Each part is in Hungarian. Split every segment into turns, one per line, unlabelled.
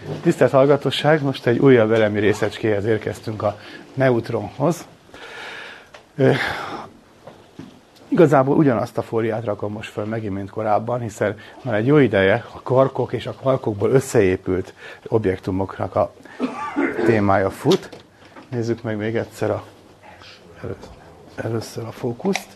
Tisztelt hallgatóság, most egy újabb elemi részecskéhez érkeztünk, a neutronhoz. Igazából ugyanazt a fóliát rakom most föl megint, mint korábban, hiszen már egy jó ideje a kvarkok és a kvarkokból összeépült objektumoknak a témája fut. Nézzük meg még egyszer először a fókuszt.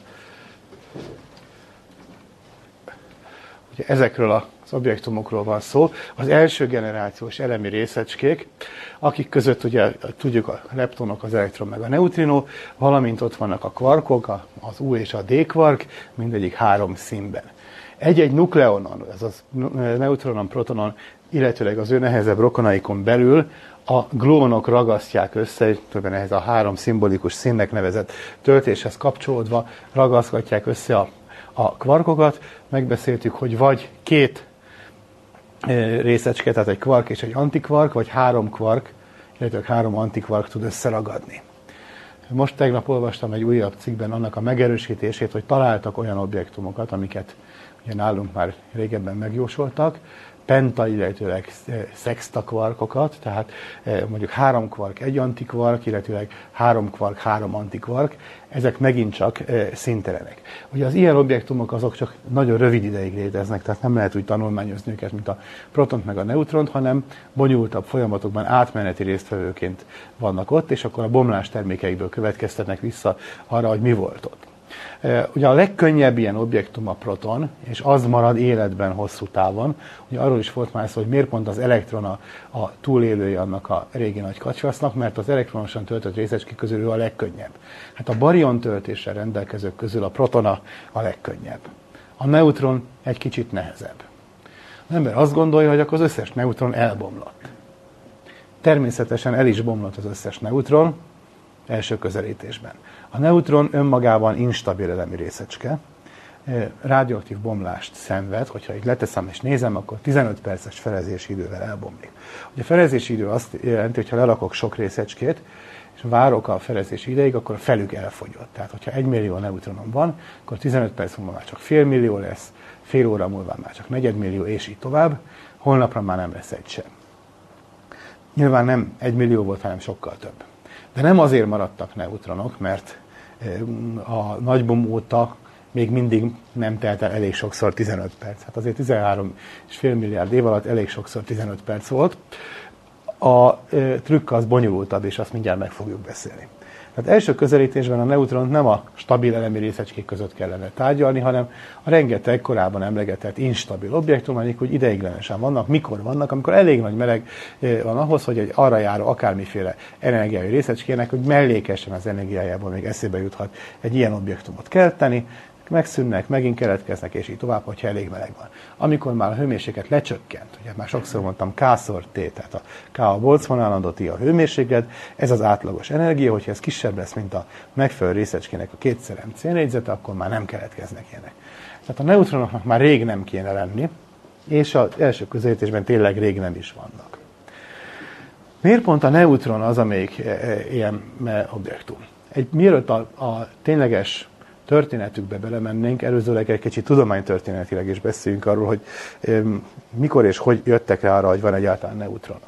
Ugye ezekről az objektumokról van szó. Az első generációs elemi részecskék, akik között ugye tudjuk a leptonok, az elektron meg a neutrinó, valamint ott vannak a kvarkok, az U és a D kvark, mindegyik 3 színben. Egy-egy nukleonon, ez a neutronon, protonon, illetőleg az ő nehezebb rokonaikon belül a gluonok ragasztják össze, többen ehhez a 3 szimbolikus színnek nevezett töltéshez kapcsolódva ragaszgatják össze a kvarkokat. Megbeszéltük, hogy vagy 2 részecske, tehát egy kvark és egy antikvark, vagy 3 kvark, illetve 3 antikvark tud összeragadni. Most tegnap olvastam egy újabb cikkben annak a megerősítését, hogy találtak olyan objektumokat, amiket ugye nálunk már régebben megjósoltak, penta, illetőleg szexta kvarkokat, tehát mondjuk 3 kvark, 1 antikvark, illetőleg 3 kvark, 3 antikvark, ezek megint csak színtelenek. Ugye az ilyen objektumok azok csak nagyon rövid ideig léteznek, tehát nem lehet úgy tanulmányozni őket, mint a protont meg a neutront, hanem bonyolultabb folyamatokban átmeneti résztvevőként vannak ott, és akkor a bomlás termékeikből következtetnek vissza arra, hogy mi volt ott. Ugye a legkönnyebb ilyen objektum a proton, és az marad életben hosszú távon. Ugye arról is volt már szó, hogy miért pont az elektron a túlélője annak a régi nagy kacsvasznak, mert az elektronosan töltött részecske közül ő a legkönnyebb. Hát a barion töltéssel rendelkezők közül a proton a legkönnyebb. A neutron egy kicsit nehezebb. Az ember azt gondolja, hogy akkor az összes neutron elbomlott. Természetesen el is bomlott az összes neutron első közelítésben. A neutron önmagában instabil elemi részecske, radioaktív bomlást szenved, hogyha így leteszem és nézem, akkor 15 perces felezési idővel elbomlik. Ugye a felezési idő azt jelenti, hogy ha lerakok sok részecskét, és várok a felezési ideig, akkor a felük elfogyott. Tehát, hogyha 1 millió neutronom van, akkor 15 perc múlva már csak fél millió lesz, fél óra múlva már csak negyedmillió, és így tovább. Holnapra már nem lesz egy sem. Nyilván nem 1 millió volt, hanem sokkal több. De nem azért maradtak neutronok, mert a nagybom óta még mindig nem telt el elég sokszor 15 perc. Hát azért 13,5 milliárd év alatt elég sokszor 15 perc volt. A trükk az bonyolultabb, és azt mindjárt meg fogjuk beszélni. Tehát első közelítésben a neutront nem a stabil elemi részecskék között kellene tárgyalni, hanem a rengeteg korábban emlegetett instabil objektum, amik úgy ideiglenesen vannak. Mikor vannak? Amikor elég nagy meleg van ahhoz, hogy egy arra járó akármiféle energiai részecskének, hogy mellékesen az energiájából még eszébe juthat egy ilyen objektumot kelteni, megszűnnek, megint keletkeznek, és így tovább, hogyha elég meleg van. Amikor már a hőmérséklet lecsökkent, ugye már sokszor mondtam K-szor T, tehát a K a Boltzmann állandó, T a hőmérséklet, ez az átlagos energia, hogyha ez kisebb lesz, mint a megfelelő részecskének a 2x mc négyzete, akkor már nem keletkeznek ilyenek. Tehát a neutronoknak már rég nem kéne lenni, és az első közelítésben tényleg rég nem is vannak. Miért pont a neutron az, amelyik ilyen objektum? Mielőtt a tényleges történetükbe belemennénk, előzőleg egy kicsit tudománytörténetileg is beszéljünk arról, hogy mikor és hogy jöttek rá arra, hogy van egyáltalán neutron.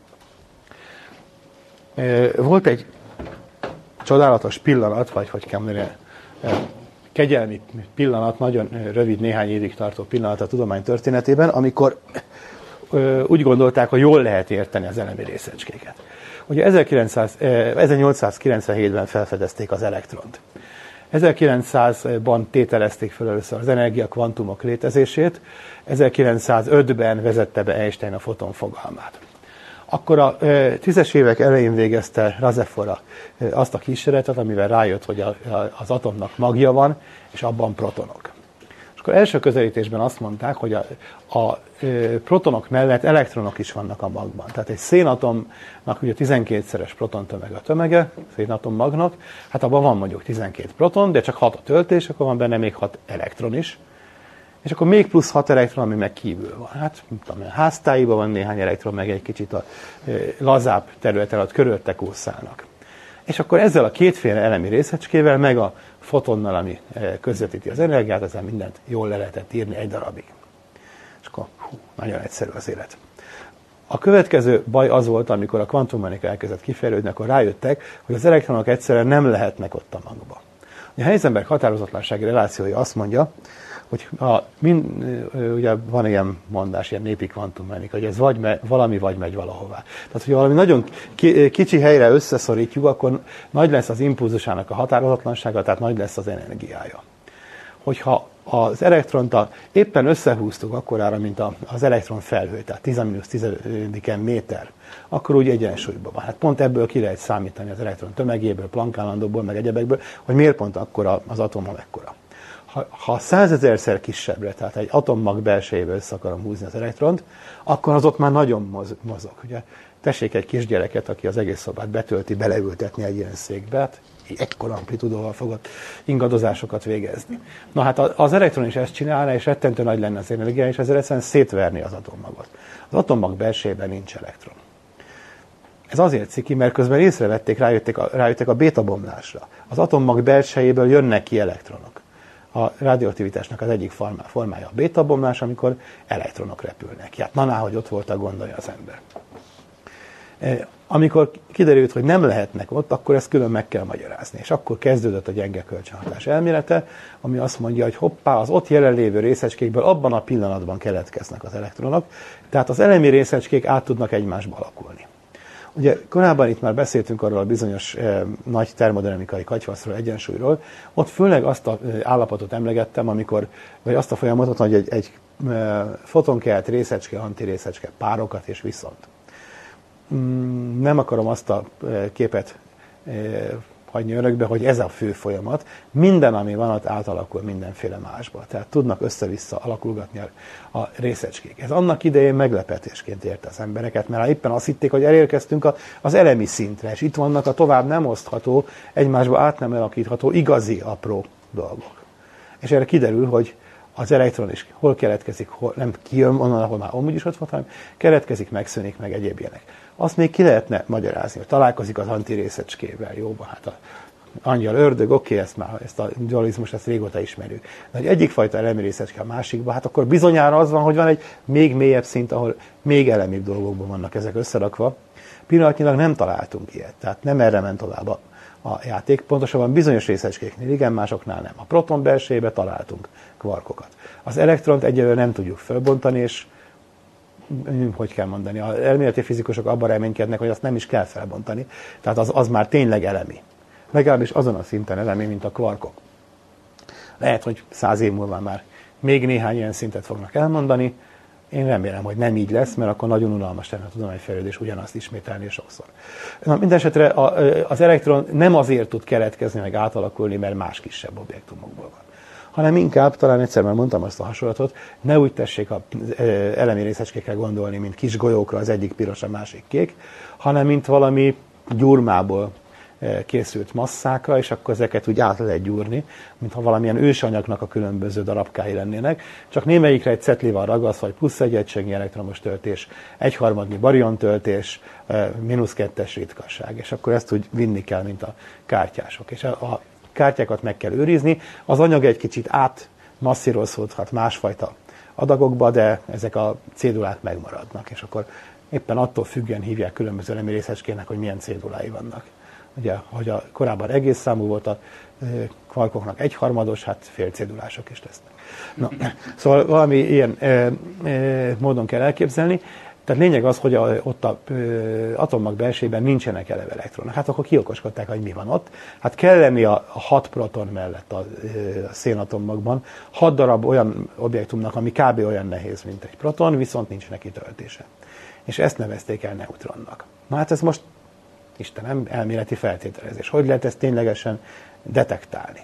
Volt egy csodálatos pillanat, vagy hogy kell mondani, kegyelmi pillanat, nagyon rövid, néhány évig tartó pillanat a tudomány történetében, amikor úgy gondolták, hogy jól lehet érteni az elemi részecskéket. Ugye 1897-ben felfedezték az elektront. 1900-ban tételezték fel először az energiakvantumok létezését, 1905-ben vezette be Einstein a foton fogalmát. Akkor a 10-es évek elején végezte Rutherford azt a kísérletet, amivel rájött, hogy az atomnak magja van, és abban protonok. És akkor első közelítésben azt mondták, hogy a protonok mellett elektronok is vannak a magban. Tehát egy szénatomnak ugye 12-szeres protontömeg a tömege, szénatom magnak, hát abban van mondjuk 12 proton, de csak 6 a töltés, akkor van benne még 6 elektron is. És akkor még plusz 6 elektron, ami meg kívül van. Hát, tudom, a háztáiban van néhány elektron, meg egy kicsit a lazább terület alatt körülötte kúszálnak. És akkor ezzel a kétféle elemi részecskével, meg a fotonnal, ami közvetíti az energiát, ezzel mindent jól le lehetett írni egy darabig. És akkor nagyon egyszerű az élet. A következő baj az volt, amikor a kvantummechanika elkezdett kifejlődni, akkor rájöttek, hogy az elektronok egyszerűen nem lehetnek ott a magban. A Heisenberg határozatlansági relációja azt mondja, hogy ugye van ilyen mondás, ilyen népi kvantummechanika, hogy ez valami vagy megy valahová. Tehát, hogy valami nagyon kicsi helyre összeszorítjuk, akkor nagy lesz az impulzusának a határozatlansága, tehát nagy lesz az energiája. Hogyha az elektront éppen összehúztuk akkorára, mint az elektron felhő, tehát 10-10 méter, akkor úgy egyensúlyban van. Hát pont ebből ki lehet számítani az elektron tömegéből, Planck állandóból, meg egyebekből, hogy miért pont akkora az atom, mekkora. Ha 100 000-szer kisebbre, tehát egy atommag belsejéből össze akarom húzni az elektront, akkor az ott már nagyon mozog. Ugye? Tessék egy kisgyereket, aki az egész szobát betölti, beleültetni egy ilyen székbe, hát ekkor amplitudóval fogott ingadozásokat végezni. Na hát az elektron is ezt csinálna, és rettentő nagy lenne az energia, és ezzel egyszerűen szétverni az atommagot. Az atommag belsejében nincs elektron. Ez azért ciki, mert közben észrevették, rájöttek a bétabomlásra. Az atommag belsejéből jönnek ki elektronok. A radioaktivitásnak az egyik formája a bétabomlás, amikor elektronok repülnek. Hát na, hogy ott volt, gondolja az ember. Amikor kiderült, hogy nem lehetnek ott, akkor ezt külön meg kell magyarázni. És akkor kezdődött a gyenge kölcsönhatás elmélete, ami azt mondja, hogy hoppá, az ott jelenlévő részecskékből abban a pillanatban keletkeznek az elektronok, tehát az elemi részecskék át tudnak egymásba alakulni. Ugye korábban itt már beszéltünk arról a bizonyos nagy termodinamikai katyvaszról, egyensúlyról, ott főleg azt az állapotot emlegettem, vagy azt a folyamatot, hogy egy fotonkelt részecske, antirészecske párokat és viszont. Nem akarom azt a képet hagyni önökbe, hogy ez a fő folyamat. Minden, ami van, ott átalakul mindenféle másba. Tehát tudnak össze-vissza alakulgatni a részecskék. Ez annak idején meglepetésként érte az embereket, mert éppen azt hitték, hogy elérkeztünk az elemi szintre, és itt vannak a tovább nem osztható, egymásba át nem alakítható, igazi apró dolgok. És erre kiderül, hogy az elektron is hol keletkezik, hol nem kijön onnan, ahol már amúgy is ott van, hanem keletkezik, megszűnik, meg egyéb ilyenek. Azt még ki lehetne magyarázni, hogy találkozik az antirészecskével, jó, hát a angyal, ördög, oké, ezt a dualizmust, ezt régóta ismerjük. De hogy egyik fajta elemi részecske a másikba, hát akkor bizonyára az van, hogy van egy még mélyebb szint, ahol még elemibb dolgokban vannak ezek összerakva. Pillanatnyilag nem találtunk ilyet, tehát nem erre ment tovább a játék. Pontosabban bizonyos részecskéknél igen, másoknál nem. A proton belsejébe találtunk kvarkokat. Az elektront egyelőre nem tudjuk felbontani, és hogy kell mondani, az elméleti fizikusok abban reménykednek, hogy azt nem is kell felbontani, tehát az már tényleg elemi. Legalábbis azon a szinten elemi, mint a kvarkok. Lehet, hogy 100 év múlva már még néhány ilyen szintet fognak elmondani. Én remélem, hogy nem így lesz, mert akkor nagyon unalmas lenne a tudományfejlődés ugyanazt ismételni sokszor. Na, mindesetre az elektron nem azért tud keletkezni, meg átalakulni, mert más kisebb objektumokból van, hanem inkább, talán egyszer már mondtam azt a hasonlatot, ne úgy tessék az elemi részecskékre gondolni, mint kis golyókra, az egyik piros, a másik kék, hanem mint valami gyurmából készült masszákra, és akkor ezeket úgy át lehet gyúrni, mintha valamilyen ősanyagnak a különböző darabkái lennének, csak némelyikre egy cetli van ragasztva, vagy plusz egy egységnyi elektromos töltés, egyharmadnyi barion töltés, -2-es ritkaság, és akkor ezt úgy vinni kell, mint a kártyások. És a kártyákat meg kell őrizni, az anyag egy kicsit átmasszírozódhat másfajta adagokba, de ezek a cédulák megmaradnak, és akkor éppen attól függően hívják különböző elemi részecskének, hogy milyen cédulái vannak. Ugye, hogy korábban egész számú volt a kvarkoknak egyharmados, hát félcédulások is lesznek. Na, szóval valami ilyen módon kell elképzelni. Tehát lényeg az, hogy ott az atommag belsejében nincsenek eleve elektronok. Hát akkor kiokoskodták, hogy mi van ott. Hát kell lenni a 6 proton mellett a szénatommagban 6 darab olyan objektumnak, ami kb. Olyan nehéz, mint egy proton, viszont nincs neki töltése. És ezt nevezték el neutronnak. Na hát ez most Istenem, elméleti feltételezés. Hogy lehet ezt ténylegesen detektálni?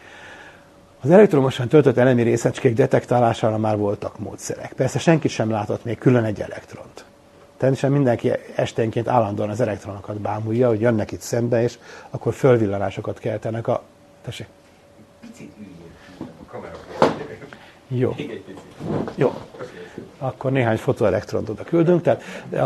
Az elektromosan töltött elemi részecskék detektálására már voltak módszerek. Persze senki sem látott még külön egy elektront. Természetesen mindenki esténként állandóan az elektronokat bámulja, hogy jönnek itt szembe, és akkor fölvillanásokat keltenek a... Tessék?
Picit üljél a kamera.
Jó. Jó. Akkor néhány fotoelektront oda küldünk. Tehát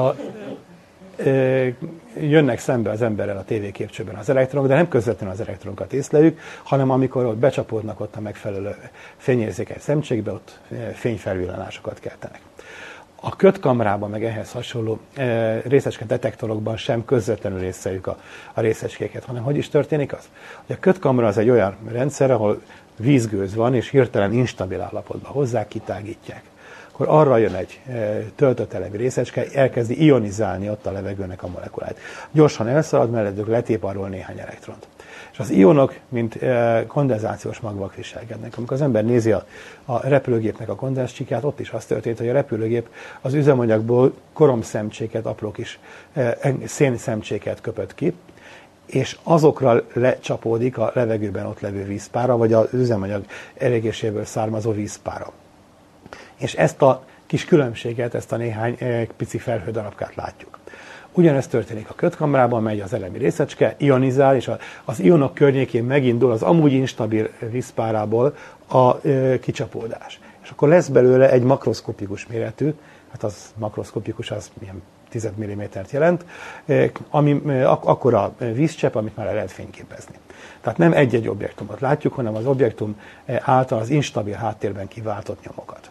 jönnek szembe az emberrel a tévéképcsőben az elektronok, de nem közvetlenül az elektronokat észleljük, hanem amikor ott becsapódnak ott a megfelelő fényérzékeny szemcsékbe, ott fényfelvillanásokat keltenek. A kötkamrában, meg ehhez hasonló részecske detektorokban sem közvetlenül észreljük a részecskéket, hanem hogy is történik az? Hogy a kötkamra az egy olyan rendszer, ahol vízgőz van, és hirtelen instabil állapotban hozzá kitágítják. Akkor arra jön egy töltött elemi részecske, elkezdi ionizálni ott a levegőnek a molekuláit. Gyorsan elszalad, mellettük letép arról néhány elektront. És az ionok, mint kondenzációs magvak viselkednek. Amikor az ember nézi a repülőgépnek a kondenzcsíkját, ott is az történt, hogy a repülőgép az üzemanyagból koromszemcséket, apró kis szénszemcséket köpött ki, és azokra lecsapódik a levegőben ott levő vízpára, vagy az üzemanyag elégéséből származó vízpára. És ezt a kis különbséget, ezt a néhány pici felhődarabkát látjuk. Ugyanezt történik a kötkamrában, megy az elemi részecske, ionizál, és az ionok környékén megindul az amúgy instabil vízpárából a kicsapódás. És akkor lesz belőle egy makroszkopikus méretű, hát az makroszkopikus, az milyen 10 mm-t jelent, ami akkora vízcsepp, amit már el lehet fényképezni. Tehát nem egy-egy objektumot látjuk, hanem az objektum által az instabil háttérben kiváltott nyomokat.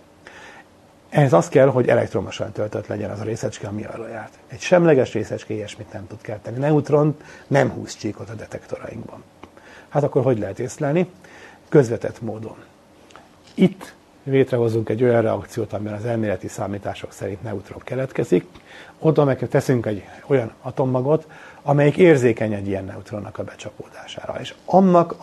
Ehhez az kell, hogy elektromosan töltött legyen az a részecske, ami arra járt. Egy semleges részecske ilyesmit nem tud kelteni. Neutron nem húz csíkot a detektorainkban. Hát akkor hogy lehet észlelni? Közvetett módon. Itt létrehozunk egy olyan reakciót, amiben az elméleti számítások szerint neutron keletkezik. Oda meg teszünk egy olyan atommagot, amelyik érzékeny egy ilyen neutronnak a becsapódására. És annak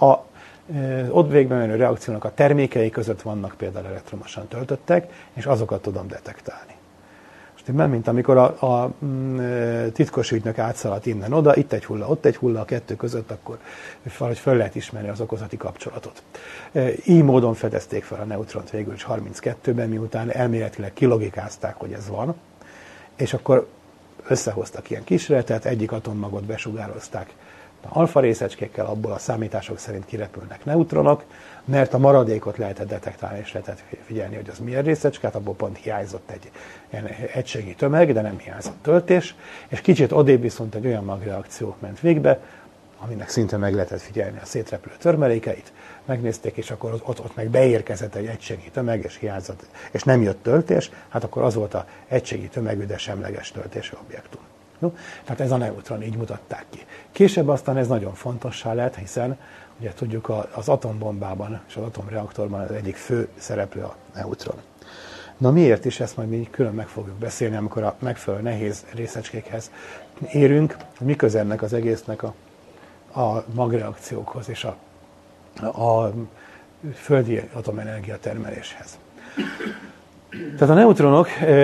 ott végben menő reakciónak a termékei között vannak például elektromosan töltöttek, és azokat tudom detektálni. Most nem, mint amikor a titkos ügynök átszaladt innen oda, itt egy hulla, ott egy hulla, a kettő között, akkor valahogy föl lehet ismerni az okozati kapcsolatot. Így módon fedezték fel a neutront végül is 32-ben, miután elméletileg kilogikázták, hogy ez van, és akkor összehoztak ilyen kísérletet, egyik atommagot besugározták alfa részecskékkel, abból a számítások szerint kirepülnek neutronok, mert a maradékot lehetett detektálni, és lehetett figyelni, hogy az milyen részecske, hát abból pont hiányzott egy ilyen egységi tömeg, de nem hiányzott töltés, és kicsit odébb viszont egy olyan magreakció ment végbe, aminek szinte meg lehetett figyelni a szétrepülő törmelékeit, megnézték, és akkor ott meg beérkezett egy egységi tömeg, és hiányzott, és nem jött töltés, hát akkor az volt az egységi tömegű, de semleges töltésű objektum. No? Tehát ez a neutron, így mutatták ki. Később aztán ez nagyon fontossá lett, hiszen ugye tudjuk, az atombombában és az atomreaktorban az egyik fő szereplő a neutron. Na miért is, ezt majd mi külön meg fogjuk beszélni, amikor a megfelelő nehéz részecskékhez érünk, mi köze ennek az egésznek a magreakciókhoz és a földi atomenergia termeléshez. Tehát a neutronok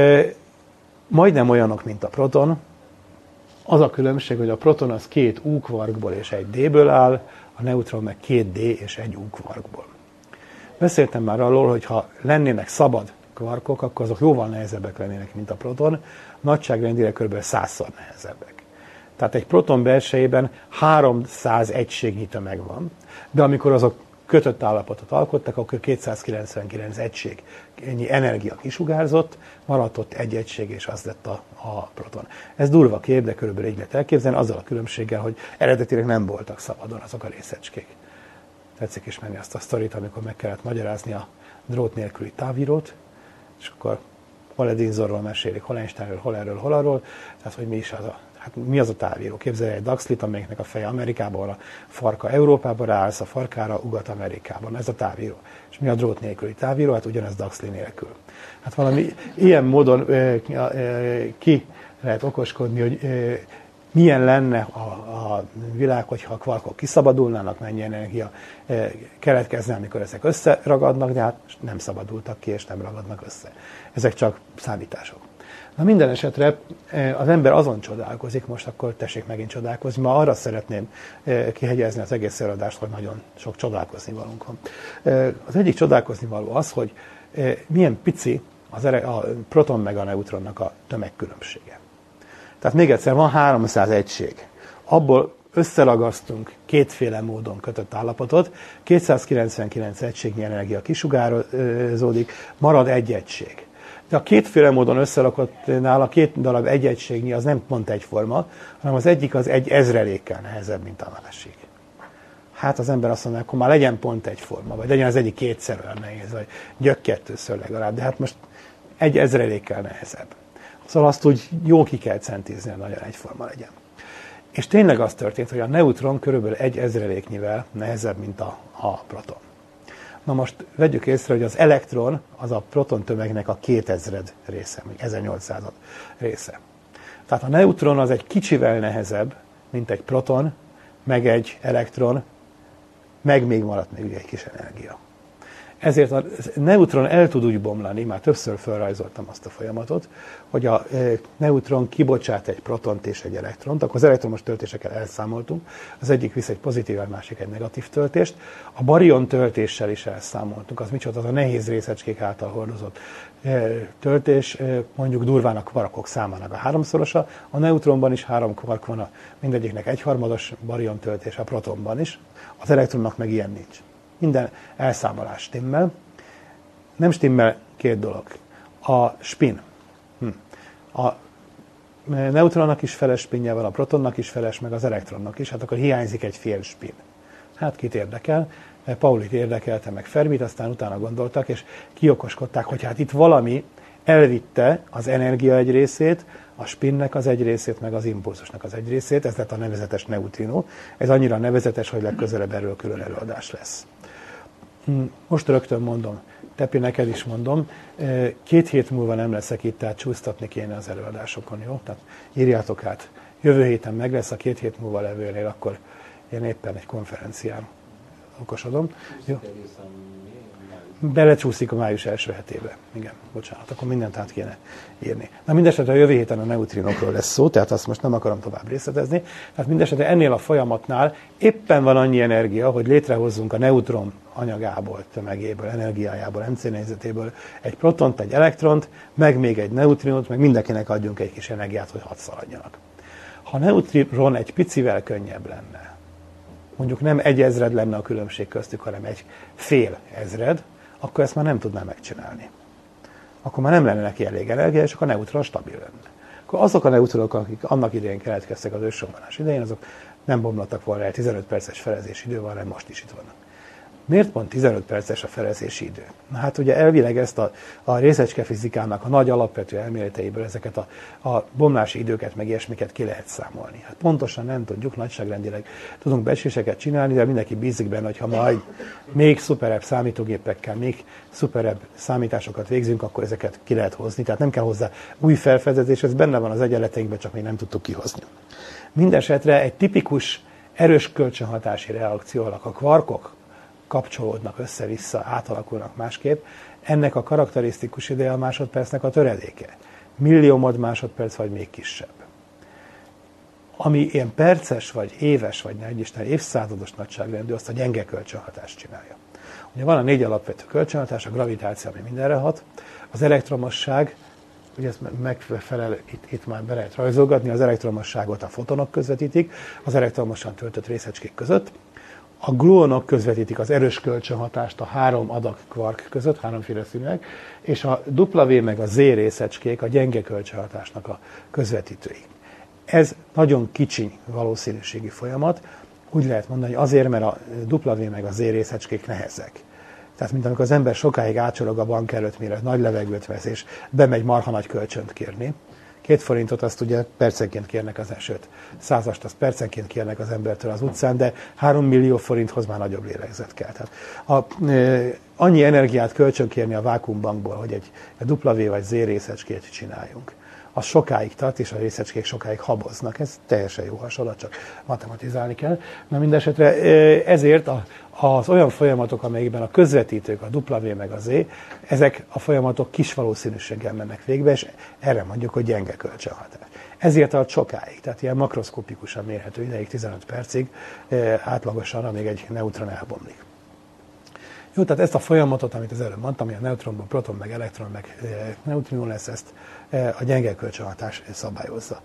majdnem olyanok, mint a proton. Az a különbség, hogy a proton az 2 U-kvarkból és 1 D-ből áll, a neutron meg 2 D és 1 U-kvarkból. Beszéltem már arról, hogy ha lennének szabad kvarkok, akkor azok jóval nehezebbek lennének, mint a proton, nagyságrendileg kb. 100-szor nehezebbek. Tehát egy proton belsejében 300 egységnyi tömeg van, de amikor azok kötött állapotot alkottak, akkor 299 egységnyi energia kisugárzott, maradt ott egy egység, és az lett a proton. Ez durva kép, de körülbelül így lehet elképzelni, azzal a különbséggel, hogy eredetileg nem voltak szabadon azok a részecskék. Tetszik ismerni azt a sztorit, amikor meg kellett magyarázni a drót nélküli távírót, és akkor hol Edinsorról mesélik, hol Einsteinről, hol erről, hol arról, tehát hogy mi az a távíró? Képzelj egy Daxlit, amelyiknek a feje Amerikában, a farka Európában, ráállsz a farkára, Ugat-Amerikában. Ez a távíró. És mi a drót nélküli távíró? Hát ugyanez Daxli nélkül. Hát valami ilyen módon ki lehet okoskodni, hogy milyen lenne a világ, hogyha a kvarkok kiszabadulnának, mennyi energia keletkezne, amikor ezek összeragadnak, de hát nem szabadultak ki, és nem ragadnak össze. Ezek csak számítások. Na minden esetre az ember azon csodálkozik, most akkor tessék megint csodálkozni, ma arra szeretném kihegyezni az egész előadást, hogy nagyon sok csodálkozni valónk van. Az egyik csodálkozni való az, hogy milyen pici a proton meg a neutronnak a tömegkülönbsége. Tehát még egyszer, van 300 egység. Abból összeragasztunk kétféle módon kötött állapotot, 299 egységnyi energia kisugározódik, marad egy egység. De a kétféle módon összerakottnál a 2 darab egy egységnyi az nem pont egyforma, hanem az egyik az 1/1000-ékkel nehezebb, mint a másik. Hát az ember azt mondja, akkor már legyen pont egyforma, vagy legyen az egyik 2-szer olyan nehéz, vagy gyök 2-ször legalább. De hát most egy ezrelékkel nehezebb. Szóval azt úgy jó ki kell centizni, hogy nagyon egyforma legyen. És tényleg az történt, hogy a neutron körülbelül egy ezreléknyivel nehezebb, mint a proton. Na most vegyük észre, hogy az elektron az a proton tömegnek a 2000 része, vagy 1800 része. Tehát a neutron az egy kicsivel nehezebb, mint egy proton, meg egy elektron, meg még maradt még egy kis energia. Ezért a neutron el tud úgy bomlani, már többször felrajzoltam azt a folyamatot, hogy a neutron kibocsát egy protont és egy elektront, akkor az elektromos töltésekkel elszámoltunk, az egyik visz egy pozitív, a másik egy negatív töltést, a barion töltéssel is elszámoltunk, az micsoda, az a nehéz részecskék által hordozott töltés, mondjuk durván a kvarkok számának a háromszorosa, a neutronban is 3 kvark van, mindegyiknek egyharmados barion töltés, a protonban is, az elektronnak meg ilyen nincs. Minden elszámolás stimmel. Nem stimmel 2 dolog. A spin. A neutronnak is feles spinje van, a protonnak is feles, meg az elektronnak is, hát akkor hiányzik egy fél spin. Hát kit érdekel? Paulit érdekelte, meg Fermit, aztán utána gondoltak, és kiokoskodták, hogy hát itt valami elvitte az energia egy részét, a spinnek az egy részét, meg az impulzusnak az egy részét, ez lett a nevezetes neutrinó. Ez annyira nevezetes, hogy legközelebb erről külön előadás lesz. Most rögtön mondom, Tepi, neked is mondom, 2 hét múlva nem leszek itt, tehát csúsztatni kéne az előadásokon, jó? Tehát írjátok át. Jövő héten meg lesz, a 2 hét múlva levőnél, akkor én éppen egy konferencián okosodom. Jó? Belecsúszik a május első hetébe. Igen, bocsánat, akkor mindent át kéne írni. Na mindesetre a jövő héten a neutrinokról lesz szó, tehát azt most nem akarom tovább részletezni. Tehát mindesetre ennél a folyamatnál éppen van annyi energia, hogy létrehozzunk a neutron anyagából, tömegéből, energiájából, MC négyzetéből egy protont, egy elektront, meg még egy neutrinot, meg mindenkinek adjunk egy kis energiát, hogy hadd szaladjanak. Ha a neutron egy picivel könnyebb lenne, mondjuk nem 1000 lenne a különbség köztük, hanem egy fél ezred, akkor ezt már nem tudná megcsinálni. Akkor már nem lenne neki elég energia, és akkor a neutron stabil lenne. Akkor azok a neutronok, akik annak idején keletkeztek az ősrobbanás idején, azok nem bomlottak volna el 15 perces felezési idő van, hanem most is itt vannak. Miért pont 15 perces a felezési idő? Na hát ugye elvileg ezt a részecskefizikának a nagy alapvető elméleteiből ezeket a bomlási időket, meg ilyesmiket ki lehet számolni. Hát pontosan nem tudjuk, nagyságrendileg tudunk becsléseket csinálni, de mindenki bízik benne, hogy ha majd még szuperebb számítógépekkel, még szuperebb számításokat végzünk, akkor ezeket ki lehet hozni. Tehát nem kell hozzá új felfedezés, ez benne van az egyenleteinkben, csak még nem tudtuk kihozni. Mindenesetre egy tipikus erős kölcsönhatási reakciónak a kvarkok kapcsolódnak össze-vissza, átalakulnak másképp. Ennek a karakterisztikus ideje a másodpercnek a töredéke. Milliómod másodperc, vagy még kisebb. Ami ilyen perces, vagy éves, vagy ne Isten évszázados nagyságrendű, azt a gyenge kölcsönhatást csinálja. Ugye van a 4 alapvető kölcsönhatás, a gravitáció, ami mindenre hat, az elektromosság, ugye ez megfelel, itt már be lehet rajzolgatni, az elektromosságot a fotonok közvetítik, az elektromosan töltött részecskék között, a gluonok közvetítik az erős kölcsönhatást a 3 adag kvark között, 3-féle színűek, és a W meg a Z részecskék a gyenge kölcsönhatásnak a közvetítői. Ez nagyon kicsiny valószínűségi folyamat, úgy lehet mondani, hogy azért, mert a W meg a Z részecskék nehezek. Tehát, mint amikor az ember sokáig átsorog a bank előtt, mire nagy levegőt vesz, és bemegy marha nagy kölcsönt kérni. 2 forintot azt ugye percenként kérnek az esőt. 100-ast azt percenként kérnek az embertől az utcán, de 3 millió forinthoz már nagyobb lélegzet kell. Tehát annyi energiát kölcsönkérni a vákuumbankból, hogy egy W vagy Z részecskét csináljunk. Az sokáig tart, és a részecskék sokáig haboznak. Ez teljesen jó hasonlat, csak matematizálni kell. Na mindesetre ezért az olyan folyamatok, amelyekben a közvetítők, a W meg a Z, ezek a folyamatok kis valószínűséggel mennek végbe, és erre mondjuk, hogy gyenge kölcsönhatás. Ezért tart sokáig, tehát ilyen makroszkopikusan mérhető ideig, 15 percig átlagosan, amíg egy neutron elbomlik. Jó, tehát ezt a folyamatot, amit az előbb mondtam, hogy a neutronban proton, meg elektron, meg neutrinó lesz, ezt a gyenge kölcsönhatás szabályozza.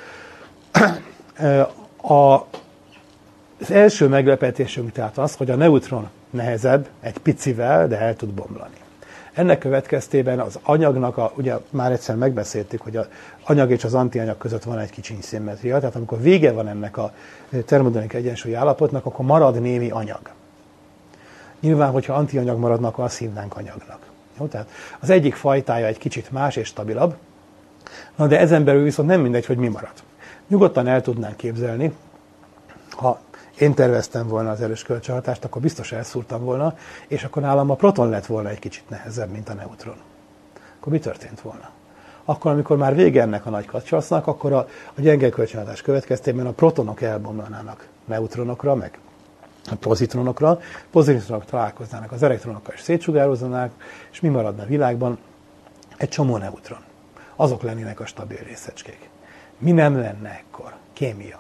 Az első meglepetésünk tehát az, hogy a neutron nehezebb, egy picivel, de el tud bomlani. Ennek következtében az anyagnak, ugye már egyszer megbeszéltük, hogy az anyag és az antianyag között van egy kicsiny szimmetria, tehát amikor vége van ennek a termodinamikai egyensúlyi állapotnak, akkor marad némi anyag. Nyilván, hogyha antianyag maradnak, akkor azt hívnánk anyagnak. Jó? Tehát az egyik fajtája egy kicsit más és stabilabb, na de ezen belül viszont nem mindegy, hogy mi marad. Nyugodtan el tudnánk képzelni, ha én terveztem volna az erős kölcsönhatást, akkor biztos elszúrtam volna, és akkor nálam a proton lett volna egy kicsit nehezebb, mint a neutron. Akkor mi történt volna? Akkor, amikor már vége ennek a nagy kapcsolatnak, akkor a gyenge kölcsönhatás következtében a protonok elbomlanának neutronokra, meg a pozitronokra találkoznának az elektronokkal, és szétsugároznának, és mi maradna a világban? Egy csomó neutron. Azok lennének a stabil részecskék. Mi nem lenne ekkor? Kémia.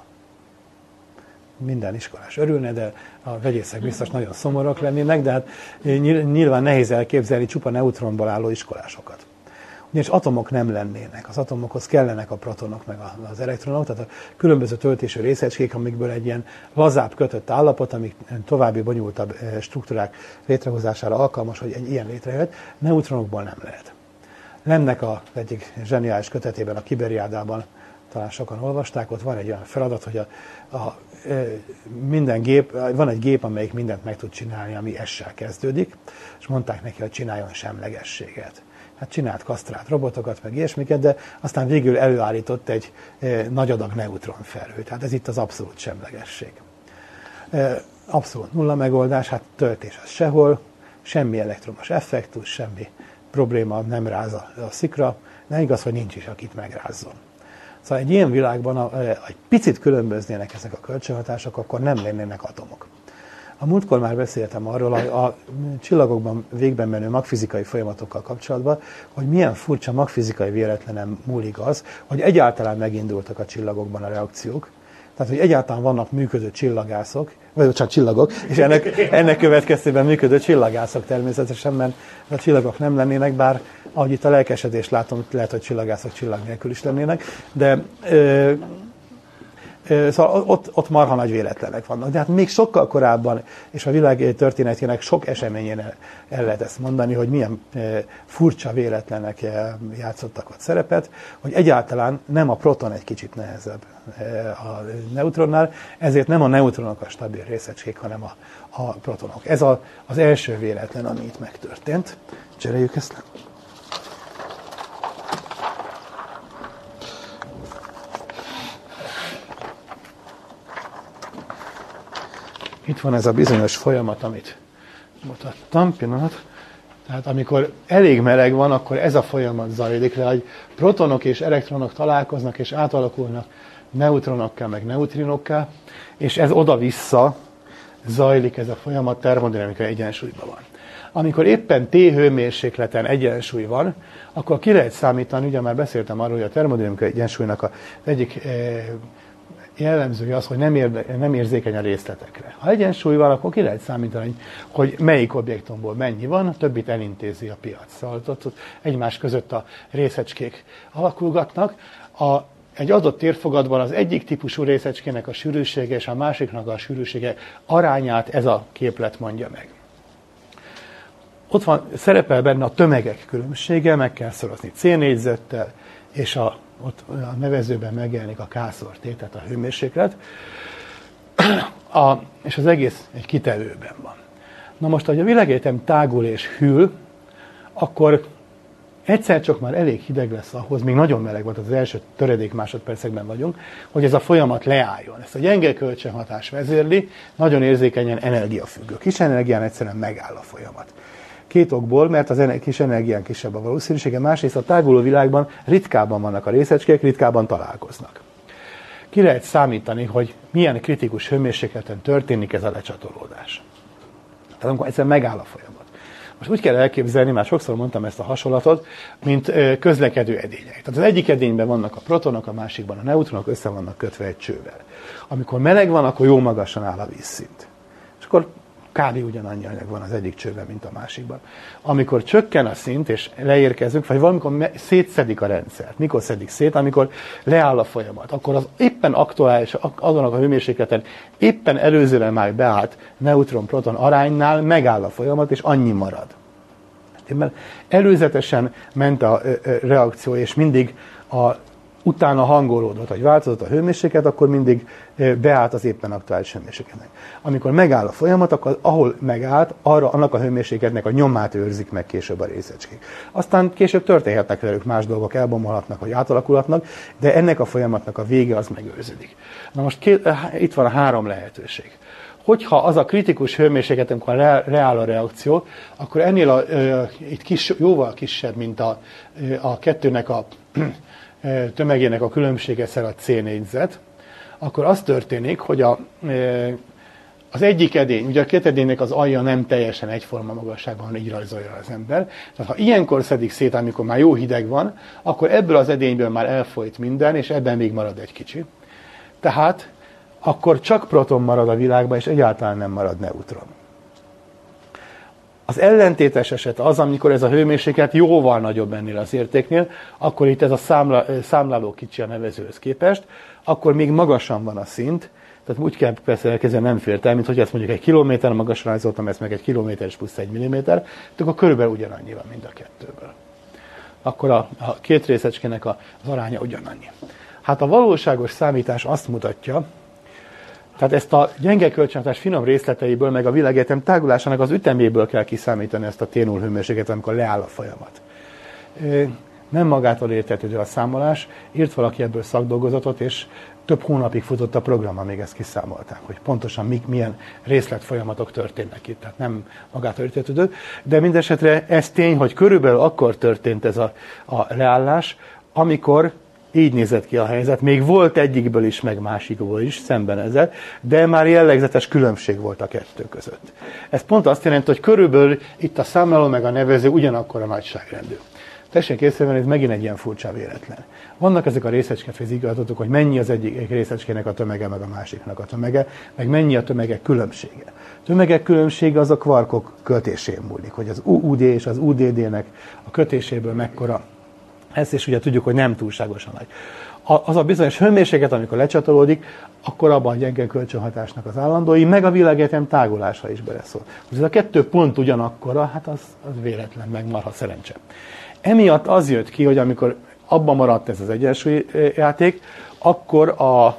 Minden iskolás örülne, de a vegyészek biztos nagyon szomorúak lennének, de hát nyilván nehéz elképzelni csupa neutronból álló iskolásokat. Ugyanis atomok nem lennének. Az atomokhoz kellenek a protonok, meg az elektronok, tehát a különböző töltésű részecskék, amikből egy ilyen lazább kötött állapot, amik további bonyolultabb struktúrák létrehozására alkalmas, hogy egy ilyen létrejött, neutronokból nem lehet. Lennek az egyik zseniális kötetében, a Kiberiádában, talán sokan olvasták, ott van egy olyan feladat, hogy minden gép, van egy gép, amelyik mindent meg tud csinálni, ami S-sel kezdődik, és mondták neki, hogy csináljon semlegességet. Hát csinált kasztrált robotokat, meg ilyesmiket, de aztán végül előállított egy nagy adag neutronfelhőt. Hát ez itt az abszolút semlegesség. Abszolút nulla megoldás, hát töltés az sehol, semmi elektromos effektus, semmi probléma, nem ráz a szikra, de igaz, hogy nincs is, akit megrázzon. Szóval egy ilyen világban, egy picit különböznének ezek a kölcsönhatások, akkor nem lennének atomok. A múltkor már beszéltem arról a csillagokban végben menő magfizikai folyamatokkal kapcsolatban, hogy milyen furcsa magfizikai véletlenem múlik az, hogy egyáltalán megindultak a csillagokban a reakciók, tehát, hogy egyáltalán vannak működő csillagászok, vagy csak csillagok, és ennek következtében működő csillagászok természetesen, mert a csillagok nem lennének, bár ahogy itt a lelkesedést látom, lehet, hogy csillagászok csillag nélkül is lennének, de szóval ott marha nagy véletlenek vannak. De hát még sokkal korábban, és a világ történetének sok eseményén el lehet ezt mondani, hogy milyen furcsa véletlenek játszottak ott szerepet, hogy egyáltalán nem a proton egy kicsit nehezebb a neutronnál, ezért nem a neutronok a stabil részecskék, hanem a protonok. Ez az első véletlen, ami itt megtörtént. Cseréljük ezt le. Itt van ez a bizonyos folyamat, amit mutattam, pillanat. Tehát amikor elég meleg van, akkor ez a folyamat zajlik le, hogy protonok és elektronok találkoznak és átalakulnak neutronokká, meg neutrinokká, és ez oda-vissza zajlik ez a folyamat, termodinamikai egyensúlyban van. Amikor éppen T hőmérsékleten egyensúly van, akkor ki lehet számítani, ugye már beszéltem arról, hogy a termodinamikai egyensúlynak az egyik jellemzője az, hogy nem érzékeny a részletekre. Ha egyensúly van, akkor ki lehet számítani, hogy melyik objektumból mennyi van, a többit elintézi a piac. Szóval ott egymás között a részecskék alakulgatnak. Egy adott térfogatban az egyik típusú részecskének a sűrűsége és a másiknak a sűrűsége arányát ez a képlet mondja meg. Ott szerepel benne a tömegek különbsége, meg kell szorozni C-négyzettel, és ott a nevezőben megjelenik a K-szor T, tehát a hőmérséklet, és az egész egy kitelőben van. Na most, hogy a világegyetem tágul és hűl, akkor egyszer csak már elég hideg lesz ahhoz, még nagyon meleg volt, az első töredék másodpercekben vagyunk, hogy ez a folyamat leálljon. Ezt a gyenge kölcsönhatás vezérli, nagyon érzékenyen energiafüggő. Kis energián egyszerűen megáll a folyamat. Két okból, mert az kis energián kisebb a valószínűsége, másrészt a táguló világban ritkábban vannak a részecskék, ritkábban találkoznak. Ki lehet számítani, hogy milyen kritikus hőmérsékleten történik ez a lecsatolódás. Tehát amikor egyszerűen megáll a folyamat. Most úgy kell elképzelni, már sokszor mondtam ezt a hasonlatot, mint közlekedő edények. Tehát az egyik edényben vannak a protonok, a másikban a neutronok, össze vannak kötve egy csővel. Amikor meleg van, akkor jó magasan áll a vízszint. És akkor kb. Ugyanannyi anyag van az egyik csőben, mint a másikban. Amikor csökken a szint, és leérkezünk, vagy valamikor szétszedik a rendszert. Mikor szedik szét? Amikor leáll a folyamat. Akkor az éppen aktuális, azon a hőmérsékleten éppen előzően már beállt neutron-proton aránynál megáll a folyamat, és annyi marad. Mert előzetesen ment a reakció, és mindig utána hangolódott, vagy változott a hőmérséklet, akkor mindig beállt az éppen aktuális hőmérsékletnek. Amikor megáll a folyamat, akkor ahol megállt, annak a hőmérsékletnek a nyomát őrzik meg később a részecskék. Aztán később történhetnek velük más dolgok, elbomolhatnak, vagy átalakulhatnak, de ennek a folyamatnak a vége az megőrződik. Na most itt van a 3 lehetőség. Hogyha az a kritikus hőmérséklet, amikor reál a reakció, akkor ennél itt jóval kisebb, mint a kettőnek a tömegének a különbsége szerint C négyzet, akkor az történik, hogy az egyik edény, ugye a két edénynek az alja nem teljesen egyforma magasságban, így rajzolja az ember. Tehát ha ilyenkor szedik szét, amikor már jó hideg van, akkor ebből az edényből már elfolyt minden, és ebben még marad egy kicsi. Tehát akkor csak proton marad a világban, és egyáltalán nem marad neutron. Az ellentétes eset az, amikor ez a hőmérséklet jóval nagyobb ennél az értéknél, akkor itt ez a számláló kicsi a nevezőhöz képest, akkor még magasan van a szint, tehát úgy kell persze elkezdeni, nem fért el, mint hogy ezt mondjuk 1 kilométer magasra rajzoltam, ezt meg 1 kilométer és plusz 1 milliméter, akkor körülbelül ugyanannyi van mind a kettőből. Akkor a két részecskének az aránya ugyanannyi. Hát a valóságos számítás azt mutatja, tehát ezt a gyenge kölcsönhatás finom részleteiből, meg a világegyetem tágulásának az üteméből kell kiszámítani ezt a T0 hőmérsékletet, amikor leáll a folyamat. Nem magától értetődő a számolás, írt valaki ebből szakdolgozatot, és több hónapig futott a program, amíg ezt kiszámolták, hogy pontosan milyen részletfolyamatok történnek itt, tehát nem magától értetődő. De mindesetre ez tény, hogy körülbelül akkor történt ez a leállás, amikor így nézett ki a helyzet. Még volt egyikből is, meg másikból is szemben ezzel, de már jellegzetes különbség volt a kettő között. Ez pont azt jelenti, hogy körülbelül itt a számláló meg a nevező ugyanakkor a nagyságrendű. Tessék észrevenni, ez megint egy ilyen furcsa véletlen. Vannak ezek a részecskefézi adatok, hogy mennyi az egyik részecskének a tömege, meg a másiknak a tömege, meg mennyi a tömegek különbsége. A tömegek különbsége az a kvarkok kötésén múlik, hogy az UUD és az UDD-nek a kötéséből mekkora. Ezt is ugye tudjuk, hogy nem túlságosan nagy. Az a bizonyos hőmérséklet, amikor lecsatolódik, akkor abban a gyenge kölcsönhatásnak az állandói, meg a világegyetem tágulása is beleszól. Hogy ez a kettő pont ugyanakkora, hát az véletlen, meg marha szerencse. Emiatt az jött ki, hogy amikor abban maradt ez az egyensúlyjáték, akkor a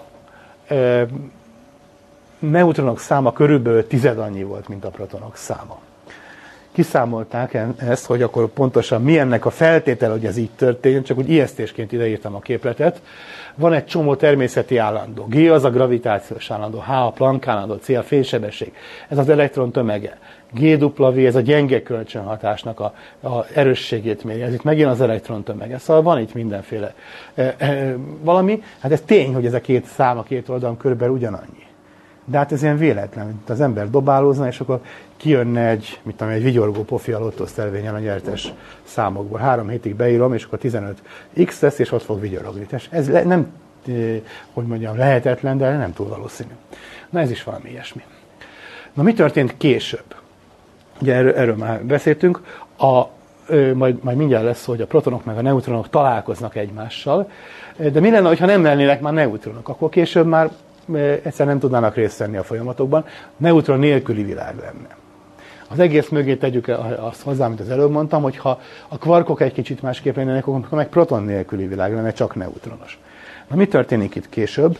neutronok száma körülbelül 10 annyi volt, mint a protonok száma. Kiszámolták ezt, hogy akkor pontosan mi ennek a feltétele, hogy ez így történjen, csak úgy ijesztésként ideírtam a képletet. Van egy csomó természeti állandó. G az a gravitációs állandó, H a Planck állandó, C a fénysebesség. Ez az elektron tömege. GW, ez a gyenge kölcsönhatásnak a erősségét méri. Ez itt megint az elektron tömege. Szóval van itt mindenféle valami. Hát ez tény, hogy ez a két szám a két oldalon körülbelül ugyanannyi. De hát ez ilyen véletlen, mint az ember dobálózna, és akkor kijönne egy vigyorgó pofi a lottószervényen a nyertes számokból. 3 hétig beírom, és akkor 15x lesz, és ott fog vigyorogni. Ez nem, hogy mondjam, lehetetlen, de nem túl valószínű. Na ez is valami ilyesmi. Na mi történt később? Ugye erről már beszéltünk. Majd mindjárt lesz szó, hogy a protonok meg a neutronok találkoznak egymással. De mi lenne, ha nem lennének már neutronok? Akkor később már egyszer nem tudnának részt venni a folyamatokban, neutron nélküli világ lenne. Az egész mögé tegyük azt hozzá, amit az előbb mondtam, hogy ha a kvarkok egy kicsit másképp lennének, akkor meg proton nélküli világ lenne, csak neutronos. Na mi történik itt később?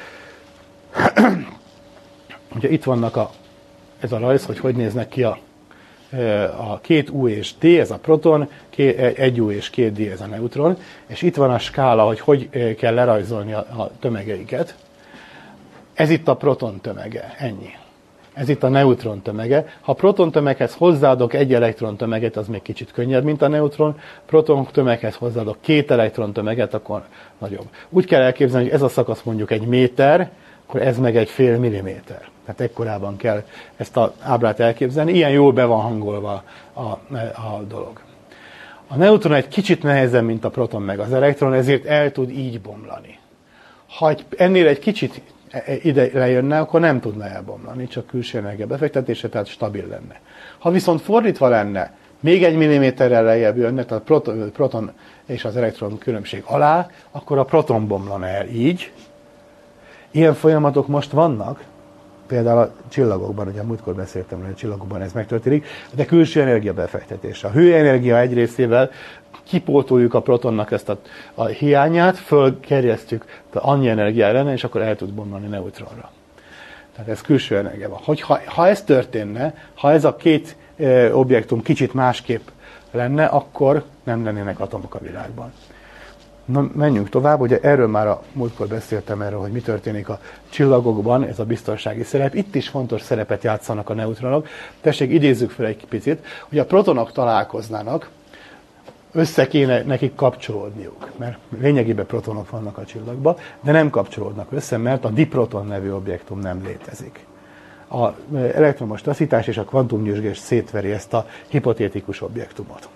Ugye itt vannak ez a rajz, hogy néznek ki a 2 U és D, ez a proton, 1 U és 2 D, ez a neutron, és itt van a skála, hogy kell lerajzolni a tömegeiket. Ez itt a proton tömege, ennyi. Ez itt a neutron tömege. Ha a proton tömeghez hozzáadok 1 elektron tömeget, az még kicsit könnyebb, mint a neutron. Proton tömeghez hozzáadok 2 elektron tömeget, akkor nagyobb. Úgy kell elképzelni, hogy ez a szakasz mondjuk 1 méter, akkor ez meg 1,5 milliméter. Tehát ekkorában kell ezt az ábrát elképzelni. Ilyen jól be van hangolva a dolog. A neutron egy kicsit nehezebb, mint a proton meg az elektron, ezért el tud így bomlani. Ha ennél egy kicsit ide lejönne, akkor nem tudna elbomlani, csak külső energia befektetése, tehát stabil lenne. Ha viszont fordítva lenne, még 1 milliméterrel lejjebb jönne, tehát a proton és az elektron különbség alá, akkor a proton bomlana el így. Ilyen folyamatok most vannak, például a csillagokban, ugye múltkor beszéltem, hogy a csillagokban ez megtörténik, de külső energia befektetése. A hőenergia egy részével kipótoljuk a protonnak ezt a hiányát, fölkerjesztjük annyi energiára lenne, és akkor el tud bomlani neutronra. Tehát ez külső energia van. Ha ez történne, ha ez a két objektum kicsit másképp lenne, akkor nem lennének atomok a világban. Na, menjünk tovább, ugye erről már a múltkor beszéltem erről, hogy mi történik a csillagokban, ez a biztonsági szerep. Itt is fontos szerepet játszanak a neutronok. Tessék, idézzük fel egy picit, hogy a protonok találkoznának, össze kéne nekik kapcsolódniuk, mert lényegében protonok vannak a csillagban, de nem kapcsolódnak össze, mert a diproton nevű objektum nem létezik. Az elektromos taszítás és a kvantumnyüzsgés szétveri ezt a hipotétikus objektumot.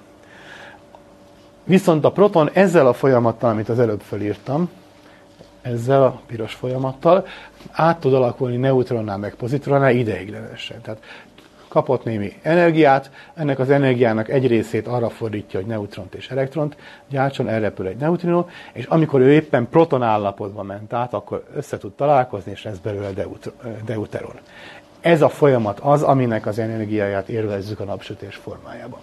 Viszont a proton ezzel a folyamattal, amit az előbb felírtam, ezzel a piros folyamattal át tud alakulni neutronnál meg pozitronnál ideiglenesen. Tehát kapott némi energiát, ennek az energiának egy részét arra fordítja, hogy neutront és elektront gyártson, elrepül egy neutrinó, és amikor ő éppen proton állapotba ment át, akkor össze tud találkozni, és lesz belőle deuteron. Ez a folyamat az, aminek az energiáját élvezzük a napsütés formájában.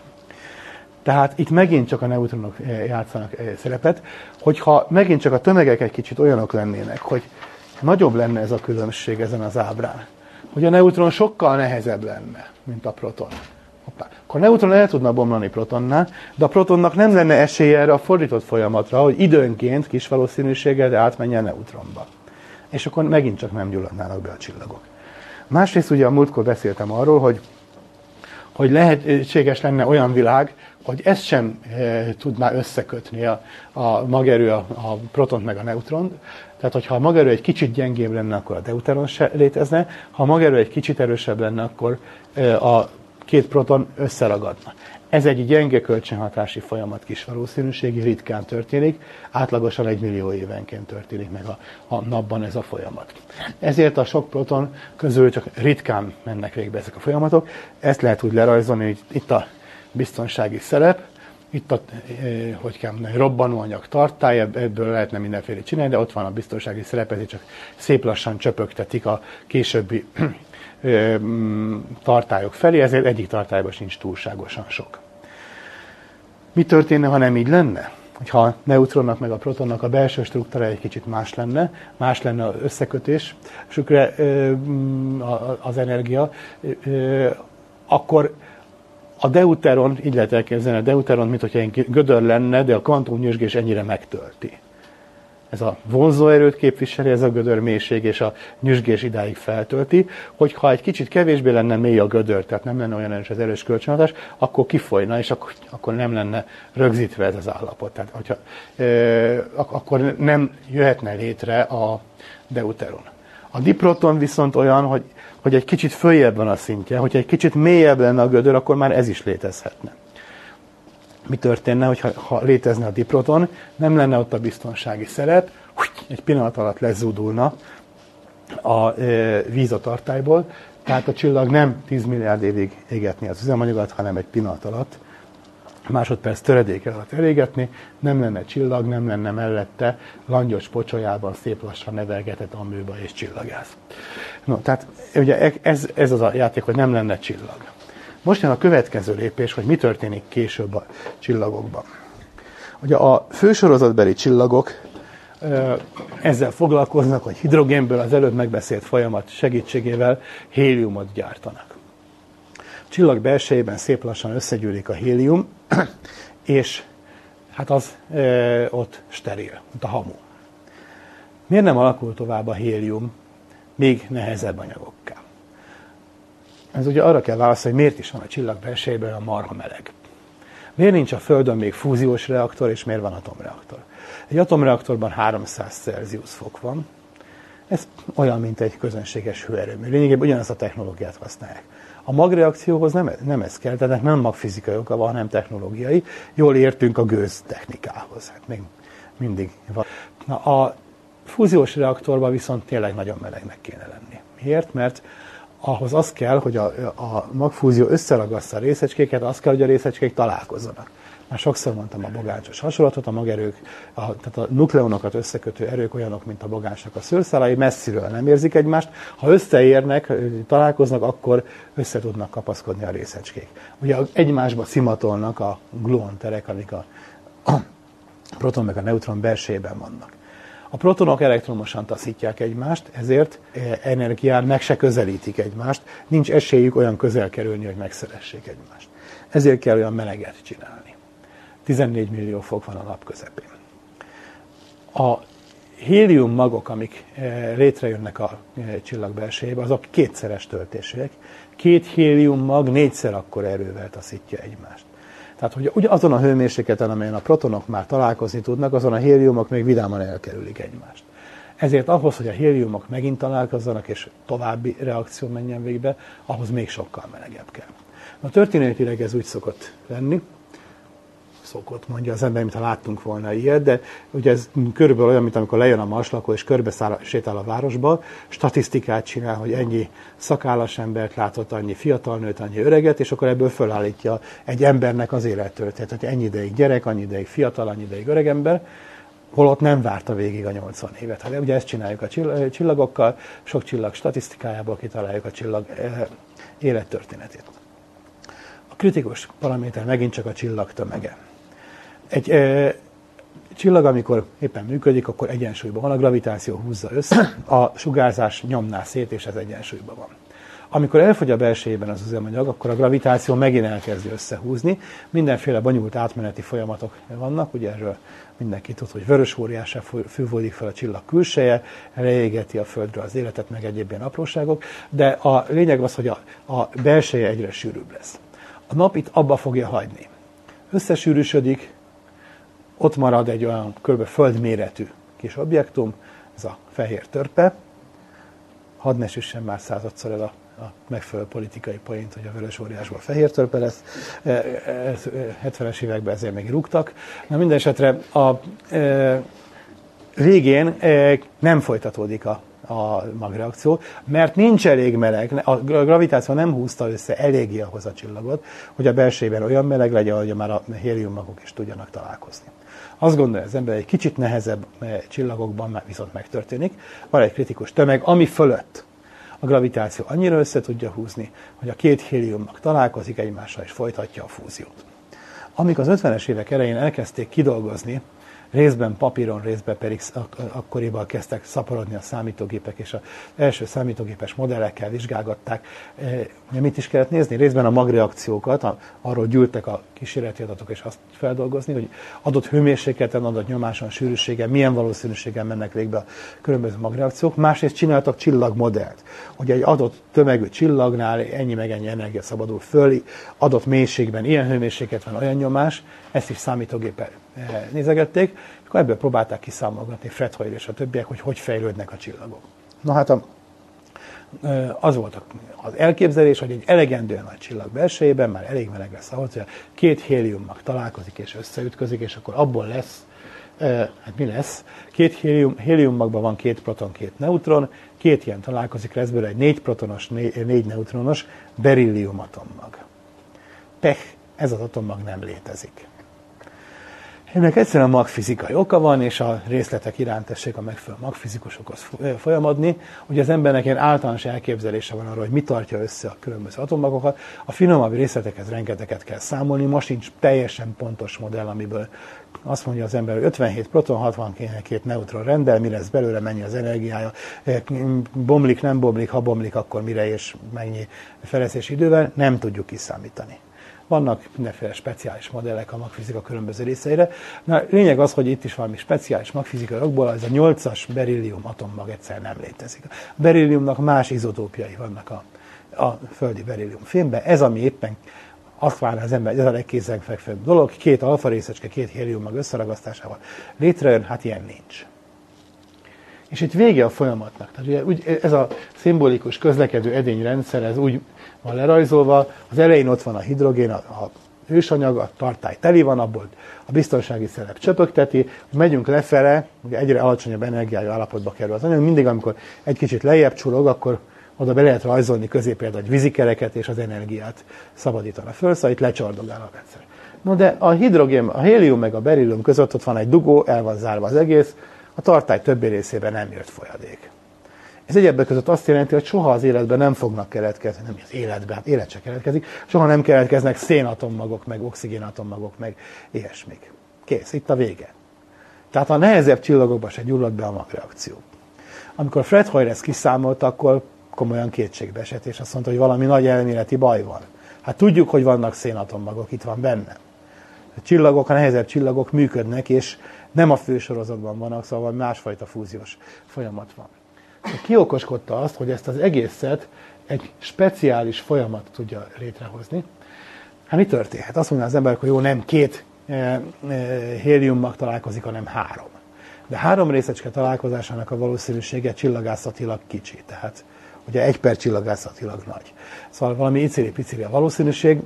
Tehát itt megint csak a neutronok játszanak szerepet, hogyha megint csak a tömegek egy kicsit olyanok lennének, hogy nagyobb lenne ez a különbség ezen az ábrán, hogy a neutron sokkal nehezebb lenne, mint a proton. Hoppá. Akkor a neutron el tudna bomlani protonnál, de a protonnak nem lenne esélye erre a fordított folyamatra, hogy időnként kis valószínűséggel átmenjen a neutronba. És akkor megint csak nem gyulladnának be a csillagok. Másrészt ugye a múltkor beszéltem arról, hogy lehetséges lenne olyan világ, hogy ezt sem tudná összekötni a magerő, a protont meg a neutront. Tehát, hogyha a magerő egy kicsit gyengébb lenne, akkor a deuteron se létezne. Ha a magerő egy kicsit erősebb lenne, akkor a két proton összeragadna. Ez egy gyenge kölcsönhatási folyamat, kis valószínűségi, ritkán történik, átlagosan 1 millió évenként történik meg a napban ez a folyamat. Ezért a sok proton közül csak ritkán mennek végbe ezek a folyamatok. Ezt lehet úgy lerajzolni, hogy itt a biztonsági szerep, itt a robbanóanyag tartály, ebből lehetne mindenféle csinálni, de ott van a biztonsági szerep, ezért csak szép lassan csöpögtetik a későbbi tartályok felé, ezért egyik tartályban sincs túlságosan sok. Mi történne, ha nem így lenne? Hogyha a neutronnak meg a protonnak a belső struktúra egy kicsit más lenne az összekötés, sükre az energia, akkor a deuteron, így lehet elképzelni a deuteron, mint hogyha egy gödör lenne, de a kvantumnyüzsgés ennyire megtölti. Ez a vonzóerőt képviseli, ez a gödör mélység, és a nyüzsgés idáig feltölti, hogyha egy kicsit kevésbé lenne mély a gödör, tehát nem lenne olyan erős kölcsönhatás, akkor kifolyna, és akkor nem lenne rögzítve ez az állapot. Tehát, akkor nem jöhetne létre a deuteron. A diproton viszont olyan, hogy egy kicsit följebb van a szintje, hogyha egy kicsit mélyebb lenne a gödör, akkor már ez is létezhetne. Mi történne, ha létezne a diproton, nem lenne ott a biztonsági szerep, egy pillanat alatt lezúdulna a víz a tartályból, tehát a csillag nem 10 milliárd évig égetni az üzemanyagot, hanem egy pillanat alatt, másodperc töredék alatt elégetni, nem lenne csillag, nem lenne mellette langyos pocsolyában szép lassan nevelgetett amőba és csillagász. No, tehát ugye ez az a játék, hogy nem lenne csillag. Most jön a következő lépés, hogy mi történik később a csillagokban. Ugye a fősorozatbeli csillagok ezzel foglalkoznak, hogy hidrogénből az előbb megbeszélt folyamat segítségével héliumot gyártanak. A csillag belsejében szép lassan összegyűlik a hélium, és hát az ott steril, mint a hamu. Miért nem alakul tovább a hélium még nehezebb anyagokká? Ez ugye arra kell válaszolni, hogy miért is van a csillag belsejében a marha meleg. Miért nincs a Földön még fúziós reaktor, és miért van atomreaktor? Egy atomreaktorban 300 Celsius fok van. Ez olyan, mint egy közönséges hőerőmű. Lényegében ugyanazt a technológiát használják. A magreakcióhoz nem ez kell, tehát nem magfizikai oka van, hanem technológiai. Jól értünk a gőz technikához. Hát még mindig van. Na, a fúziós reaktorban viszont tényleg nagyon melegnek kéne lenni. Miért? Mert ahhoz az kell, hogy a magfúzió összeragassza a részecskéket, az kell, hogy a részecskék találkozzanak. Már sokszor mondtam a bogácsos hasonlatot, a magerők, tehát a nukleonokat összekötő erők olyanok, mint a bogácsnak a szőrszálai, messziről nem érzik egymást. Ha összeérnek, találkoznak, akkor össze tudnak kapaszkodni a részecskék. Ugye egymásba szimatolnak a gluonterek, amik a proton meg a neutron belsejében vannak. A protonok elektromosan taszítják egymást, ezért energián meg se közelítik egymást, nincs esélyük olyan közel kerülni, hogy megszeressék egymást. Ezért kell olyan meleget csinálni. 14 millió fok van a nap közepén. A hélium magok, amik létrejönnek a csillag belsejébe, azok kétszeres töltésűek. 2 hélium mag 4-szer akkor erővel taszítja egymást. Tehát, hogy azon a hőmérsékleten, amelyen a protonok már találkozni tudnak, azon a héliumok még vidáman elkerülik egymást. Ezért ahhoz, hogy a héliumok megint találkozzanak, és további reakció menjen végbe, ahhoz még sokkal melegebb kell. Na, történetileg ez úgy szokott lenni, szokott, mondja az ember, mintha láttunk volna ilyet, de ugye ez körülbelül olyan, mint amikor lejön a marslakó és körbe sétál a városba, statisztikát csinál, hogy ennyi szakállas embert látott, annyi fiatal nőt, annyi öreget, és akkor ebből fölállítja egy embernek az élettöltet, hogy ennyi ideig gyerek, annyi ideig fiatal, annyi ideig öreg ember, holott nem várta végig a 80 évet. Hát ugye ezt csináljuk a csillagokkal, sok csillag statisztikájából kitaláljuk a csillag élettörténetét. A kritikus paraméter megint csak a csillag tömege. Egy csillag, amikor éppen működik, akkor egyensúlyban van, a gravitáció húzza össze, a sugárzás nyomná szét, és ez egyensúlyban van. Amikor elfogy a belsejében az üzemanyag, akkor a gravitáció megint elkezdi összehúzni. Mindenféle bonyolult átmeneti folyamatok vannak, ugye erről mindenki tud, hogy vörös óriássá fűvődik fel a csillag külseje, leégeti a Földre az életet, meg egyéb ilyen apróságok, de a lényeg az, hogy a belseje egyre sűrűbb lesz. A nap itt abba fogja hagyni. Összesűrűsödik, ott marad egy olyan kb. Földméretű kis objektum, ez a fehér törpe. Hadd ne süssen már századszor el a megfelelő politikai point, hogy a vörös óriásból fehér törpe lesz. 70-es években ezért még rúgtak. Na minden esetre a végén nem folytatódik a magreakció, mert nincs elég meleg, a gravitáció nem húzta össze eléggé ahhoz a csillagot, hogy a belsejében olyan meleg legyen, hogy már a héliummagok is tudjanak találkozni. Azt gondolja az ember, egy kicsit nehezebb csillagokban viszont megtörténik. Van egy kritikus tömeg, ami fölött a gravitáció annyira össze tudja húzni, hogy a 2 héliummag találkozik egymással és folytatja a fúziót. Amik az 50-es évek elején elkezdték kidolgozni, részben papíron, részben pedig akkoriban kezdtek szaporodni a számítógépek, és az első számítógépes modellekkel vizsgálgatták. Mit is kellett nézni? Részben a magreakciókat, arról gyűltek a kísérleti adatok, és azt feldolgozni, hogy adott hőmérsékleten, adott nyomáson, sűrűségen, milyen valószínűséggel mennek végbe a különböző magreakciók. Másrészt csináltak csillagmodellt, hogy egy adott tömegű csillagnál ennyi meg ennyi energia szabadul föl, adott mélységben ilyen hőmérséklet van, olyan nyomás, ezt is számítógéppel nézegették, és akkor ebből próbálták kiszámolgatni Fred Hoyle és a többiek, hogy fejlődnek a csillagok. Na hát az volt az elképzelés, hogy egy elegendően nagy csillag belsejében már elég meleg lesz ahhoz, hogy a 2 héliummag találkozik és összeütközik, és akkor abból lesz, hát mi lesz? 2 héliummagban van 2 proton, 2 neutron, 2 ilyen találkozik, lesz belőle egy 4 protonos, 4 neutronos berillium atommag. Pech, ez az atommag nem létezik. Ennek egyszerűen magfizikai oka van, és a részletek iránt tessék a megfelelő magfizikusokhoz folyamodni. Ugye az embernek ilyen általános elképzelése van arról, hogy mi tartja össze a különböző atommagokat. A finomabb részletekhez rengeteget kell számolni, most nincs teljesen pontos modell, amiből azt mondja az ember, hogy 57 proton, 62 neutron rendel, mi lesz belőle, mennyi az energiája, bomlik, nem bomlik, ha bomlik, akkor mire és mennyi felezési idővel, nem tudjuk kiszámítani. Vannak mindenféle speciális modellek a magfizika különböző részeire. Na, lényeg az, hogy itt is valami speciális magfizikai okból, ez a 8-as berillium atommag egyszer nem létezik. A berilliumnak más izotópiai vannak a földi berillium fémben. Ez, ami éppen azt várná az ember, ez a legkézenfekvőbb dolog, 2 alfa részecske, 2 héliummag összeragasztásával létrejön, hát ilyen nincs. És itt vége a folyamatnak. Tehát ugye ez a szimbolikus közlekedő edényrendszer, ez úgy van lerajzolva, az elején ott van a hidrogén, a hősanyag, a tartály teli van, abból a biztonsági szerep csöpögteti, megyünk lefele, ugye egyre alacsonyabb energiájú állapotba kerül az anyag, mindig amikor egy kicsit lejjebb csurog, akkor oda be lehet rajzolni közé például egy vízikereket, és az energiát szabadítana föl, szóval itt lecsordogál a rendszer. No de a hidrogén, a hélium meg a berillium között ott van egy dugó, el van zárva az egész, a tartály többi részében nem jött folyadék. Ez egyebek között azt jelenti, hogy soha az életben nem fognak keletkezni, nem az életben, hát élet se keletkezik, soha nem keletkeznek szénatommagok, meg oxigénatommagok, meg ilyesmik. Kész, itt a vége. Tehát a nehezebb csillagokban se gyullad be a magreakció. Amikor Fred Hoyle ezt kiszámolta, akkor komolyan kétségbe esett, és azt mondta, hogy valami nagy elméleti baj van. Hát tudjuk, hogy vannak szénatommagok, itt van benne. A csillagok, a nehezebb csillagok működnek, és nem a fősorozatban vannak, szóval másfajta fúziós folyamat van. Ki okoskodta azt, hogy ezt az egészet egy speciális folyamat tudja létrehozni? Hát mi történhet? Azt mondja az ember, hogy jó, nem 2 héliummag találkozik, hanem 3. De 3 részecske találkozásának a valószínűsége csillagászatilag kicsi, tehát ugye 1 per csillagászatilag nagy. Szóval valami iciri-piciri a valószínűség,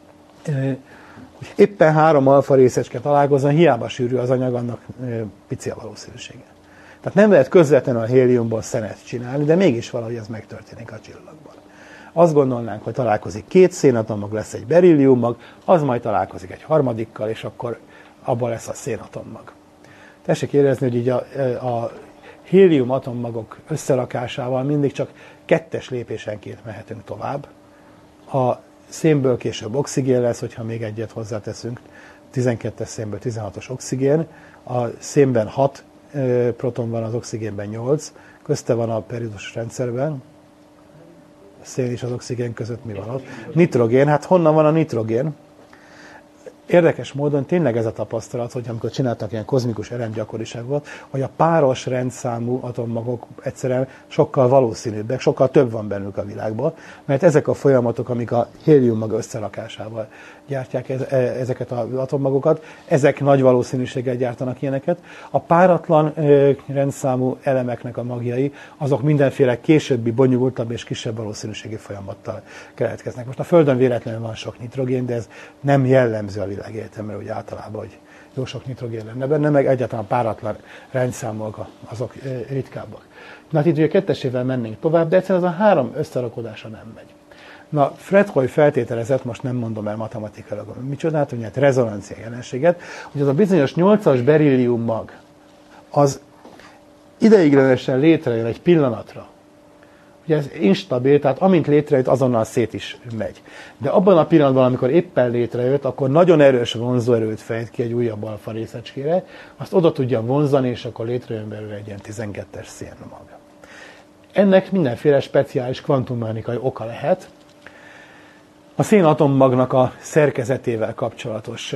hogy éppen 3 alfa részecske találkozzon, hiába sűrű az anyag, annak pici a valószínűsége. Tehát nem lehet közvetlenül a héliumból szenet csinálni, de mégis valahogy ez megtörténik a csillagban. Azt gondolnánk, hogy találkozik 2 szénatommag, lesz egy berilliummag, az majd találkozik egy harmadikkal, és akkor abban lesz a szénatommag. Tessék érezni, hogy így a hélium atommagok összerakásával mindig csak 2 lépésenként mehetünk tovább. A szénből később oxigén lesz, hogyha még egyet hozzáteszünk, 12-es szénből 16-os oxigén, a szénben 6 proton van, az oxigénben 8, közte van a periódusos rendszerben, a szén és az oxigén között mi van ott? Nitrogén, hát honnan van a nitrogén? Érdekes módon tényleg ez a tapasztalat, hogy amikor csináltak ilyen kozmikus elemgyakoriságot, hogy a páros rendszámú atommagok egyszerűen sokkal valószínűbbek, sokkal több van bennük a világban, mert ezek a folyamatok, amik a héliummag összerakásával gyártják ezeket az atommagokat, ezek nagy valószínűséggel gyártanak ilyeneket. A páratlan rendszámú elemeknek a magjai, azok mindenféle későbbi, bonyolultabb és kisebb valószínűségi folyamattal keletkeznek. Most a Földön véletlenül van sok nitrogén, de ez nem jellemző a világegyetemre, hogy általában, hogy jó sok nitrogén lenne benne, meg egyáltalán páratlan rendszámok, azok ritkábbak. Na hát itt ugye 2-esével mennénk tovább, de egyszerűen az a 3 összerakodása nem megy. Na, Fred Hoyle feltételezett, most nem mondom el matematikailag, micsodát, hogy hát rezonancia jelenséget, hogy az a bizonyos 8-as berillium mag, az ideiglenesen létrejön egy pillanatra. Ugye ez instabil, tehát amint létrejött, azonnal szét is megy. De abban a pillanatban, amikor éppen létrejött, akkor nagyon erős vonzóerőt fejt ki egy újabb alfa részecskére, azt oda tudja vonzani, és akkor létrejön belőle egy ilyen 12-es szénmag. Ennek mindenféle speciális kvantummechanikai oka lehet. A szénatommagnak a szerkezetével kapcsolatos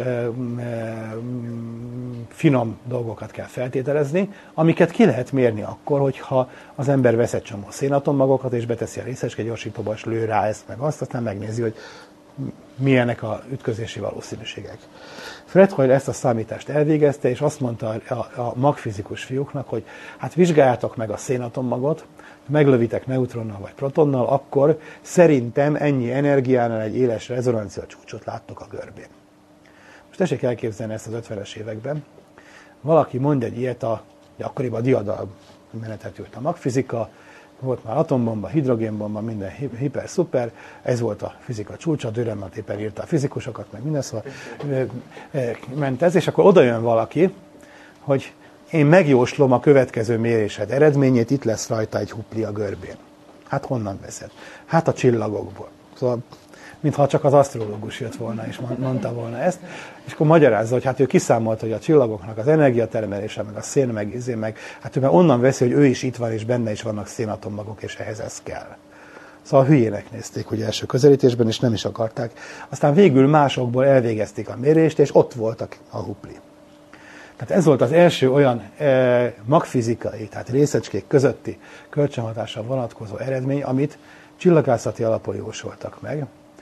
finom dolgokat kell feltételezni, amiket ki lehet mérni akkor, hogyha az ember vesz egy csomó szénatommagokat, és beteszi a részecske gyorsítóba, és lő rá ezt meg azt, aztán megnézi, hogy milyenek a ütközési valószínűségek. Fred Hoyle ezt a számítást elvégezte, és azt mondta a magfizikus fiúknak, hogy hát vizsgáljátok meg a szénatommagot, meglövitek neutronnal vagy protonnal, akkor szerintem ennyi energiánál egy éles rezonancia csúcsot láttok a görbén. Most tessék elképzelni ezt az 50-es években. Valaki mond egy ilyet, akkoriban a diadal menetet ült a magfizika, volt már atombomba, hidrogénbomba, minden hiper-szuper, ez volt a fizika csúcsa, Dürrenmatt éppen írta a fizikusokat, meg minden, szóval ment ez, és akkor oda jön valaki, hogy én megjóslom a következő mérésed eredményét, itt lesz rajta egy hupli a görbén. Hát honnan veszed? Hát a csillagokból. Szóval, mintha csak az asztrológus jött volna és mondta volna ezt, és akkor magyarázza, hogy hát ő kiszámolta, hogy a csillagoknak az energiatermelése, meg a szén, meg hát ő már onnan veszi, hogy ő is itt van, és benne is vannak szénatommagok, és ehhez ez kell. Szóval hülyének nézték ugye első közelítésben, és nem is akarták. Aztán végül másokból elvégezték a mérést, és ott voltak a hupli. Tehát ez volt az első olyan magfizikai, tehát részecskék közötti kölcsönhatásra vonatkozó eredmény, amit csillagászati alapon jósoltak meg.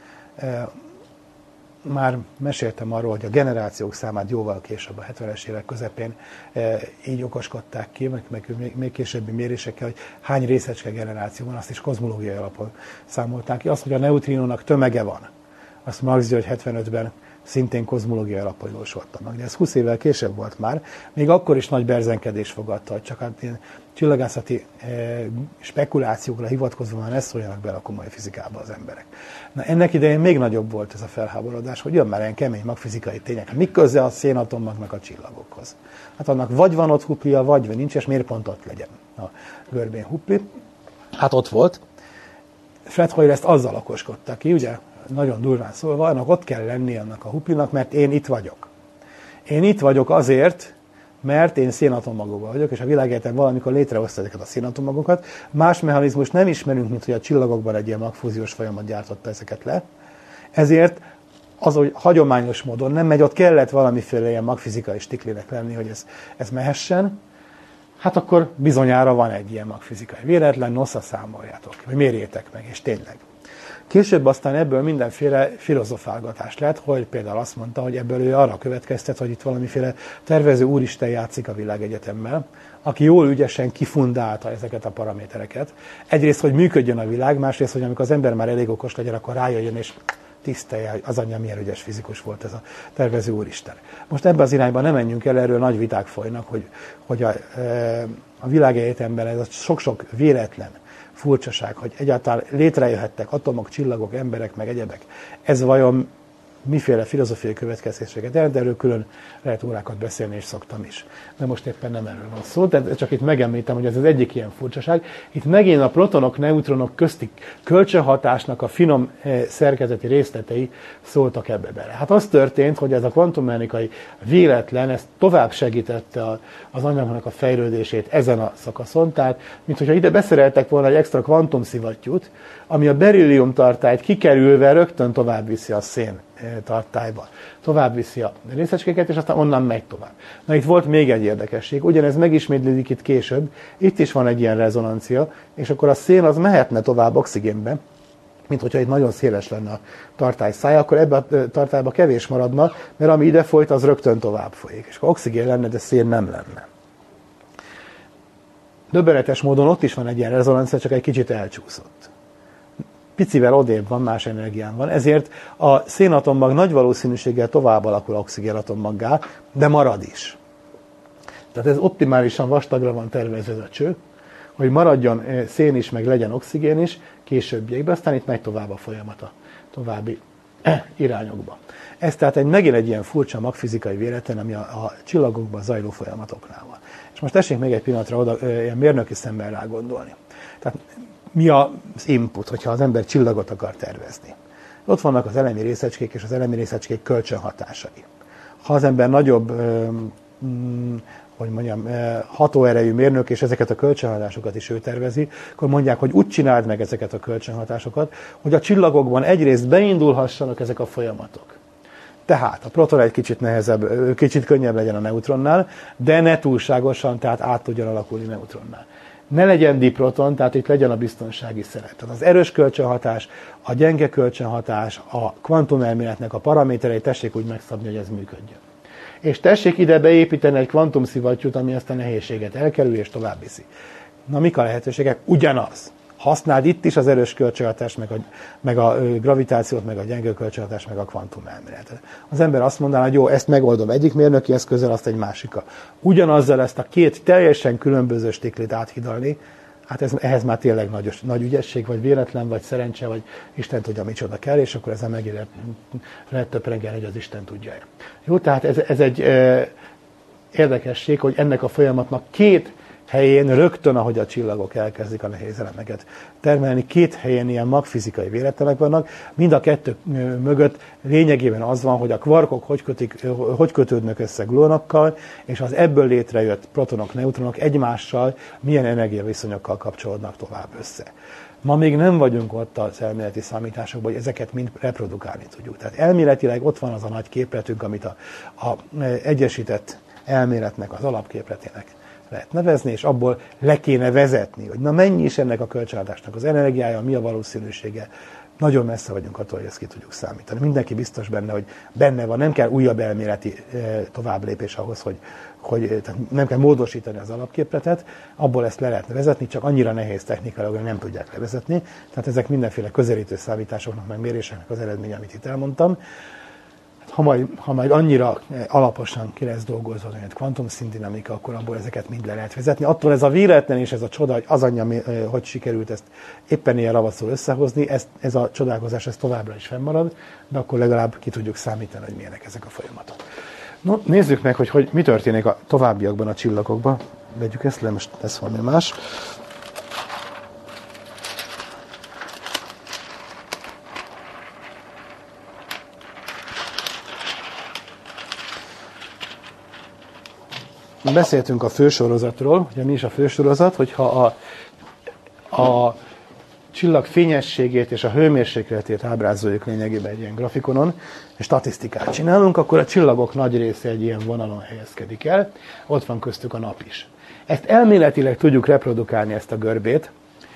Már meséltem arról, hogy a generációk számát jóval később, a 70-es évek közepén így okoskodták ki, meg még későbbi mérésekkel, hogy hány részecske generáció van, azt is kozmológiai alapon számolták ki. Azt, hogy a neutrinónak tömege van, azt Max György 75-ben szintén kozmológiai alapon jósoltanak. De ez 20 évvel később volt már, még akkor is nagy berzenkedés fogadta, hogy csak hát ilyen csillagászati spekulációkra hivatkozva már ne szóljanak bele a komoly fizikába az emberek. Na, ennek idején még nagyobb volt ez a felháborodás, hogy jön már ilyen kemény magfizikai tények. Mi köze a szénatommagnak a csillagokhoz? Hát annak vagy van ott huplia, vagy nincs, és miért pont ott legyen a görbén hupli? Hát ott volt. Fred Hoyle ezt azzal okoskodta ki, ugye, nagyon durván szólva, annak ott kell lenni annak a huplinak, mert én itt vagyok. Én itt vagyok azért, mert én szénatommagokban vagyok, és a világegyetem valamikor létrehozta ezeket a szénatommagokat. Más mechanizmus nem ismerünk, mint hogy a csillagokban egy ilyen magfúziós folyamat gyártotta ezeket le. Ezért az, hogy hagyományos módon nem megy, ott kellett valamiféle ilyen magfizikai stiklinek lenni, hogy ez mehessen. Hát akkor bizonyára van egy ilyen magfizikai véletlen, nosza számoljátok, vagy mérjétek meg, és tényleg. Később aztán ebből mindenféle filozofálgatás lett, hogy például azt mondta, hogy ebből ő arra következtet, hogy itt valamiféle tervező úristen játszik a világegyetemmel, aki jól ügyesen kifundálta ezeket a paramétereket. Egyrészt, hogy működjön a világ, másrészt, hogy amikor az ember már elég okos legyen, akkor rájöjjön és tisztelje, hogy az anyja milyen ügyes fizikus volt ez a tervező úristen. Most ebben az irányban nem menjünk el, erről nagy viták folynak, hogy a világegyetemben ez a sok-sok véletlen furcsaság, hogy egyáltalán létrejöhettek atomok, csillagok, emberek, meg egyebek. Ez vajon miféle filozófiai következtetéseket jelent, de erről külön lehet órákat beszélni, és szoktam is. De most éppen nem erről van szó, tehát csak itt megemlítem, hogy ez az egyik ilyen furcsaság. Itt megint a protonok, neutronok közti kölcsönhatásnak a finom szerkezeti részletei szóltak ebbe bele. Hát az történt, hogy ez a kvantummechanikai véletlen, ez tovább segítette az anyagnak a fejlődését ezen a szakaszon, tehát mint hogyha ide beszereltek volna egy extra kvantumszivattyút, ami a berillium tartályt kikerülve rögtön tovább viszi a szén tartályba. Tovább viszi a részecskéket, és aztán onnan megy tovább. Na itt volt még egy érdekesség, ugyanez megismétlődik itt később, itt is van egy ilyen rezonancia, és akkor a szén az mehetne tovább oxigénbe, mint hogyha itt nagyon széles lenne a tartály szája, akkor ebbe a tartályba kevés maradna, mert ami ide folyt, az rögtön tovább folyik. És akkor oxigén lenne, de szén nem lenne. Döbbenetes módon ott is van egy ilyen rezonancia, csak egy kicsit elcsúszott. Picivel odébb van, más energián van, ezért a szénatommag nagy valószínűséggel tovább alakul oxigénatommaggá, de marad is. Tehát ez optimálisan vastagra van tervezve ez a cső, hogy maradjon szén is, meg legyen oxigén is későbbiekben, aztán itt megy tovább a folyamata, további irányokba. Ez tehát megint egy ilyen furcsa magfizikai véletlen, ami a csillagokban zajló folyamatoknál van. És most tessék még egy pillanatra oda ilyen mérnöki szemben rá gondolni. Tehát mi az input, hogyha az ember csillagot akar tervezni? Ott vannak az elemi részecskék és az elemi részecskék kölcsönhatásai. Ha az ember nagyobb, hatóerejű mérnök, és ezeket a kölcsönhatásokat is ő tervezi, akkor mondják, hogy úgy csináld meg ezeket a kölcsönhatásokat, hogy a csillagokban egyrészt beindulhassanak ezek a folyamatok. Tehát a proton egy kicsit nehezebb, kicsit könnyebb legyen a neutronnál, de ne túlságosan, tehát át tudjon alakulni neutronnál. Ne legyen diproton, tehát itt legyen a biztonsági szeret. Tehát az erős kölcsönhatás, a gyenge kölcsönhatás, a kvantumelméletnek a paraméterei tessék úgy megszabni, hogy ez működjön. És tessék ide beépíteni egy kvantumszivattyút, ami ezt a nehézséget elkerül és tovább viszi. Na, mik a lehetőségek? Ugyanaz. Használd itt is az erős kölcsönhatást, meg a gravitációt, meg a gyenge kölcsönhatást, meg a kvantumelméletet. Az ember azt mondaná, hogy jó, ezt megoldom egyik mérnöki eszközzel, azt egy másikkal. Ugyanazzal ezt a két teljesen különböző stiklit áthidalni, hát ehhez már tényleg nagy ügyesség, vagy véletlen, vagy szerencse, vagy Isten tudja, micsoda kell, és akkor ezzel megint lehet töprengelni, hogy az Isten tudja. Jó, tehát ez egy érdekesség, hogy ennek a folyamatnak két helyén rögtön, ahogy a csillagok elkezdik a nehéz elemeket termelni, két helyen ilyen magfizikai véletlenek vannak, mind a kettő mögött lényegében az van, hogy a kvarkok hogy kötődnek össze gluonokkal, és az ebből létrejött protonok, neutronok egymással milyen energiaviszonyokkal kapcsolódnak tovább össze. Ma még nem vagyunk ott az elméleti számításokban, hogy ezeket mind reprodukálni tudjuk. Tehát elméletileg ott van az a nagy képletünk, amit a egyesített elméletnek az alapképletének lehet nevezni, és abból le kéne vezetni, hogy na mennyi is ennek a kölcsönhatásnak az energiája, mi a valószínűsége. Nagyon messze vagyunk attól, hogy ezt ki tudjuk számítani. Mindenki biztos benne, hogy benne van, nem kell újabb elméleti továbblépés ahhoz, hogy tehát nem kell módosítani az alapképletet, abból ezt le lehetne vezetni, csak annyira nehéz technikailag, hogy nem tudják levezetni. Tehát ezek mindenféle közelítő számításoknak, meg méréseknek az eredménye, amit itt elmondtam. ha majd annyira alaposan ki lesz dolgozva, mint kvantumszintdinamika, akkor abból ezeket mind le lehet vezetni. Attól ez a véletlen és ez a csoda, hogy az anyja, hogy sikerült ezt éppen ilyen ravaszul összehozni, ez a csodálkozás ez továbbra is fennmarad, de akkor legalább ki tudjuk számítani, hogy milyenek ezek a folyamatok. No, nézzük meg, hogy mi történik a továbbiakban a csillagokban. Vegyük ezt le, most lesz valami más. Beszéltünk a fősorozatról, ugye mi is a fősorozat, hogyha a csillag fényességét és a hőmérsékletét ábrázoljuk lényegében egy ilyen grafikonon, és statisztikát csinálunk, akkor a csillagok nagy része egy ilyen vonalon helyezkedik el, ott van köztük a nap is. Ezt elméletileg tudjuk reprodukálni, ezt a görbét.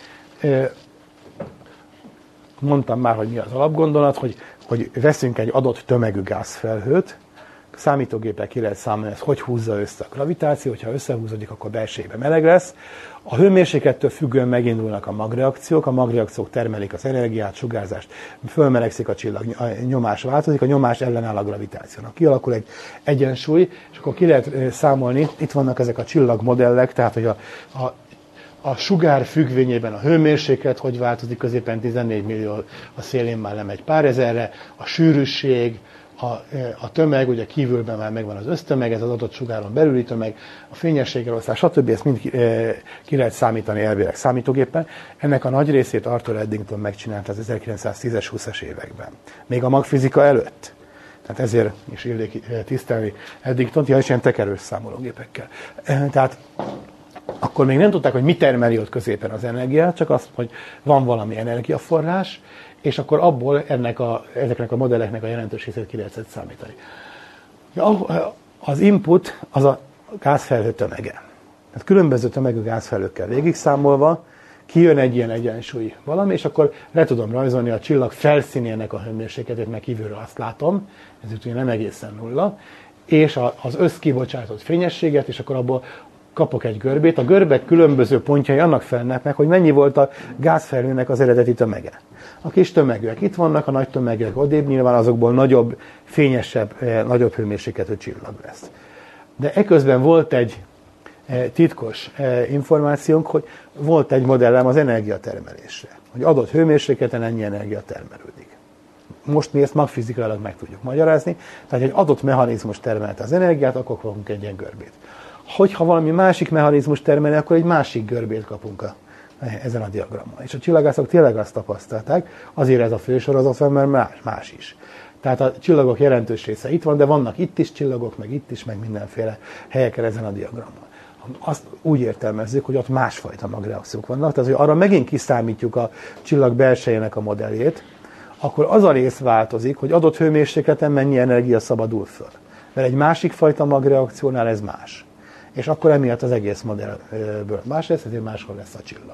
Mondtam már, hogy mi az alapgondolat, hogy veszünk egy adott tömegű gázfelhőt, számítógéppel ki lehet számolni, hogy húzza össze a gravitáció, hogyha összehúzódik, akkor belsejében meleg lesz. A hőmérséklettől függően megindulnak a magreakciók, a magreakciók termelik az energiát, sugárzást, fölmelegszik a csillag, a nyomás változik, a nyomás ellenáll a gravitációnak. Kialakul egy egyensúly, és akkor ki lehet számolni, itt vannak ezek a csillagmodellek, tehát hogy a sugár függvényében a hőmérséklet, hogy változik, középen 14 millió, a szélén már lemegy pár ezerre, a sűrűség, a tömeg, ugye kívülben már megvan az össztömeg, ez az adott sugáron belüli tömeg, a fényességre osztás, stb. Ezt mind ki lehet számítani elvileg számítógéppen. Ennek a nagy részét Arthur Eddington megcsinálta az 1910-es, 20-es években. Még a magfizika előtt. Tehát ezért is illik tisztelni Eddingtont, és ilyen tekerős számológépekkel. Tehát akkor még nem tudták, hogy mi termeli ott középen az energiát, csak azt, hogy van valami energiaforrás, és akkor abból ezeknek a modelleknek a jelentős részét ki lehetett számítani. Az input az a gázfelhő tömege. Tehát különböző tömegű gázfelhőkkel végig számolva kijön egy ilyen egyensúly valami, és akkor le tudom rajzolni a csillag felszínének a hőmérsékletét, meg kívülről azt látom, ez ugye nem egészen nulla, és az összkibocsátott fényességet, és akkor abból kapok egy görbét. A görbek különböző pontjai annak felelnek meg, hogy mennyi volt a gázfelhőnek az eredeti tömege. A kis tömegűek itt vannak, a nagy tömegűek odébb, nyilván azokból nagyobb, fényesebb, nagyobb hőmérsékletű csillag lesz. De eközben volt egy titkos információnk, hogy volt egy modellem az energiatermelésre, hogy adott hőmérsékleten ennyi energia termelődik. Most mi ezt magfizikailag meg tudjuk magyarázni, tehát egy adott mechanizmus termelte az energiát, akkor kapunk egy ilyen görbét. Hogyha valami másik mechanizmus termeli, akkor egy másik görbét kapunk ezen a diagramon. És a csillagászok tényleg azt tapasztalták, azért ez a fősorozat van, mert más is. Tehát a csillagok jelentős része itt van, de vannak itt is csillagok, meg itt is, meg mindenféle helyeken ezen a diagramon. Azt úgy értelmezzük, hogy ott másfajta magreakciók vannak, tehát hogy arra megint kiszámítjuk a csillag belsejének a modelljét, akkor az a rész változik, hogy adott hőmérsékleten mennyi energia szabadul föl. Mert egy másik fajta magreakciónál ez más. És akkor emiatt az egész modellből más lesz, ezért máshol lesz a csillag.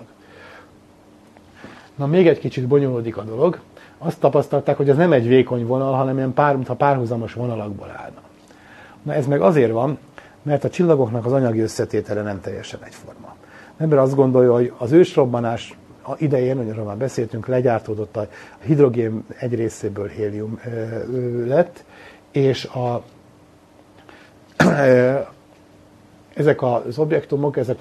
Na, még egy kicsit bonyolódik a dolog. Azt tapasztalták, hogy ez nem egy vékony vonal, hanem ilyen mintha párhuzamos vonalakból állna. Na, ez meg azért van, mert a csillagoknak az anyagi összetétele nem teljesen egyforma. Ember azt gondolja, hogy az ősrobbanás idején, amiről már beszéltünk, legyártódott a hidrogén egy részéből hélium lett, és ezek az objektumok, ezek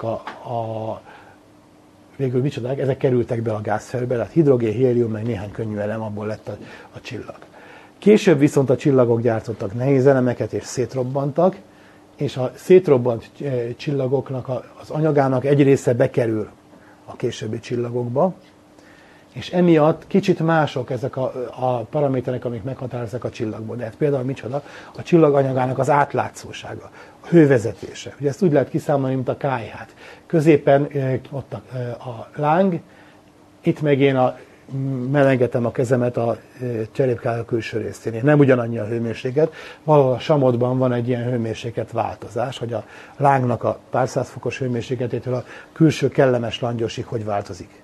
végül micsodák, ezek kerültek be a gázfelhőbe, tehát hidrogén, hélium, meg néhány könnyű elem, abból lett a csillag. Később viszont a csillagok gyártottak nehéz elemeket, és szétrobbantak, és a szétrobbant csillagoknak az anyagának egy része bekerül a későbbi csillagokba, és emiatt kicsit mások ezek a paraméterek, amik meghatározzák a csillagmodellt. Például micsoda? A csillag anyagának az átlátszósága, a hővezetése. Ugye ezt úgy lehet kiszámolni, mint a kályhát. Középen ott a láng, itt meg én melengetem a kezemet a cserépkályha külső részén. Nem ugyanannyi a hőmérséklet. Valahol a samotban van egy ilyen hőmérséklet változás, hogy a lángnak a pár száz fokos hőmérsékletétől a külső kellemes langyosig hogy változik.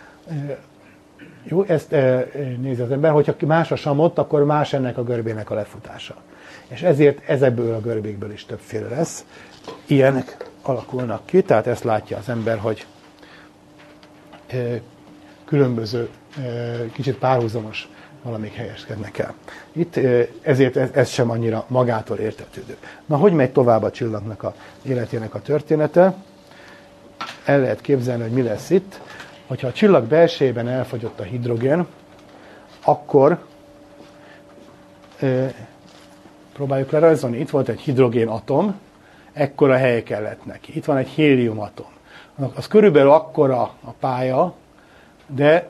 Jó, ezt nézi az ember, hogyha más a samot, akkor más ennek a görbének a lefutása. És ezért ezekből a görbékből is többféle lesz. Ilyenek alakulnak ki, tehát ezt látja az ember, hogy különböző, kicsit párhuzamos valamik helyezkednek el. Itt ezért ez sem annyira magától értetődő. Na, hogy megy tovább a csillagnak a életének a története? El lehet képzelni, hogy mi lesz itt. Hogyha a csillag belsejében elfogyott a hidrogén, akkor próbáljuk lerajzolni. Itt volt egy hidrogénatom, ekkora helye kellett neki. Itt van egy héliumatom. Az körülbelül akkora a pálya, de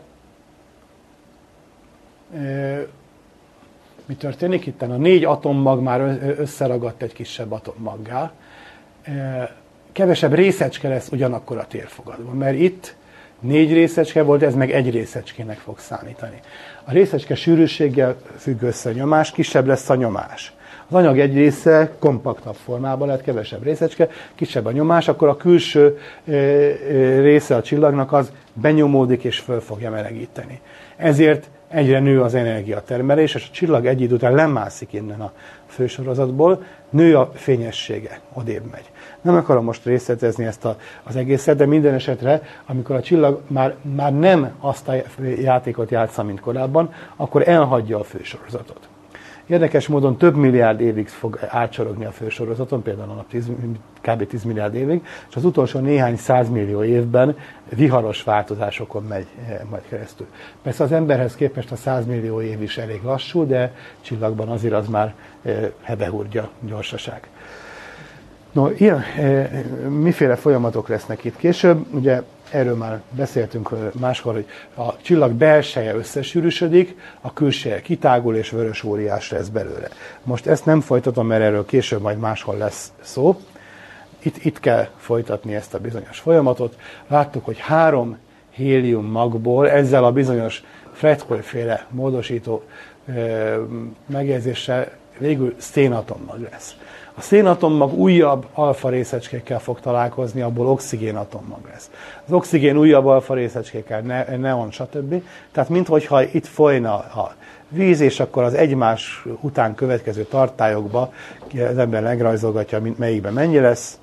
mi történik itt? A 4 atommag már összeragadt egy kisebb atommaggá. Kevesebb részecske lesz ugyanakkor a térfogatban, mert itt 4 részecske volt, ez meg 1 részecskének fog számítani. A részecske sűrűséggel függ össze a nyomás, kisebb lesz a nyomás. Az anyag egy része kompaktabb formában lehet, kevesebb részecske, kisebb a nyomás, akkor a külső része a csillagnak az benyomódik és föl fogja melegíteni. Ezért egyre nő az energiatermelés, és a csillag egy idő után lemászik innen a fősorozatból, nő a fényessége, odébb megy. Nem akarom most részletezni ezt az egészet, de minden esetre, amikor a csillag már nem azt a játékot játsza, mint korábban, akkor elhagyja a fősorozatot. Érdekes módon több milliárd évig fog átsorogni a fősorozaton, például a nap kb. 10 milliárd évig, és az utolsó néhány százmillió évben viharos változásokon megy majd keresztül. Persze az emberhez képest a 100 millió év is elég lassú, de csillagban azért az már hebehúrgya gyorsaság. No, ilyen, miféle folyamatok lesznek itt később? Ugye erről már beszéltünk máskor, hogy a csillag belseje összesűrűsödik, a külseje kitágul, és vörös óriás lesz belőle. Most ezt nem folytatom, mert erről később majd máshol lesz szó. Itt kell folytatni ezt a bizonyos folyamatot. Láttuk, hogy 3 hélium magból ezzel a bizonyos Fred-Hoyle-féle módosító megjegyzéssel végül szénatommag lesz. A szénatommag újabb alfa részecskékkel fog találkozni, abból oxigénatommag lesz. Az oxigén újabb alfa részecskékkel, neon, stb. Tehát minthogyha itt folyna a víz, és akkor az egymás után következő tartályokba az ember megrajzolgatja, melyikben mennyi lesz,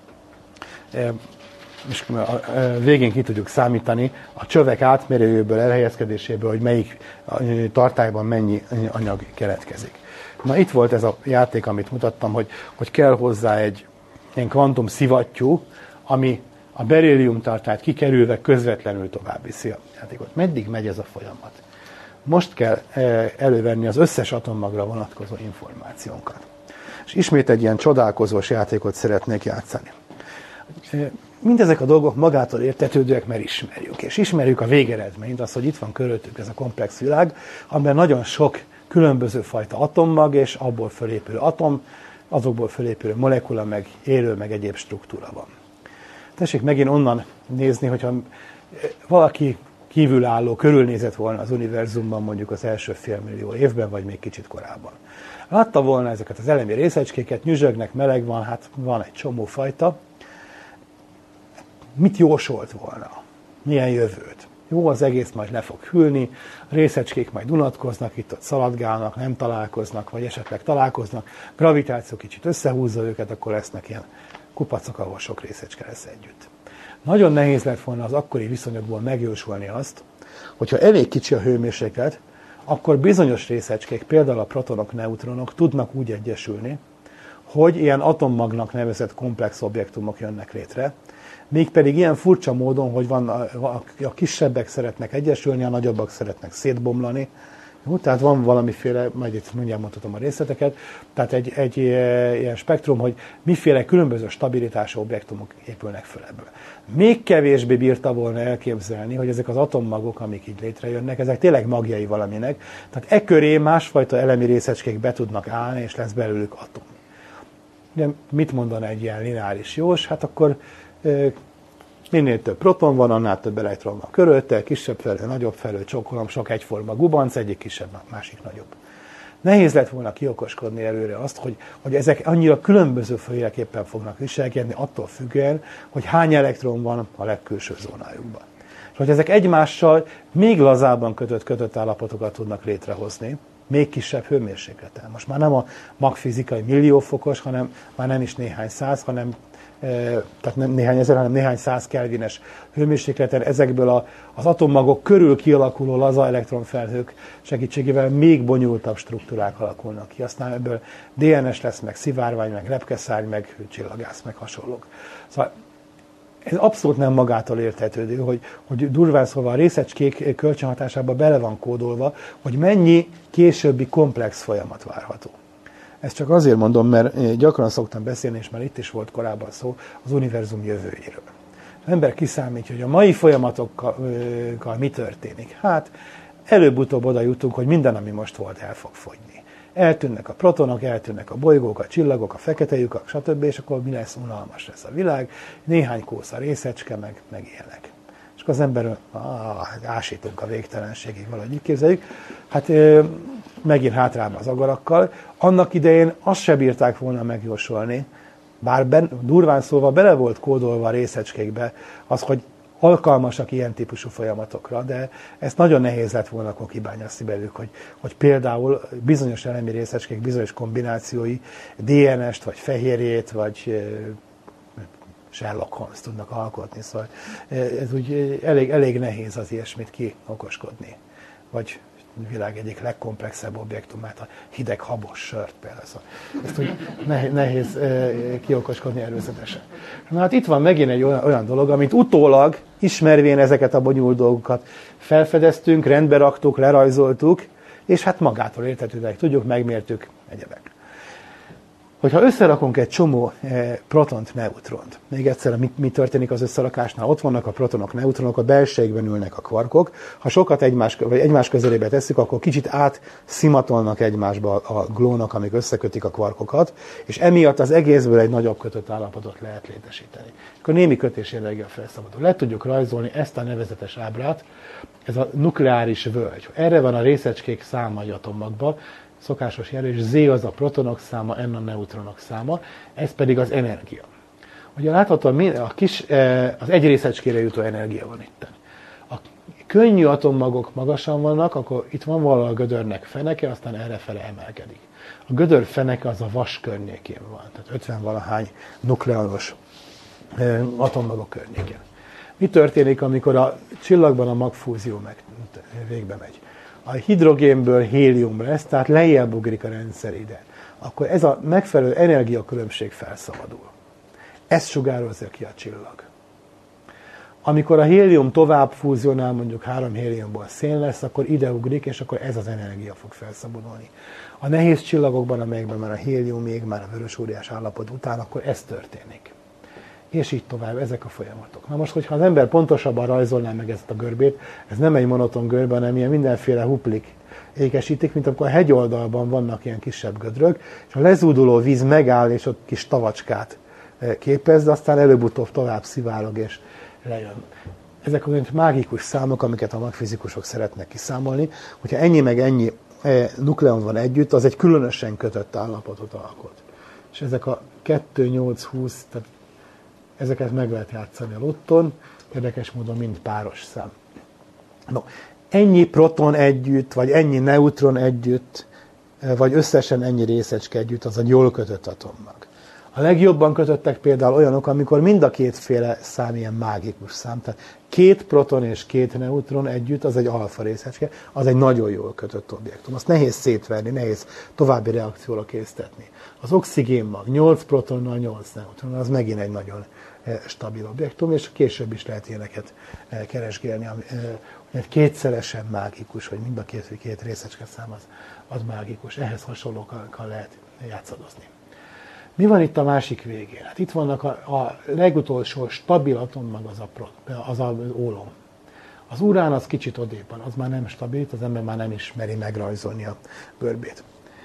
és végén ki tudjuk számítani a csövek átmérőjéből, elhelyezkedéséből, hogy melyik tartályban mennyi anyag keletkezik. Na, itt volt ez a játék, amit mutattam, hogy kell hozzá egy ilyen kvantum szivattyú, ami a berillium tartályt kikerülve közvetlenül tovább viszi a játékot. Meddig megy ez a folyamat? Most kell elővenni az összes atommagra vonatkozó információnkat. És ismét egy ilyen csodálkozós játékot szeretnék játszani. Mindezek a dolgok magától értetődőek, mert ismerjük. És ismerjük a végeredményt, az, hogy itt van körülöttük ez a komplex világ, amiben nagyon sok különböző fajta atommag, és abból fölépülő atom, azokból fölépülő molekula, meg élő, meg egyéb struktúra van. Tessék megint onnan nézni, hogyha valaki kívülálló körülnézett volna az univerzumban mondjuk az első félmillió évben, vagy még kicsit korábban. Látta volna ezeket az elemi részecskéket, nyüzsögnek, meleg van, hát van egy csomó fajta. Mit jósolt volna? Milyen jövőt? Jó, az egész majd le fog hűlni, a részecskék majd unatkoznak, itt-ott szaladgálnak, nem találkoznak, vagy esetleg találkoznak, gravitáció kicsit összehúzza őket, akkor lesznek ilyen kupacok, ahol sok részecske lesz együtt. Nagyon nehéz lett volna az akkori viszonyokból megjósolni azt, hogyha elég kicsi a hőmérséklet, akkor bizonyos részecskék, például a protonok, neutronok tudnak úgy egyesülni, hogy ilyen atommagnak nevezett komplex objektumok jönnek létre, mégpedig ilyen furcsa módon, hogy a kisebbek szeretnek egyesülni, a nagyobbak szeretnek szétbomlani. Jó, tehát van valamiféle, majd itt mindjárt mondhatom a részleteket, tehát egy ilyen spektrum, hogy miféle különböző stabilitású objektumok épülnek föl ebből. Még kevésbé bírta volna elképzelni, hogy ezek az atommagok, amik így létrejönnek, ezek tényleg magjai valaminek, tehát e köré másfajta elemi részecskék be tudnak állni, és lesz belőlük atom. De mit mondana egy ilyen lineáris jós? Hát akkor minél több proton van, annál több elektron van körülötte, kisebb felő, nagyobb felő, csókolom, sok egyforma gubanc, egyik kisebb, másik nagyobb. Nehéz lett volna kiokoskodni előre azt, hogy ezek annyira különböző féleképpen fognak viselkedni, attól függően, hogy hány elektron van a legkülső zónájukban. És hogy ezek egymással még lazábban kötött állapotokat tudnak létrehozni, még kisebb hőmérsékleten. Most már nem a magfizikai milliófokos, hanem már nem is néhány száz, hanem tehát nem néhány ezer, hanem néhány száz kelvines hőmérsékleten ezekből az atommagok körül kialakuló laza elektronfelhők segítségével még bonyolultabb struktúrák alakulnak ki. Aztán ebből DNS lesz, meg szivárvány, meg lepkeszárny, meg csillagász, meg hasonlók. Szóval ez abszolút nem magától értetődő, hogy durván szólva a részecskék kölcsönhatásába bele van kódolva, hogy mennyi későbbi komplex folyamat várható. Ezt csak azért mondom, mert gyakran szoktam beszélni, és már itt is volt korábban szó, az univerzum jövőjéről. Az ember kiszámítja, hogy a mai folyamatokkal mi történik. Hát előbb-utóbb oda jutunk, hogy minden, ami most volt, el fog fogyni. Eltűnnek a protonok, eltűnnek a bolygók, a csillagok, a fekete lyukak, stb. És akkor mi lesz? Unalmas lesz a világ, néhány kósza részecske, meg ilyenek. És akkor az ember, ásítunk a végtelenségig, valahogy így képzeljük. Hát megint hátrább az agarakkal. Annak idején azt se bírták volna megjósolni, bár durván szólva bele volt kódolva a részecskékbe az, hogy alkalmasak ilyen típusú folyamatokra, de ezt nagyon nehéz lett volna akkor kibányászni belőlük, hogy például bizonyos elemi részecskék, bizonyos kombinációi DNS-t, vagy fehérjét, vagy Sherlock Holmes tudnak alkotni. Szóval ez úgy elég nehéz az ilyesmit kiokoskodni. Vagy a világ egyik legkomplexebb objektumát, a hideg habos sört például. Szóval ezt úgy nehéz kiokoskodni előzetesen. Na hát itt van megint egy olyan dolog, amit utólag, ismervén ezeket a bonyolult dolgokat felfedeztünk, rendbe raktuk, lerajzoltuk, és hát magától értetődőleg tudjuk, megmértük, egyebek. Hogyha összerakunk egy csomó protont, neutront, még egyszer, mi történik az összerakásnál? Ott vannak a protonok, neutronok, a belseikben ülnek a kvarkok. Ha sokat egymás közelébe tesszük, akkor kicsit átszimatolnak egymásba a glónok, amik összekötik a kvarkokat, és emiatt az egészből egy nagyobb kötött állapotot lehet létesíteni. Akkor némi kötési energia felszabadul. Le tudjuk rajzolni ezt a nevezetes ábrát, ez a nukleáris völgy. Erre van a részecskék száma egy atommagban, szokásos jelölés, Z az a protonok száma, N a neutronok száma, ez pedig az energia. Ugye láthatóan az egy részecskére jutó energia van itt. A könnyű atommagok magasan vannak, akkor itt van valahol a gödörnek feneke, aztán errefele emelkedik. A gödör feneke az a vas környékén van, tehát 50-valahány nukleonos atommagok környékén. Mi történik, amikor a csillagban a magfúzió végbe megy? A hidrogénből hélium lesz, tehát lejjebb ugrik a rendszer ide. Akkor ez a megfelelő energiakülönbség felszabadul. Ez sugározza ki a csillag. Amikor a hélium tovább fúzionál, mondjuk 3 héliumból szén lesz, akkor ide ugrik, és akkor ez az energia fog felszabadulni. A nehéz csillagokban, amelyekben már a hélium még már a vörös óriás állapot után, akkor ez történik. És így tovább, ezek a folyamatok. Na most, hogyha az ember pontosabban rajzolná meg ezt a görbét, ez nem egy monoton görbe, hanem ilyen mindenféle huplik ékesítik, mint akkor a hegyoldalban vannak ilyen kisebb gödrök, és a lezúduló víz megáll, és ott kis tavacskát képez, de aztán előbb-utóbb tovább szivárog, és lejön. Ezek olyan mágikus számok, amiket a magfizikusok szeretnek kiszámolni, hogyha ennyi meg ennyi nukleon van együtt, az egy különösen kötött állapotot alkot. És ezek a 2, 8, 20, tehát ezeket meg lehet játszani a lotton, érdekes módon mind páros szám. No, ennyi proton együtt, vagy ennyi neutron együtt, vagy összesen ennyi részecske együtt, az egy jól kötött atommag. A legjobban kötöttek például olyanok, amikor mind a kétféle szám ilyen mágikus szám. Tehát 2 proton és 2 neutron együtt, az egy alfa részecske, az egy nagyon jól kötött objektum. Azt nehéz szétverni, nehéz további reakcióra késztetni. Az oxigénmag 8 protonnal 8 neutron, az megint egy nagyon stabil objektum, és később is lehet ilyeneket keresgélni, hogy kétszeresen mágikus, hogy mind a két részecske szám az mágikus. Ehhez hasonlókkal lehet játszadozni. Mi van itt a másik végén? Hát itt vannak a legutolsó stabil atommag, az ólom. Az urán az kicsit odébb van, az már nem stabil, az ember már nem ismeri megrajzolni a görbét.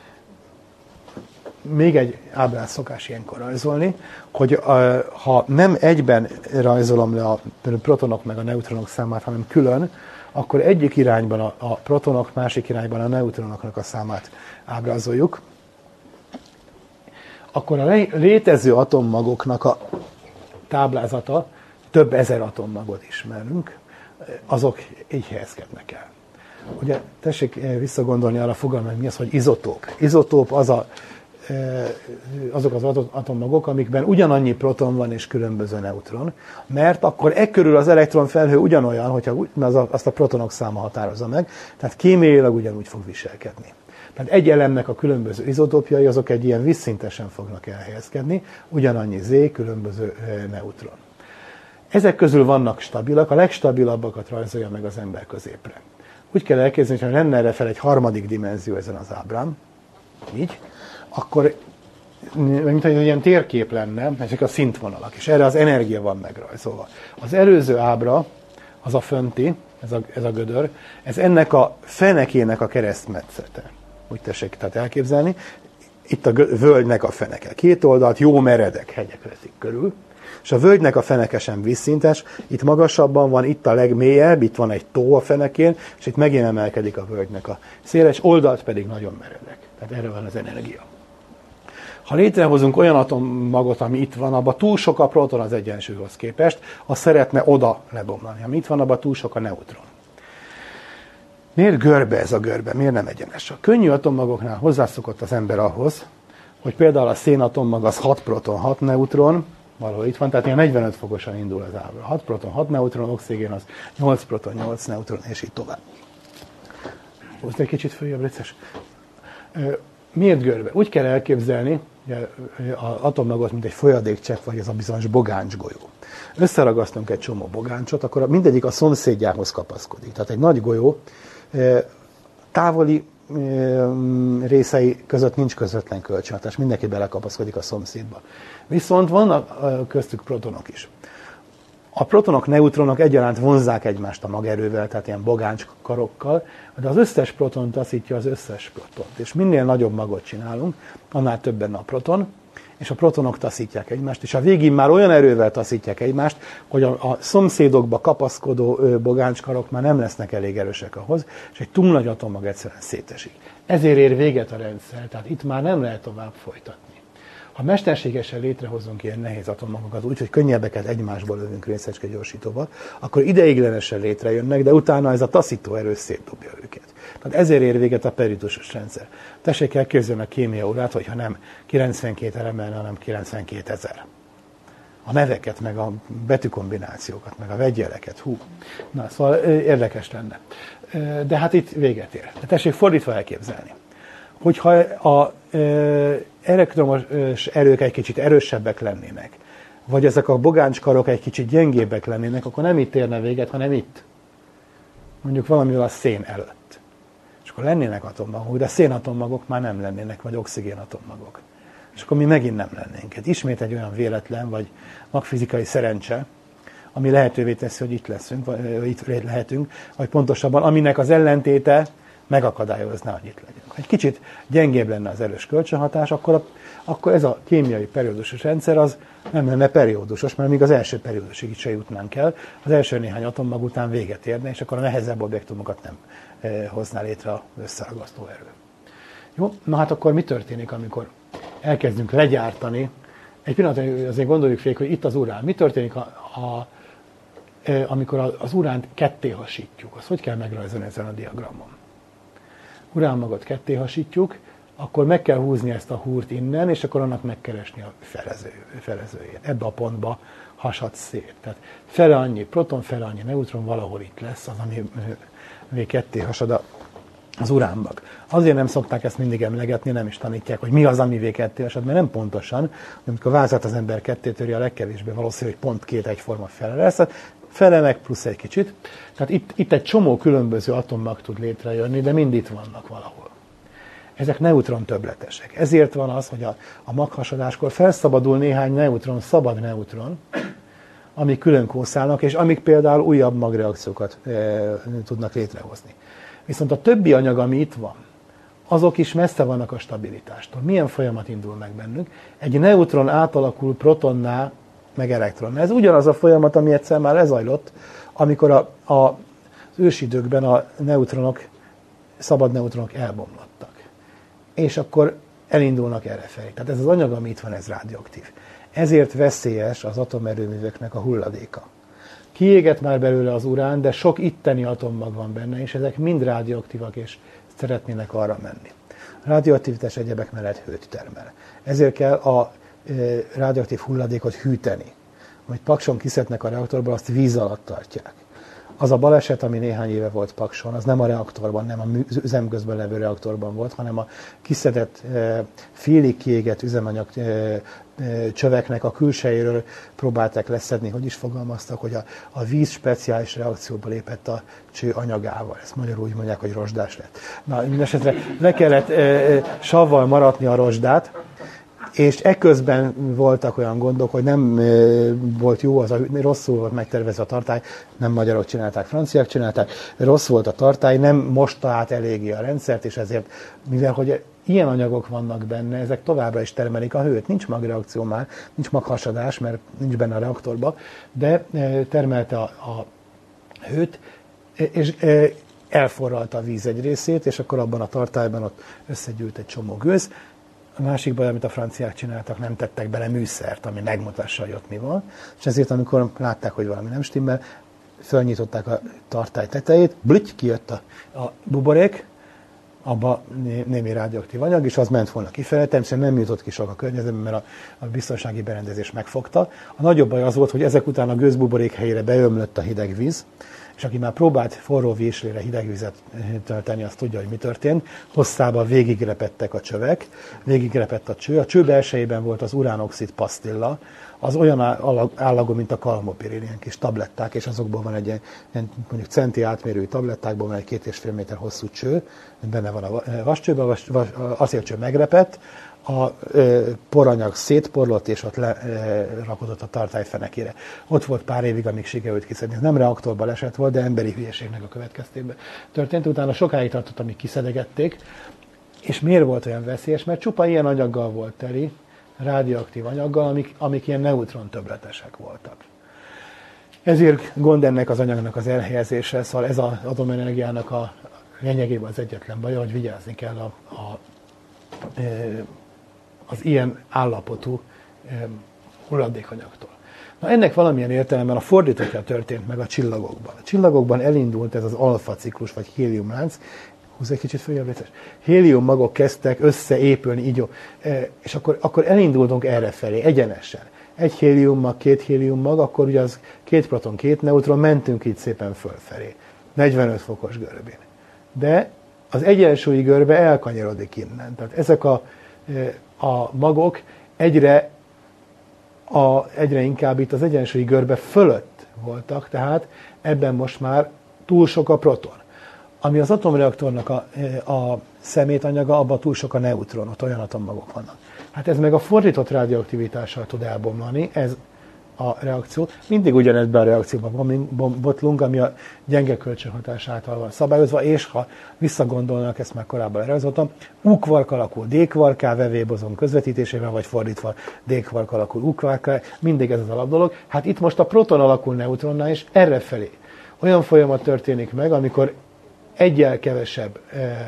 Még egy ábrát szokás ilyenkor rajzolni, hogy ha nem egyben rajzolom le a protonok meg a neutronok számát, hanem külön, akkor egyik irányban a protonok, másik irányban a neutronoknak a számát ábrázoljuk. Akkor a létező atommagoknak a táblázata, több ezer atommagot ismerünk, azok így helyezkednek el. Ugye tessék visszagondolni arra a fogalmat, hogy mi az, hogy izotóp. Izotóp az a azok az atommagok, amikben ugyanannyi proton van és különböző neutron, mert akkor ekkörül az elektronfelhő ugyanolyan, hogyha azt a protonok száma határozza meg, tehát kémiailag ugyanúgy fog viselkedni. Tehát egy elemnek a különböző izotópjai azok egy ilyen vízszintesen fognak elhelyezkedni, ugyanannyi Z, különböző neutron. Ezek közül vannak stabilak, a legstabilabbakat rajzolja meg az ember középre. Úgy kell elképzelni, hogy ha lenne erre fel egy harmadik dimenzió ezen az ábrán, így, akkor mint hogy egy ilyen térkép lenne, ezek a szintvonalak, és erre az energia van megrajzolva. Az előző ábra, az a fönti, ez a gödör, ez ennek a fenekének a keresztmetszete. Úgy tessék tehát elképzelni. Itt a völgynek a feneke. Két oldalt jó meredek hegyek veszik körül, és a völgynek a feneke sem vízszintes, itt magasabban van, itt a legmélyebb, itt van egy tó a fenekén, és itt megint emelkedik a völgynek a széles, oldalt pedig nagyon meredek. Tehát erre van az energia. Ha létrehozunk olyan atommagot, ami itt van, abban túl sok a proton az egyensúlyhoz képest, az szeretne oda lebomlani. Ami itt van, abban túl sok a neutron. Miért görbe ez a görbe? Miért nem egyenes? A könnyű atommagoknál hozzászokott az ember ahhoz, hogy például a szénatommag az 6 proton, 6 neutron, valahol itt van, tehát ilyen 45 fokosan indul az ábra. 6 proton, 6 neutron, oxigén az 8 proton, 8 neutron, és így tovább. Hozd egy kicsit följebb, létszes. Miért görbe? Úgy kell elképzelni az atommagot, mint egy folyadékcsepp, vagy ez a bizonyos bogáncsgolyó. Összeragasztunk egy csomó bogáncsot, akkor mindegyik a szomszédjához kapaszkodik. Tehát egy nagy golyó távoli részei között nincs közvetlen kölcsönhatás, mindenki belekapaszkodik a szomszédba. Viszont vannak köztük protonok is. A protonok, neutronok egyaránt vonzzák egymást a magerővel, tehát ilyen bogáncskarokkal, de az összes proton taszítja az összes protont. És minél nagyobb magot csinálunk, annál több benne a proton, és a protonok taszítják egymást, és a végén már olyan erővel taszítják egymást, hogy a szomszédokba kapaszkodó bogáncskarok már nem lesznek elég erősek ahhoz, és egy túl nagy atommag egyszerűen szétesik. Ezért ér véget a rendszer, tehát itt már nem lehet tovább folytatni. Ha mesterségesen létrehozunk ilyen nehéz atommagokat úgy, hogy könnyebbeket egymásból lövünk részecskegyorsítóval, akkor ideiglenesen létrejönnek, de utána ez a taszító erő szétdobja őket. Tehát ezért ér véget a periódusos rendszer. Tessék elképzelni a kémia órát, hogyha nem 92 elemmel, hanem 92 000. A neveket, meg a betűkombinációkat, meg a vegyjeleket. Na, szóval érdekes lenne. De hát itt véget ér. De tessék fordítva elképzelni. Hogyha a elektromos erők egy kicsit erősebbek lennének, vagy ezek a bogáncskarok egy kicsit gyengébbek lennének, akkor nem itt érne véget, hanem itt. Mondjuk valamivel a szén előtt. És akkor lennének atommagok, de szénatommagok már nem lennének, vagy oxigénatommagok. És akkor mi megint nem lennénk. Ismét egy olyan véletlen, vagy magfizikai szerencse, ami lehetővé teszi, hogy itt leszünk, vagy itt lehetünk, vagy pontosabban, aminek az ellentéte megakadályozná, hogy itt legyünk. Ha egy kicsit gyengébb lenne az erős kölcsönhatás, akkor ez a kémiai periódusos rendszer az nem lenne periódusos, mert még az első periódusig se jutnánk el, az első néhány atommag után véget érne, és akkor a nehezebb objektumokat nem hozná létre az összeragasztó erő. Jó, na hát akkor mi történik, amikor elkezdünk legyártani? Egy pillanat azért gondoljuk végig, hogy itt az urán. Mi történik, amikor az uránt ketté hasítjuk? Azt hogy kell megrajzolni ezen a diagramon? Uránmagot ketté hasítjuk, akkor meg kell húzni ezt a húrt innen, és akkor annak megkeresni a felezőjét. Ebbe a pontba hasad szét. Tehát fele annyi proton, fele annyi neutron valahol itt lesz, az, ami ketté hasad az uránmag. Azért nem szokták ezt mindig emlegetni, nem is tanítják, hogy mi az, ami ketté hasad, mert nem pontosan, amikor vázat az ember ketté töri, a legkevésbé valószínű, hogy pont két egyforma fele lesz, fele meg plusz egy kicsit. Tehát itt egy csomó különböző atommag tud létrejönni, de mind itt vannak valahol. Ezek neutron többletesek. Ezért van az, hogy a maghasadáskor felszabadul néhány neutron, szabad neutron, amik külön kószálnak, és amik például újabb magreakciókat tudnak létrehozni. Viszont a többi anyag, ami itt van, azok is messze vannak a stabilitástól. Milyen folyamat indul meg bennük? Egy neutron átalakul protonná, meg elektronná. Ez ugyanaz a folyamat, ami egyszer már lezajlott, amikor az ősidőkben a neutronok, szabad neutronok elbomlottak. És akkor elindulnak errefelé. Tehát ez az anyag, ami itt van, ez radioaktív. Ezért veszélyes az atomerőműveknek a hulladéka. Kiégett már belőle az urán, de sok itteni atommag van benne, és ezek mind radioaktívak, és szeretnének arra menni. A radioaktivitás egyebek mellett hőt termel. Ezért kell a radioaktív hulladékot hűteni. Amit Pakson kiszednek a reaktorból, azt víz alatt tartják. Az a baleset, ami néhány éve volt Pakson, az nem a reaktorban, nem a üzemközben levő reaktorban volt, hanem a kiszedett, félig kiégett üzemanyag csöveknek a külsejéről próbálták leszedni, hogy is fogalmaztak, hogy a víz speciális reakcióba lépett a cső anyagával. Ezt magyarul úgy mondják, hogy rozsdás lett. Na, mindesetre le kellett savval maratni a rozsdát, és ekközben voltak olyan gondok, hogy nem volt jó, rosszul volt megtervezve a tartály, nem magyarok csinálták, franciák csinálták, rossz volt a tartály, nem mosta át eléggé a rendszert, és ezért, mivel hogy ilyen anyagok vannak benne, ezek továbbra is termelik a hőt. Nincs magreakció már, nincs maghasadás, mert nincs benne a reaktorban, de termelte a hőt, és elforralta a víz egy részét, és akkor abban a tartályban ott összegyűlt egy csomó gőz. A másik baj, amit a franciák csináltak, nem tettek bele műszert, ami megmutassa, hogy ott mi van. És ezért, amikor látták, hogy valami nem stimmel, fölnyitották a tartály tetejét, blüty, kijött a buborék, abba némi radioaktív anyag, és az ment volna kifele, természetesen nem jutott ki sok a környezetben, mert a biztonsági berendezés megfogta. A nagyobb baj az volt, hogy ezek után a gőzbuborék helyére beömlött a hideg víz, és aki már próbált forró véslére hideg vizet tölteni, az tudja, hogy mi történt. Hosszában végigrepettek a csövek, végigrepett a cső. A cső belsejében volt az uránoxid pasztilla, az olyan állagú, mint a kalmopiril, ilyen kis tabletták, és azokból van egy ilyen mondjuk centi átmérőjű tablettákból van egy 2,5 méter hosszú cső, benne van a vascsőben, az acélcső megrepett, a poranyag szétporlott, és ott lerakodott a tartály fenekére. Ott volt pár évig, amíg sikerült kiszedni. Ez nem reaktorbaleset volt, de emberi hülyeségnek a következtében történt. Utána sokáig tartott, amíg kiszedegették. És miért volt olyan veszélyes? Mert csupa ilyen anyaggal volt teli, radioaktív anyaggal, amik ilyen neutron többletesek voltak. Ezért gond ennek az anyagnak az elhelyezése, szóval ez az atomenergiának a lényegében az egyetlen baj, hogy vigyázni kell az ilyen állapotú hulladékanyagtól. Na, ennek valamilyen értelemben a fordítottja történt meg a csillagokban. A csillagokban elindult ez az alfa ciklus, vagy héliumlánc, húzz egy kicsit följebb, létszes. Hélium magok kezdtek összeépülni, így, és akkor elindultunk errefelé, egyenesen. Egy hélium mag, két hélium mag, akkor ugye az 2 proton, 2 neutron, mentünk így szépen fölfelé. 45 fokos görbén. De az egyensúlyi görbe elkanyarodik innen. Tehát ezek a magok egyre inkább itt az egyensúlyi görbe fölött voltak, tehát ebben most már túl sok a proton. Ami az atomreaktornak a szemétanyaga, abban túl sok a neutron, ott olyan atommagok vannak. Hát ez meg a fordított radioaktivitással tud elbomlani, ez a reakció. Mindig ugyanebben a reakcióban botlunk, ami a gyenge kölcsönhatás által van szabályozva, és ha visszagondolnak, ezt már korábban elrajzoltam, U-kvark alakul D-kvarkká, vevébozon közvetítésével, vagy fordítva D-kvark alakul U-kvarkká, mindig ez az alapdolog. Hát itt most a proton alakul neutronnál, és errefelé. Olyan folyamat történik meg, amikor egyel kevesebb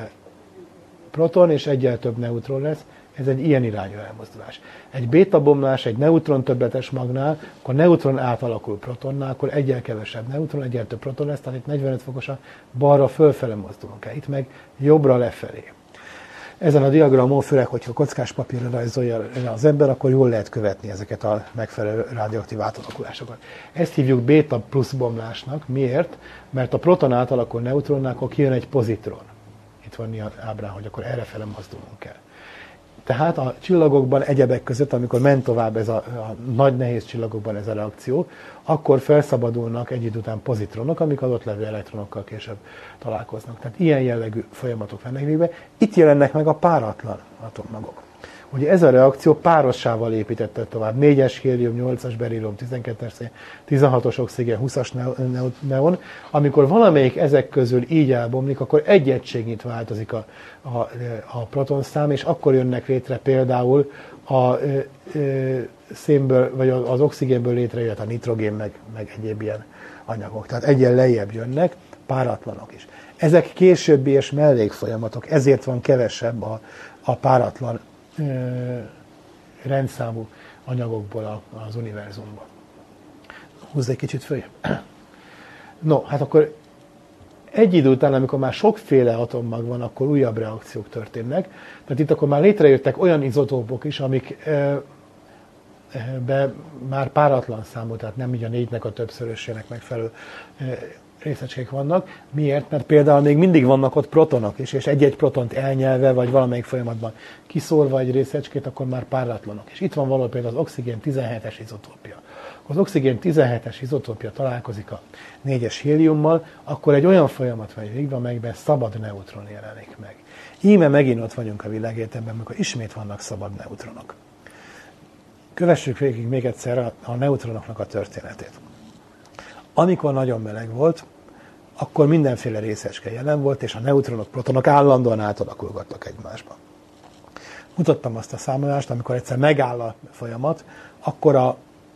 proton és egyel több neutron lesz, ez egy ilyen irányú elmozdulás. Egy bétabomlás, egy neutron többletes magnál, akkor neutron átalakul protonnál, akkor egyel kevesebb neutron, egyel több proton lesz, tehát itt 45 fokosan balra fölfele mozdulunk el, itt meg jobbra lefelé. Ezen a diagramon, főleg, hogyha kockás papírra rajzolja az ember, akkor jól lehet követni ezeket a megfelelő radioaktív átalakulásokat. Ezt hívjuk béta plusz bomlásnak. Miért? Mert a proton átalakul neutronnál, akkor kijön egy pozitron. Itt van ilyen ábrán, hogy akkor errefele mozdulunk el. Tehát a csillagokban egyebek között, amikor ment tovább ez a nagy nehéz csillagokban ez a reakció, akkor felszabadulnak egy idő után pozitronok, amik az ott levő elektronokkal később találkoznak. Tehát ilyen jellegű folyamatok vennek végbe. Itt jelennek meg a páratlan atommagok. Ugye ez a reakció párossával építette tovább. 4-es hélium, 8-as berillium, 12-es szén, 16-os oxigén, 20-as neon. Amikor valamelyik ezek közül így elbomlik, akkor egy egységnyit változik a protonszám, és akkor jönnek létre például a szénből, vagy az oxigénből létrejött a nitrogén, meg egyéb ilyen anyagok. Tehát egyen lejjebb jönnek, páratlanok is. Ezek későbbi és mellékfolyamatok, ezért van kevesebb a páratlan rendszámú anyagokból az univerzumban. Húzz egy kicsit följebb. No, hát akkor Egy idő után, amikor már sokféle atommag van, akkor újabb reakciók történnek. Tehát itt akkor már létrejöttek olyan izotópok is, amik már páratlan számú, tehát nem így a 4-nek a többszörösének megfelelő részecskék vannak. Miért? Mert például még mindig vannak ott protonok is, és egy-egy protont elnyelve, vagy valamelyik folyamatban kiszórva egy részecskét, akkor már páratlanok. És itt van valahol például az oxigén 17-es izotópia. Az oxigén 17-es izotópia találkozik a 4-es héliummal, akkor egy olyan folyamat megy végbe, amelyben szabad neutron jelenik meg. Íme megint ott vagyunk a világegyetemben, amikor ismét vannak szabad neutronok. Kövessük végig még egyszer a neutronoknak a történetét. Amikor nagyon meleg volt, akkor mindenféle részecske jelen volt, és a neutronok, protonok állandóan átalakulgattak egymásba. Mutattam azt a számolást, amikor egyszer megáll a folyamat, akkor a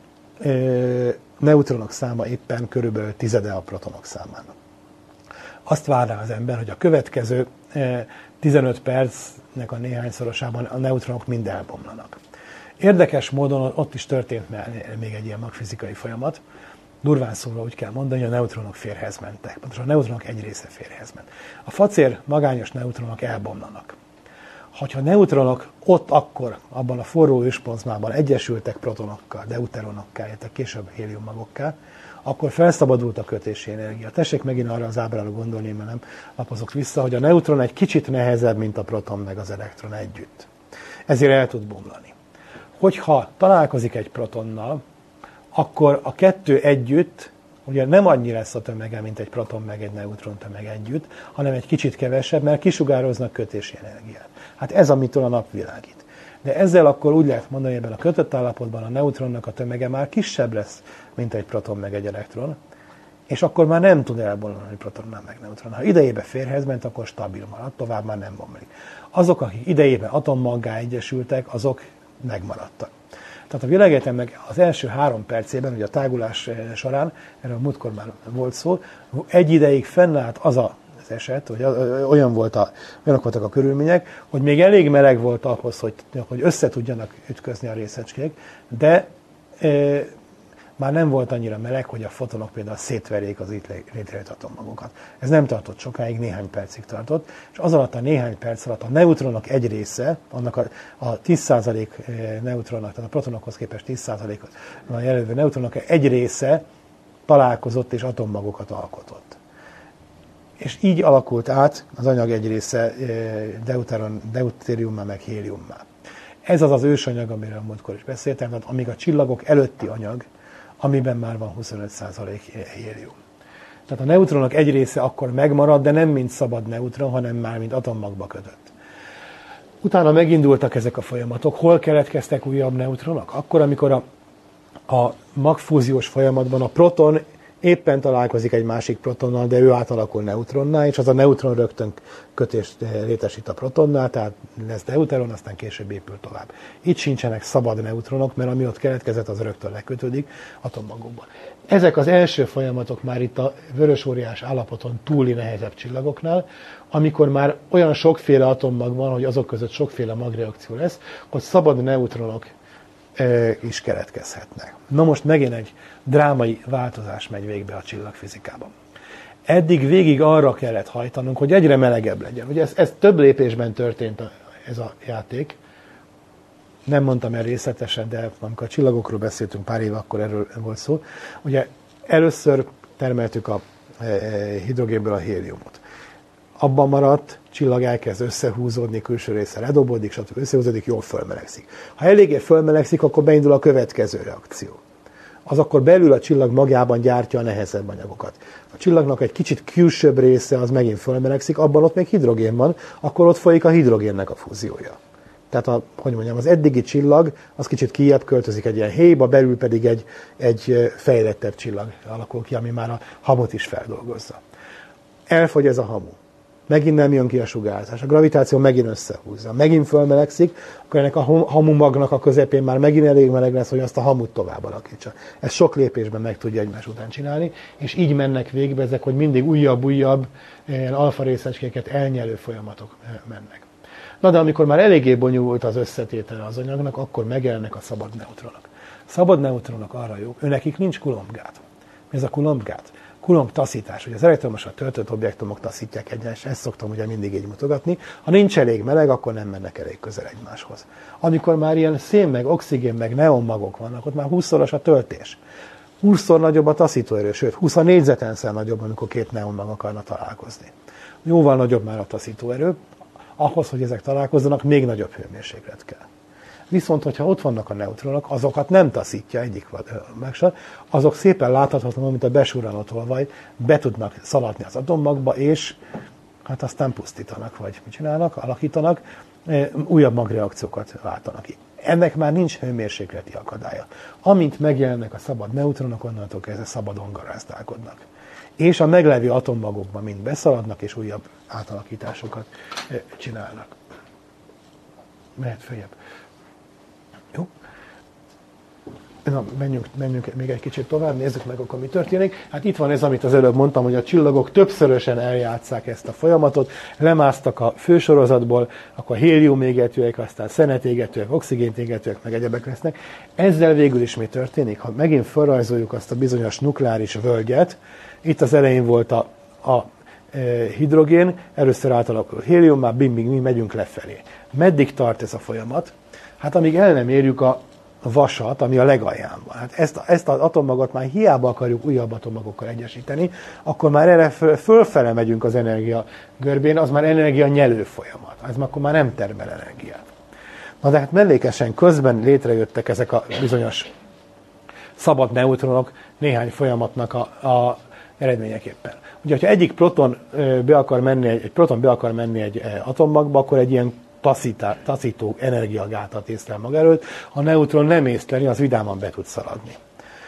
neutronok száma éppen körülbelül tizede a protonok számának. Azt várná az ember, hogy a következő 15 percnek a néhányszorosában a neutronok mind elbomlanak. Érdekes módon ott is történt még egy ilyen magfizikai folyamat. Durván szólva úgy kell mondani, hogy a neutronok férhez mentek. Pontosan a neutronok egy része férhez ment. A facér magányos neutronok elbomlanak. Ha a neutronok ott akkor, abban a forró őspontban egyesültek protonokkal, deuteronokká, illetve később héliummagokká, akkor felszabadult a kötési energia. Tessék megint arra az ábrára gondolni, mert nem lapozok vissza, hogy a neutron egy kicsit nehezebb, mint a proton meg az elektron együtt. Ezért el tud bomlani. Hogyha találkozik egy protonnal, akkor a kettő együtt, ugye nem annyi lesz a tömege, mint egy proton meg egy neutron tömeg együtt, hanem egy kicsit kevesebb, mert kisugároznak kötési energiát. Hát ez, amitől a nap világít. De ezzel akkor úgy lehet mondani, hogy ebben a kötött állapotban a neutronnak a tömege már kisebb lesz, mint egy proton meg egy elektron, és akkor már nem tud elbomlani protonnal meg neutron. Ha idejében férhez ment, akkor stabil marad, tovább már nem bomlik. Azok, akik idejében atommaggá egyesültek, azok megmaradtak. Tehát a világegyetemnek az első 3 percében, ugye a tágulás során, erről múltkor már volt szó, egy ideig fennállt az az eset, hogy olyanok voltak a körülmények, hogy még elég meleg volt ahhoz, hogy össze tudjanak ütközni a részecskék, de már nem volt annyira meleg, hogy a fotonok például szétverjék az itt létrejött atommagokat. Ez nem tartott sokáig, néhány percig tartott, és az alatt a néhány perc alatt a neutronok egy része, annak a 10% neutronnak, tehát a protonokhoz képest 10%-on jelölő neutronok egy része találkozott és atommagokat alkotott. És így alakult át az anyag egy része deutériummá meg héliummá. Ez az az ősanyag, amiről múltkor is beszéltem, tehát amíg a csillagok előtti anyag, amiben már van 25% hélium. Tehát a neutronok egy része akkor megmarad, de nem mint szabad neutron, hanem már mint atommagba kötött. Utána megindultak ezek a folyamatok. Hol keletkeztek újabb neutronok? Akkor, amikor a magfúziós folyamatban a proton éppen találkozik egy másik protonnal, de ő átalakul neutronná, és az a neutron rögtön kötést létesít a protonnál, tehát lesz deuteron, aztán később épül tovább. Itt sincsenek szabad neutronok, mert ami ott keletkezett, az rögtön lekötődik atommagokba. Ezek az első folyamatok már itt a vörösóriás állapoton túli nehezebb csillagoknál, amikor már olyan sokféle atommag van, hogy azok között sokféle magreakció lesz, hogy szabad neutronok is keletkezhetnek. Na most megint egy drámai változás megy végbe a csillagfizikában. Eddig végig arra kellett hajtanunk, hogy egyre melegebb legyen. Ugye ez több lépésben történt ez a játék. Nem mondtam el részletesen, de amikor a csillagokról beszéltünk pár éve, akkor erről volt szó. Ugye először termeltük a hidrogénből a héliumot. Abban maradt, csillag elkezd összehúzódni, külső része ledobódik, stb. Összehúzódik, jól fölmelegszik. Ha eléggé fölmelegszik, akkor beindul a következő reakció. Az akkor belül a csillag magjában gyártja a nehezebb anyagokat. A csillagnak egy kicsit külsőbb része az megint fölmelegszik, abban ott még hidrogén van, akkor ott folyik a hidrogénnek a fúziója. Tehát az eddigi csillag az kicsit kijebb költözik egy ilyen héjba, belül pedig egy fejlettebb csillag alakul ki, ami már a hamut is feldolgozza. Elfogy ez a hamu. Megint nem jön ki a sugárzás, a gravitáció megint összehúzza, megint fölmelegszik, akkor ennek a hamumagnak a közepén már megint elég meleg lesz, hogy azt a hamut tovább alakítsa. Ez sok lépésben meg tudja egymás után csinálni, és így mennek végbe ezek, hogy mindig újabb alfa részecskéket elnyelő folyamatok mennek. Na de amikor már eléggé bonyolult az összetétele az anyagnak, akkor megjelennek a szabad neutronok. Szabad neutronok arra jók, nekik nincs Coulomb-gát. Mi ez a Coulomb-gát? Coulomb taszítás, ugye az elektromosan töltött objektumok taszítják egymást, ezt szoktam ugye mindig így mutogatni. Ha nincs elég meleg, akkor nem mennek elég közel egymáshoz. Amikor már ilyen szén, meg oxigén, meg neonmagok vannak, ott már 20-szoros a töltés. 20-szor nagyobb a taszítóerő, sőt 20 négyzetenszer nagyobb, amikor két neonmag akarna találkozni. Jóval nagyobb már a taszítóerő, ahhoz, hogy ezek találkozzanak, még nagyobb hőmérséklet kell. Viszont, hogyha ott vannak a neutronok, azokat nem taszítja egyik mással, azok szépen láthatatlanul, mint a besurranott olvaj, be tudnak szaladni az atommagba, és hát aztán pusztítanak, vagy mit csinálnak, alakítanak, újabb magreakciókat váltanak ki. Ennek már nincs hőmérsékleti akadálya. Amint megjelennek a szabad neutronok, onnantól kezdve szabadon garázdálkodnak. És a meglevő atommagokban mind beszaladnak, és újabb átalakításokat csinálnak. Mehet följebb. Jó? Na, menjünk még egy kicsit tovább, nézzük meg, akkor mi történik. Hát itt van ez, amit az előbb mondtam, hogy a csillagok többszörösen eljátsszák ezt a folyamatot, lemásztak a fősorozatból, akkor hélium égetőek, aztán szenet égetőek, oxigént égetőek, meg egyebek lesznek. Ezzel végül is mi történik? Ha megint felrajzoljuk azt a bizonyos nukleáris völgyet, itt az elején volt a hidrogén, először átalakul hélium, már mi megyünk lefelé. Meddig tart ez a folyamat? Hát amíg el nem érjük a vasat, ami a legalján van. Hát ezt az atommagot már hiába akarjuk újabb atommagokkal egyesíteni, akkor már erre fölfele megyünk az energia görbén, az már energia nyelő folyamat. Ez akkor már nem termel energiát. Na de hát mellékesen közben létrejöttek ezek a bizonyos szabad neutronok néhány folyamatnak a eredményeképpen. Ugye, hogyha egyik proton be akar menni egy atommagba, akkor egy ilyen taszító energiagátat észlel maga előtt, a neutron nem észleli, az vidáman be tud szaladni.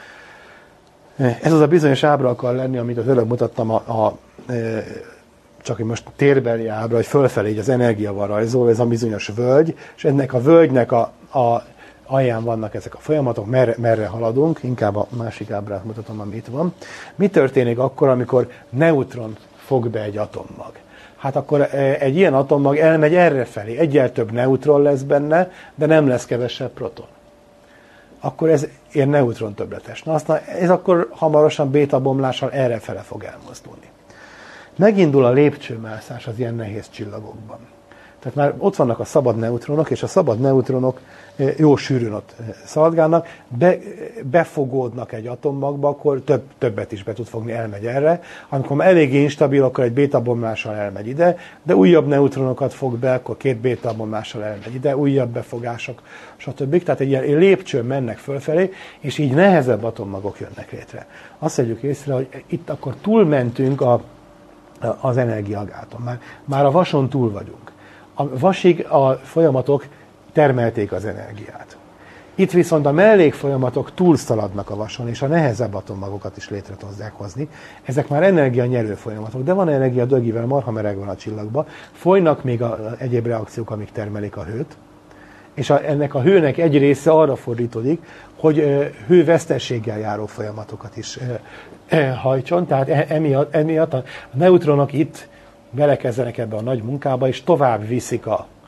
Ez az a bizonyos ábra akar lenni, amit az előbb mutattam, csak most térbeli ábra, hogy fölfelé így az energia van rajzolva, ez a bizonyos völgy, és ennek a völgynek a alján vannak ezek a folyamatok, merre haladunk, inkább a másik ábrát mutatom, ami itt van. Mi történik akkor, amikor neutron fog be egy atommag? Hát akkor egy ilyen atommag elmegy errefelé, egyel több neutron lesz benne, de nem lesz kevesebb proton. Akkor ez ilyen neutron többletes. Na aztán ez akkor hamarosan bétabomlással errefele fog elmozdulni. Megindul a lépcsőmászás az ilyen nehéz csillagokban. Tehát már ott vannak a szabad neutronok, és a szabad neutronok jó sűrűn ott szaladgálnak, befogódnak egy atommagba, akkor többet is be tud fogni, elmegy erre. Amikor már eléggé instabil, akkor egy bétabomlással elmegy ide, de újabb neutronokat fog be, akkor két bétabomlással elmegy ide, újabb befogások, stb. Tehát egy ilyen lépcsőn mennek fölfelé, és így nehezebb atommagok jönnek létre. Azt vegyük észre, hogy itt akkor túlmentünk az energiagáton. Már a vason túl vagyunk. A vasig a folyamatok termelték az energiát. Itt viszont a mellékfolyamatok túlszaladnak a vason, és a nehezebb atommagokat is létre tudják hozni. Ezek már energianyerő folyamatok, de van energia dögivel, marha meleg van a csillagban. Folynak még egyéb reakciók, amik termelik a hőt, és ennek a hőnek egy része arra fordítódik, hogy hővesztességgel járó folyamatokat is hajtson. Tehát emiatt a neutronok itt belekezdenek ebbe a nagy munkába, és tovább viszik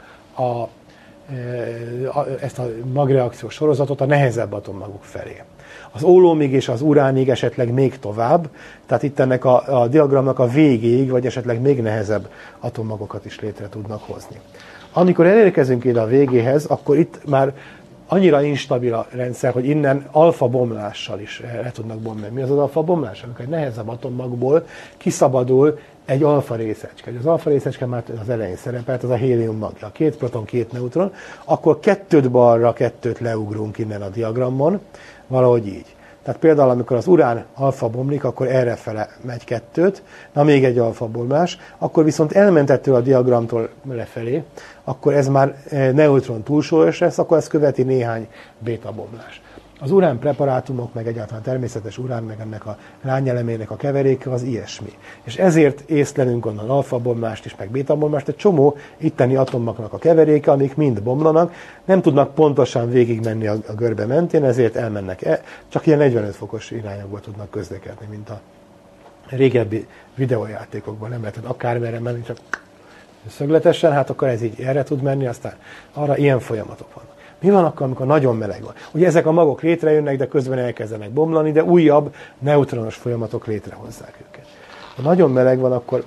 ezt a magreakciós sorozatot a nehezebb atommagok felé. Az ólómig és az uránig esetleg még tovább, tehát itt ennek a diagramnak a végéig, vagy esetleg még nehezebb atommagokat is létre tudnak hozni. Amikor elérkezünk ide a végéhez, akkor itt már annyira instabil a rendszer, hogy innen alfa bomlással is le tudnak bomlani. Mi az alfa bomlás? Amikor egy nehezebb atommagból kiszabadul egy alfa részecske. Az alfa részecske már az elején szerepelt, az a hélium magja. 2 proton, 2 neutron, akkor 2 balra, 2 leugrunk innen a diagramon, valahogy így. Tehát például, amikor az urán alfa bomlik, akkor errefele megy 2, na még egy alfa bomlás, akkor viszont elmentettől a diagramtól lefelé, akkor ez már neutron túlsúlyos lesz, akkor ez követi néhány béta bomlás. Az urán preparátumok, meg egyáltalán természetes urán, meg ennek a lányelemének a keveréke az ilyesmi. És ezért észlelünk onnan alfa-bomlást is, meg béta-bomlást, egy csomó itteni atommagnak a keveréke, amik mind bomlanak, nem tudnak pontosan végigmenni a görbe mentén, ezért elmennek, csak ilyen 45 fokos irányokba tudnak közlekedni, mint a régebbi videójátékokban. Nem lehetett akármerre menni, csak szögletesen, hát akkor ez így erre tud menni, aztán arra ilyen folyamatok vannak. Mi van akkor, amikor nagyon meleg van? Ugye ezek a magok létrejönnek, de közben elkezdenek bomlani, de újabb neutronos folyamatok létrehozzák őket. Ha nagyon meleg van, akkor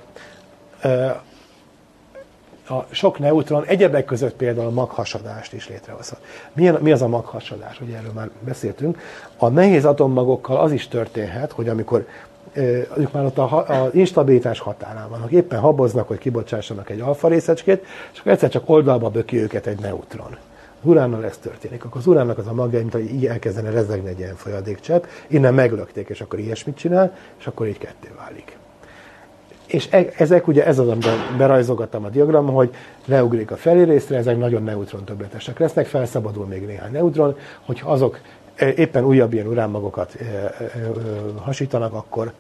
a sok neutron egyebek között például a maghasadást is létrehozhat. Mi az a maghasadás? Ugye erről már beszéltünk. A nehéz atommagokkal az is történhet, hogy amikor ők már ott az instabilitás határán vannak, éppen haboznak, hogy kibocsássanak egy alfa részecskét, és akkor egyszer csak oldalba böki őket egy neutron. Az uránnal ez történik. Akkor az uránnak az a magja, mint hogy így elkezdene rezegni egy ilyen folyadékcsepp, innen meglökték, és akkor ilyesmit csinál, és akkor így ketté válik. És ezek ugye ez az, amiben berajzolgattam a diagramon, hogy leugrik a felé részre, ezek nagyon neutron többletesek lesznek, felszabadul még néhány neutron, hogyha azok éppen újabb ilyen uránmagokat hasítanak, akkor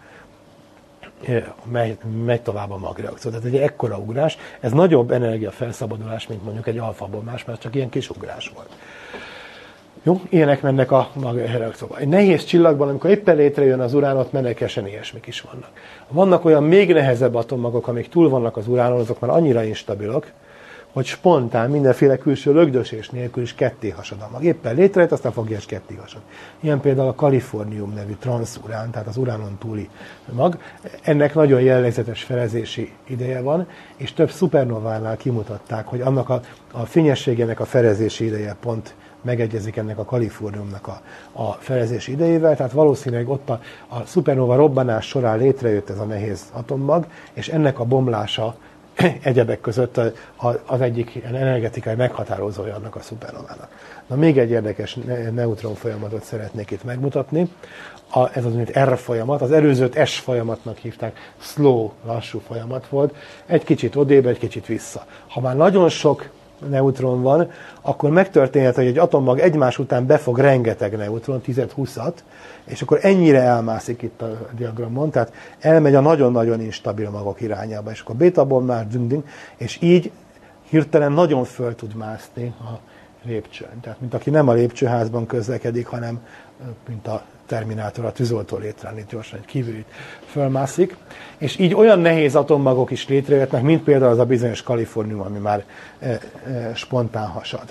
megy tovább a magreakció. Tehát egy ekkora ugrás, ez nagyobb energiafelszabadulás, mint mondjuk egy alfa-bombás, mert csak ilyen kis ugrás volt. Jó, ilyenek mennek a magreakcióba. Egy nehéz csillagban, amikor éppen létrejön az urán, ott menekesen ilyesmik is vannak. Vannak olyan még nehezebb atommagok, amik túl vannak az uránon, azok már annyira instabilok, hogy spontán, mindenféle külső lögdösés nélkül is ketté hasad a mag. Éppen létrejött, aztán fogja és ketté hasad. Ilyen például a kalifornium nevű transzurán, tehát az uránon túli mag. Ennek nagyon jellegzetes felezési ideje van, és több szupernovánál kimutatták, hogy annak a fényességének a felezési ideje pont megegyezik ennek a kaliforniumnak a felezési idejével, tehát valószínűleg ott a szupernova robbanás során létrejött ez a nehéz atommag, és ennek a bomlása egyebek között az egyik energetikai meghatározója annak a szupernovának. Na, még egy érdekes neutron folyamatot szeretnék itt megmutatni. Ez az úgynevezett R folyamat, az előzőt S folyamatnak hívták, slow, lassú folyamat volt, egy kicsit odébb, egy kicsit vissza. Ha már nagyon sok neutron van, akkor megtörténhet, hogy egy atommag egymás után befog rengeteg neutron, 10-20-at, és akkor ennyire elmászik itt a diagramon, tehát elmegy a nagyon-nagyon instabil magok irányába, és akkor bétabombnál ding, és így hirtelen nagyon föl tud mászni a lépcsőn. Tehát, mint aki nem a lépcsőházban közlekedik, hanem mint a Terminátor a tűzoltó létrán, itt gyorsan egy kívülit fölmászik, és így olyan nehéz atommagok is létrejöttnek, mint például az a bizonyos kalifornium, ami már spontán hasad.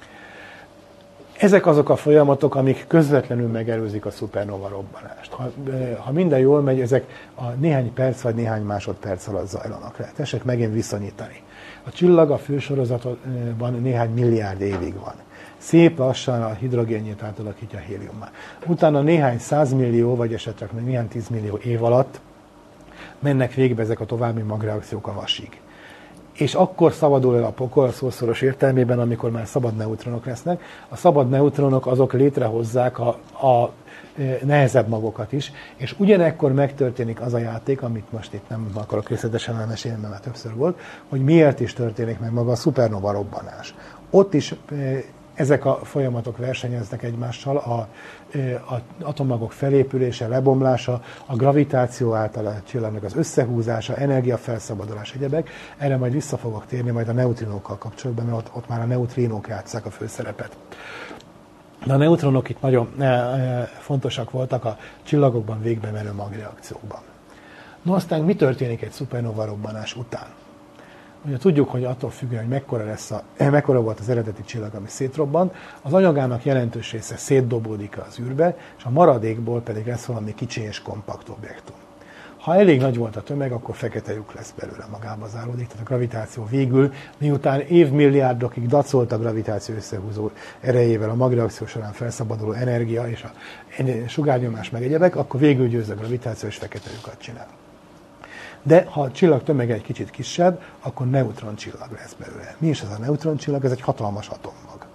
Ezek azok a folyamatok, amik közvetlenül megelőzik a szupernova robbanást. Ha minden jól megy, ezek a néhány perc vagy néhány másodperc alatt zajlanak le. Tessék megint viszonyítani. A csillag a fősorozatban néhány milliárd évig van. Szép lassan a hidrogénjét átalakítja a héliummá. Utána néhány 100 millió, vagy esetleg néhány 10 millió év alatt mennek végbe ezek a további magreakciók a vasig. És akkor szabadul el a pokol, szószoros értelmében, amikor már szabad neutronok lesznek. A szabad neutronok azok létrehozzák a nehezebb magokat is, és ugyanekkor megtörténik az a játék, amit most itt nem akarok részletesen elmesélni, mert már többször volt, hogy miért is történik meg maga a szupernova robbanás. Ott is ezek a folyamatok versenyeznek egymással, az atommagok felépülése, lebomlása, a gravitáció által a csillagnak az összehúzása, energiafelszabadulás, egyebek. Erre majd vissza fogok térni majd a neutrinókkal kapcsolatban, mert ott már a neutrinók játsszák a főszerepet. De a neutronok itt nagyon fontosak voltak a csillagokban végbe menő magreakciókban. No, aztán mi történik egy szupernova robbanás után? Ugye tudjuk, hogy attól függően, hogy mekkora volt az eredeti csillag, ami szétrobbant, az anyagának jelentős része szétdobódik az űrbe, és a maradékból pedig lesz valami kicsi és kompakt objektum. Ha elég nagy volt a tömeg, akkor fekete lyuk lesz belőle, magába záródik. Tehát a gravitáció végül, miután évmilliárdokig dacolt a gravitáció összehúzó erejével a magreakció során felszabaduló energia és a sugárnyomás meg egyebek, akkor végül győz a gravitáció és fekete lyukat csinál. De ha a csillag tömege egy kicsit kisebb, akkor neutroncsillag lesz belőle. Mi is ez a neutroncsillag? Ez egy hatalmas atommag.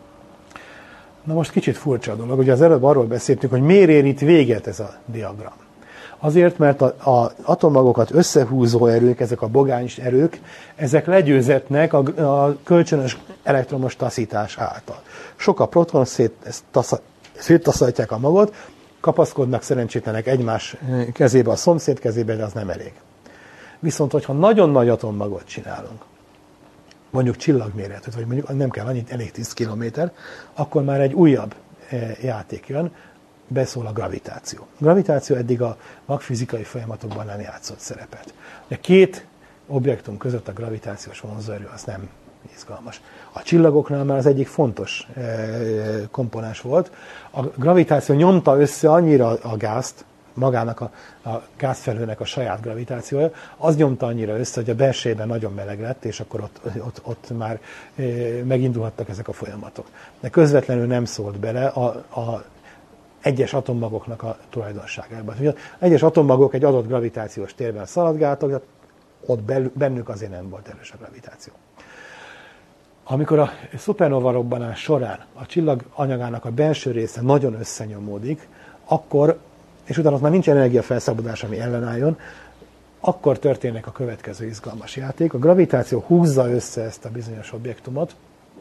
Na most kicsit furcsa a dolog, ugye az előbb arról beszéltünk, hogy miért ér itt véget ez a diagram. Azért, mert az atommagokat összehúzó erők, ezek a bogány erők, ezek legyőzetnek a kölcsönös elektromos taszítás által. Sok a proton, széttaszítják a magot, kapaszkodnak szerencsétlenek egymás kezébe, a szomszéd kezébe, de az nem elég. Viszont, hogyha nagyon nagy atommagot csinálunk, mondjuk csillagméretűt, vagy mondjuk nem kell annyit, elég 10 kilométer, akkor már egy újabb játék jön, beszól a gravitáció. A gravitáció eddig a magfizikai folyamatokban nem játszott szerepet. A két objektum között a gravitációs vonzóerő az nem izgalmas. A csillagoknál már az egyik fontos komponens volt. A gravitáció nyomta össze annyira a gázt, magának a gázfelhőnek a saját gravitációja, az nyomta annyira össze, hogy a belsejében nagyon meleg lett, és akkor ott már megindulhattak ezek a folyamatok. De közvetlenül nem szólt bele a egyes atommagoknak a tulajdonságába. Egyes atommagok egy adott gravitációs térben szaladgáltak, ott bennük azért nem volt erős a gravitáció. Amikor a szupernova robbanás során a csillag anyagának a belső része nagyon összenyomódik, akkor, és utána ott már nincs energiafelszabadulás, ami ellenálljon, akkor történik a következő izgalmas játék. A gravitáció húzza össze ezt a bizonyos objektumot.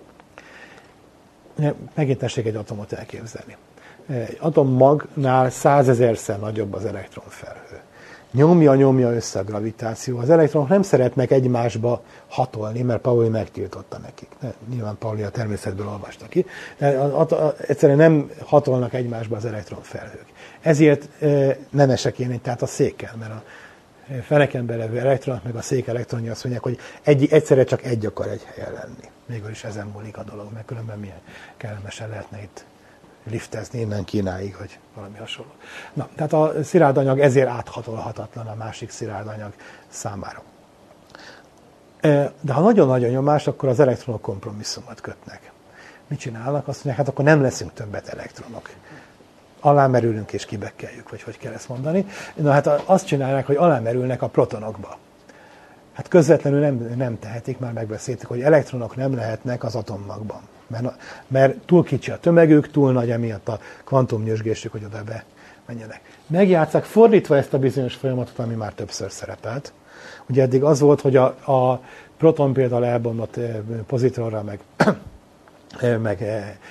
Megint tessék egy atomot elképzelni. Egy atommagnál 100 000-szer nagyobb az elektronfelhő. Nyomja össze a gravitáció. Az elektronok nem szeretnek egymásba hatolni, mert Pauli megtiltotta nekik. Nyilván Pauli a természetből olvasta ki. Egyszerűen nem hatolnak egymásba az elektronfelhők. Ezért nem esek én, tehát a székkel, mert a feneken belevő elektronok meg a szék elektronja azt mondják, hogy egyszerre csak egy akar egy helyen lenni. Mégis is ezen múlik a dolog, mert különben milyen kellemesen lehetne itt liftezni innen Kínáig, vagy valami hasonló. Na, tehát a szilárd anyag ezért áthatolhatatlan a másik szilárd anyag számára. De ha nagyon-nagyon nyomás, akkor az elektronok kompromisszumot kötnek. Mit csinálnak? Azt mondják, hát akkor nem leszünk többet elektronok. Alámerülünk és kibekkeljük, vagy hogy kell ezt mondani. Na hát azt csinálják, hogy alámerülnek a protonokba. Hát közvetlenül nem tehetik, már megbeszéltük, hogy elektronok nem lehetnek az atommagban. Mert túl kicsi a tömegük, túl nagy emiatt a kvantumnyüzsgésük, hogy oda menjenek. Megjátsszák fordítva ezt a bizonyos folyamatot, ami már többször szerepelt. Ugye eddig az volt, hogy a proton például elbomlott pozitronra, meg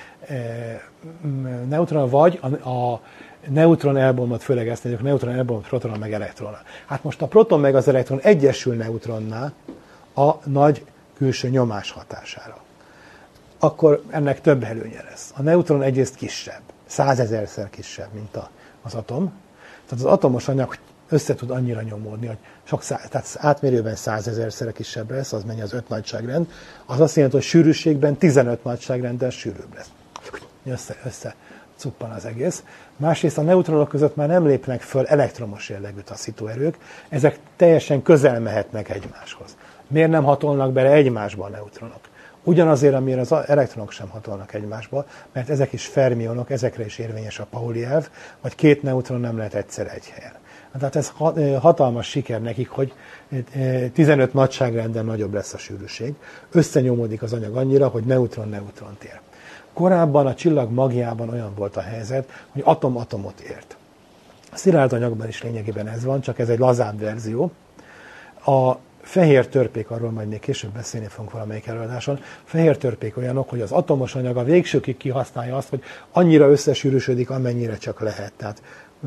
neutron, vagy a neutron elbomlott, főleg ezt nézzük, neutron elbomlott protonra, meg elektronnal. Hát most a proton meg az elektron egyesül neutronnál a nagy külső nyomás hatására. Akkor ennek több előnye lesz. A neutron egyrészt kisebb, 100 000-szer kisebb, mint az atom. Tehát az atomos anyag össze tud annyira nyomódni, hogy tehát átmérőben 100 000-szer kisebb lesz, az mennyi az 5 nagyságrend. Az azt jelenti, hogy sűrűségben 15 nagyságrenddel sűrűbb lesz. Össze cuppan az egész. Másrészt a neutronok között már nem lépnek föl elektromos jellegű taszítóerők, ezek teljesen közel mehetnek egymáshoz. Miért nem hatolnak bele egymásba a neutronok? Ugyanazért, amire az elektronok sem hatolnak egymásba, mert ezek is fermionok, ezekre is érvényes a Pauli elv, vagy két neutron nem lehet egyszer egy helyen. Tehát ez hatalmas siker nekik, hogy 15 nagyságrenden nagyobb lesz a sűrűség. Összenyomódik az anyag annyira, hogy neutron-neutron tér. Korábban a csillag magjában olyan volt a helyzet, hogy atom-atomot ért. A szilárd anyagban is lényegében ez van, csak ez egy lazább verzió. A fehér törpék, arról majd még később beszélni fogunk valamelyik előadáson, fehér törpék olyanok, hogy az atomos anyag a végsőkig kihasználja azt, hogy annyira összesűrűsödik, amennyire csak lehet. Tehát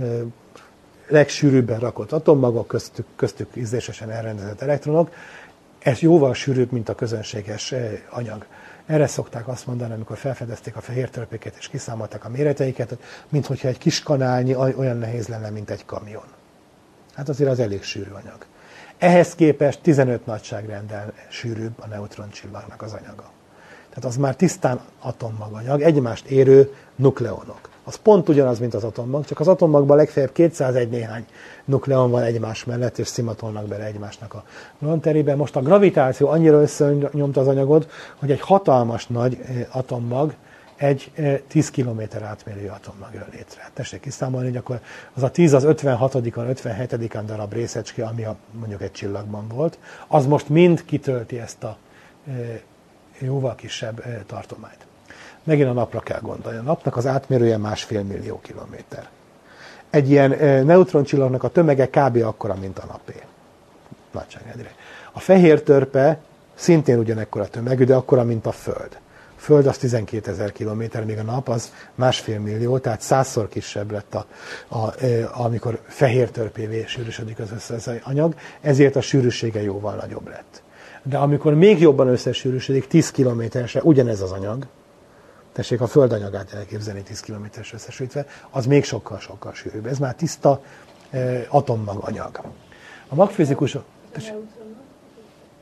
legsűrűbben rakott atommagok, köztük ízlésesen elrendezett elektronok, ez jóval sűrűbb, mint a közönséges anyag. Erre szokták azt mondani, amikor felfedezték a fehér törpéket és kiszámolták a méreteiket, minthogyha egy kis kanálnyi olyan nehéz lenne, mint egy kamion. Hát azért az elég sűrű anyag. Ehhez képest 15 nagyságrendel sűrűbb a neutroncsillagnak az anyaga. Tehát az már tisztán atommaganyag, egymást érő nukleonok. Az pont ugyanaz, mint az atommag, csak az atommagban legfeljebb 201 néhány nukleon van egymás mellett, és szimatolnak bele egymásnak a nukleonterében. Most a gravitáció annyira összenyomta az anyagot, hogy egy hatalmas nagy atommag egy 10 km átmérőjű atommag jön létre. Tessék kiszámolni, hogy akkor az a 10 az 56-on, 57-en darab részecske, ami mondjuk egy csillagban volt, az most mind kitölti ezt a jóval kisebb tartományt. Megint a napra kell gondolni. A napnak az átmérője 1,5 millió kilométer. Egy ilyen neutroncsillagnak a tömege kb. Akkora, mint a napé. Nagyságrendire. A fehér törpe szintén ugyanekkora tömegű, de akkora, mint a Föld. A Föld az 12 000 kilométer, míg a nap az 1,5 millió, tehát 100-szor kisebb lett, amikor fehér törpévé sűrűsödik az összes anyag, ezért a sűrűsége jóval nagyobb lett. De amikor még jobban összesűrűsödik, 10 kilométeresre ugyanez az anyag, tessék a Föld anyagát elképzelni 10 kilométeres összesültve, az még sokkal-sokkal sűrűbb. Ez már tiszta atommag anyag. A magfizikusok...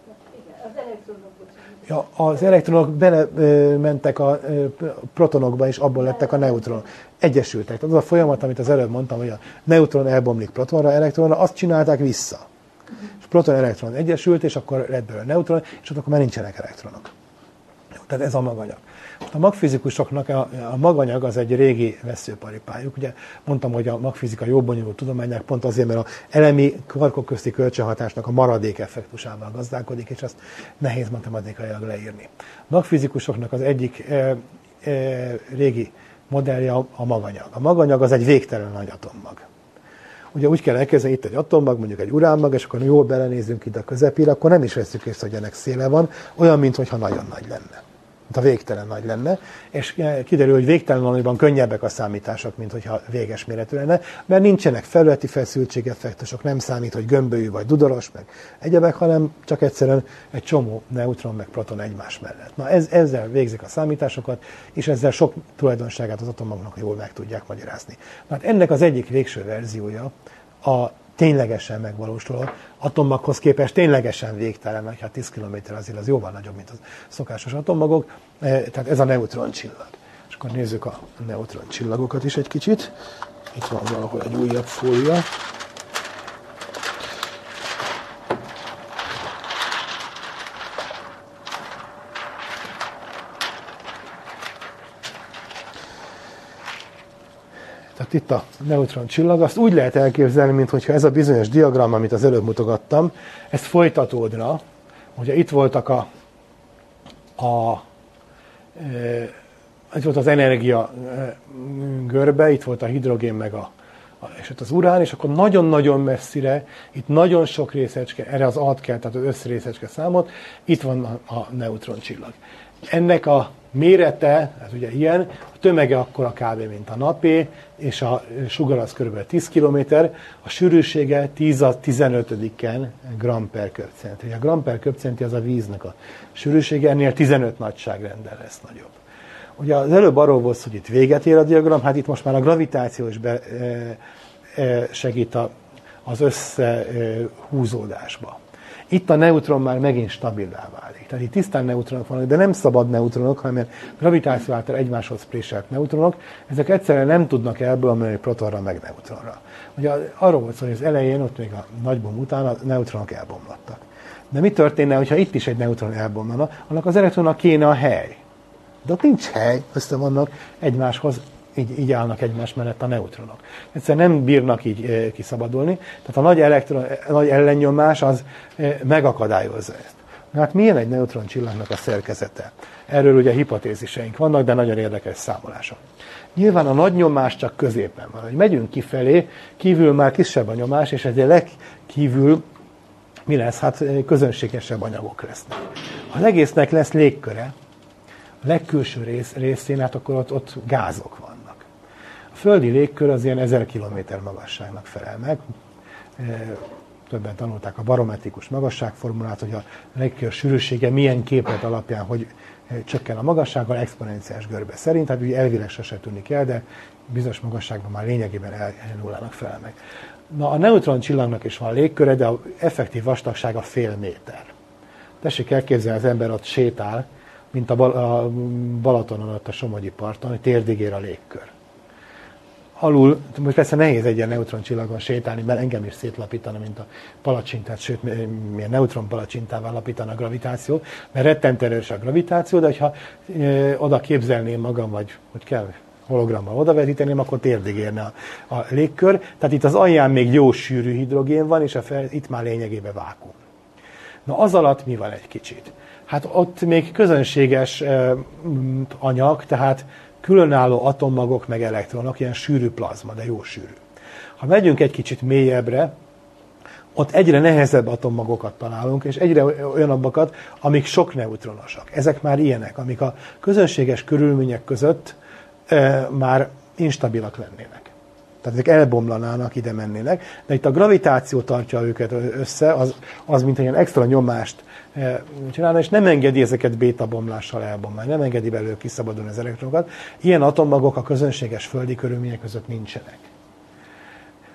Ja, az elektronok belementek a protonokba, és abból lettek a neutronok. Egyesültek. Tehát az a folyamat, amit az előbb mondtam, hogy a neutron elbomlik protonra, elektronra, azt csinálták vissza. És proton-elektron egyesült, és akkor lett belőle neutron, és akkor már nincsenek elektronok. Tehát ez a maganyag. A magfizikusoknak a maganyag az egy régi veszőparipájuk. Ugye mondtam, hogy a magfizika jó bonyolult tudománynak pont azért, mert az elemi kvarkok közti kölcsönhatásnak a maradék effektusával gazdálkodik, és ezt nehéz matematikailag leírni. A magfizikusoknak az egyik régi modellje a maganyag. A maganyag az egy végtelen nagy atommag. Ugye úgy kell elkezdeni, itt egy atommag, mondjuk egy uránmag, és akkor jól belenézünk ide a közepére, akkor nem is veszük észre, hogy ennek széle van, olyan, mintha nagyon nagy lenne. Mint a végtelen nagy lenne, és kiderül, hogy végtelen nagyban könnyebbek a számítások, mint hogyha véges méretű lenne, mert nincsenek felületi feszültségeffektusok, nem számít, hogy gömbölyű vagy dudoros, meg egyebek, hanem csak egyszerűen egy csomó neutron meg proton egymás mellett. Na ezzel végzik a számításokat, és ezzel sok tulajdonságát az atommagnak jól meg tudják magyarázni. Na, hát ennek az egyik végső verziója a ténylegesen megvalósuló atommaghoz képest ténylegesen végtelen, hogyha 10 km azért az jóval nagyobb, mint a szokásos atommagok, tehát ez a neutroncsillag. És akkor nézzük a neutroncsillagokat is egy kicsit. Itt van valahol egy újabb fólia. Tehát itt a neutroncsillag, azt úgy lehet elképzelni, mintha ez a bizonyos diagram, amit az előbb mutogattam, ez folytatódna. Ugye itt voltak itt volt az energia görbe, itt volt a hidrogén meg és ott az urán, és akkor nagyon-nagyon messzire, itt nagyon sok részecske, erre az ad kell, tehát az összrészecske számot, itt van a neutroncsillag. Ennek a mérete, ez ugye ilyen, a tömege akkora kb. Mint a napé, és a sugar az kb. 10 km, a sűrűsége 10^15 gram per köbcenti. A gram per köbcenti az a víznek a sűrűsége, ennél 15 nagyságrendel lesz nagyobb. Ugye az előbb arról volt, hogy itt véget ér a diagram, hát itt most már a gravitáció is segít az összehúzódásba. Itt a neutron már megint stabilá válik. Tehát itt tisztán neutronok vannak, de nem szabad neutronok, hanem gravitáció által egymáshoz préselt neutronok. Ezek egyszerűen nem tudnak elbomlani protonra meg neutronra. Ugye arról volt szó, hogy az elején, ott még a nagybom után a neutronok elbomlottak. De mi történne, hogyha itt is egy neutron elbomlana? Annak az elektronnak kéne a hely. De ott nincs hely, össze vannak egymáshoz, így állnak egymás mellett a neutronok. Egyszerűen nem bírnak így kiszabadulni, tehát a nagy ellennyomás az megakadályozza ezt. Hát milyen egy neutroncsillagnak a szerkezete? Erről ugye hipotéziseink vannak, de nagyon érdekes számolások. Nyilván a nagy nyomás csak középen van. Hogy megyünk kifelé, kívül már kisebb a nyomás, és ezért legkívül mi lesz? Hát közönségesebb anyagok lesznek. Ha az egésznek lesz légköre, a legkülső részén, hát akkor ott gázok vannak. A földi légkör az ilyen 1000 km magasságnak felel meg. Többen tanulták a barometrikus magasságformulát, hogy a légkör sűrűsége milyen képlet alapján, hogy csökken a magassággal, exponenciális görbe szerint, hát ugye elvileg se tűnik el, de bizonyos magasságban már lényegében nullának felel meg. Na, a neutroncsillagnak is van légköre, de az effektív vastagsága fél méter. Tessék elképzelni, az ember ott sétál, mint a Balatonon, ott a Somogyi parton, hogy térdig ér a légkör. Alul, most persze nehéz egy ilyen neutroncsillagon sétálni, mert engem is szétlapítana, mint a palacsintát, sőt, milyen neutron palacsintával lapítana a gravitáció, mert rettentően erős a gravitáció, de ha oda képzelném magam, vagy hogy kell hologrammal odavetíteném, akkor térdig érne a légkör. Tehát itt az alján még jó sűrű hidrogén van, és itt már lényegében vákuum. Na az alatt mi van egy kicsit? Hát ott még közönséges anyag, tehát különálló atommagok meg elektronok, ilyen sűrű plazma, de jó sűrű. Ha megyünk egy kicsit mélyebbre, ott egyre nehezebb atommagokat találunk, és egyre olyanabbakat, amik sok neutronosak. Ezek már ilyenek, amik a közönséges körülmények között már instabilak lennének. Tehát ezek elbomlanának, ide mennének, de itt a gravitáció tartja őket össze, az mint egy extra nyomást csinálna, és nem engedi ezeket béta-bomlással elbomlani, nem engedi belőle kiszabadulni az elektronokat. Ilyen atommagok a közönséges földi körülmények között nincsenek.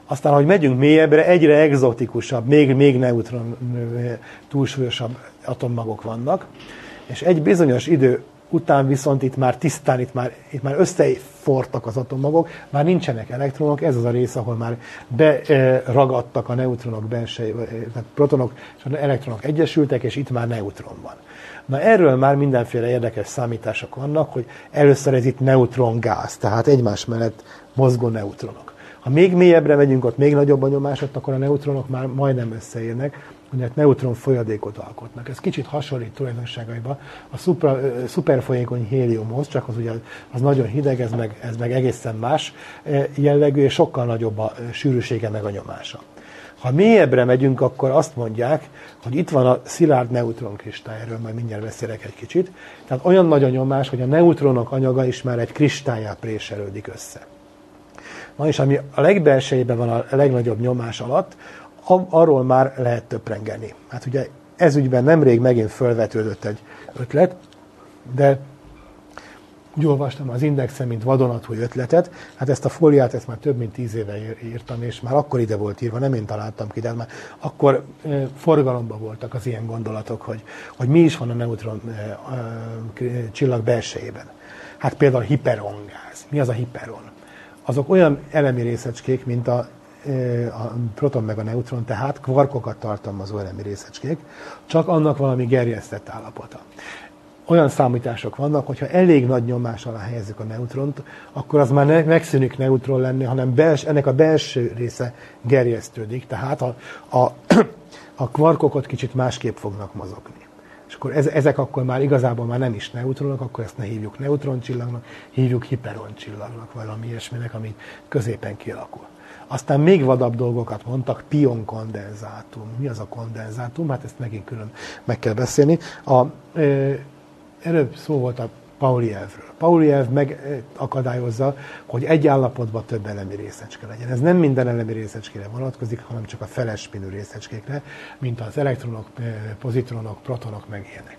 Aztán, hogy megyünk mélyebbre, egyre egzotikusabb, még neutron túlsúlyosabb atommagok vannak, és egy bizonyos idő után viszont itt már tisztán, itt már összefortak az atommagok, már nincsenek elektronok, ez az a rész, ahol már beragadtak a neutronok belsejébe, tehát protonok és az elektronok egyesültek, és itt már neutron van. Na erről már mindenféle érdekes számítások vannak, hogy először ez itt neutrongáz, tehát egymás mellett mozgó neutronok. Ha még mélyebbre megyünk, ott még nagyobb a nyomás, ott akkor a neutronok már majdnem összeérnek, úgyhogy neutron folyadékot alkotnak. Ez kicsit hasonlít tulajdonságaiban a szuperfolyékony héliumhoz, csak az ugye az nagyon hideg, ez meg egészen más jellegű, és sokkal nagyobb a sűrűsége meg a nyomása. Ha mélyebbre megyünk, akkor azt mondják, hogy itt van a szilárd neutronkristály, erről majd mindjárt beszélek egy kicsit. Tehát olyan nagy a nyomás, hogy a neutronok anyaga is már egy kristályá préselődik össze. Na és ami a legbelsejében van a legnagyobb nyomás alatt, arról már lehet töprengeni. Hát ugye ez ügyben nemrég megint fölvetődött egy ötlet, de úgy olvastam az Indexen, mint vadonatúj ötletet. Hát ezt a fóliát, ezt már több mint 10 éve írtam, és már akkor ide volt írva, nem én találtam ki, de már akkor forgalomban voltak az ilyen gondolatok, hogy mi is van a neutron csillag belsejében. Hát például hiperongáz. Mi az a hiperon? Azok olyan elemi részecskék, mint a proton meg a neutron, tehát kvarkokat tartalmazó elemi részecskék, csak annak valami gerjesztett állapota. Olyan számítások vannak, hogyha elég nagy nyomás alá helyezzük a neutront, akkor az már megszűnik neutron lenni, hanem ennek a belső része gerjesztődik, tehát a kvarkok ott kicsit másképp fognak mozogni. És akkor ezek akkor már igazából már nem is neutronok, akkor ezt ne hívjuk neutroncsillagnak, hívjuk hiperoncsillagnak, valami ilyesminek, ami középen kialakul. Aztán még vadabb dolgokat mondtak, pionkondenzátum. Mi az a kondenzátum? Hát ezt megint külön meg kell beszélni. Előbb szó volt a Pauli elvről. Pauli elv megakadályozza, hogy egy állapotban több elemi részecske legyen. Ez nem minden elemi részecskére vonatkozik, hanem csak a feles spinű részecskékre, mint az elektronok, pozitronok, protonok, meg ilyenek.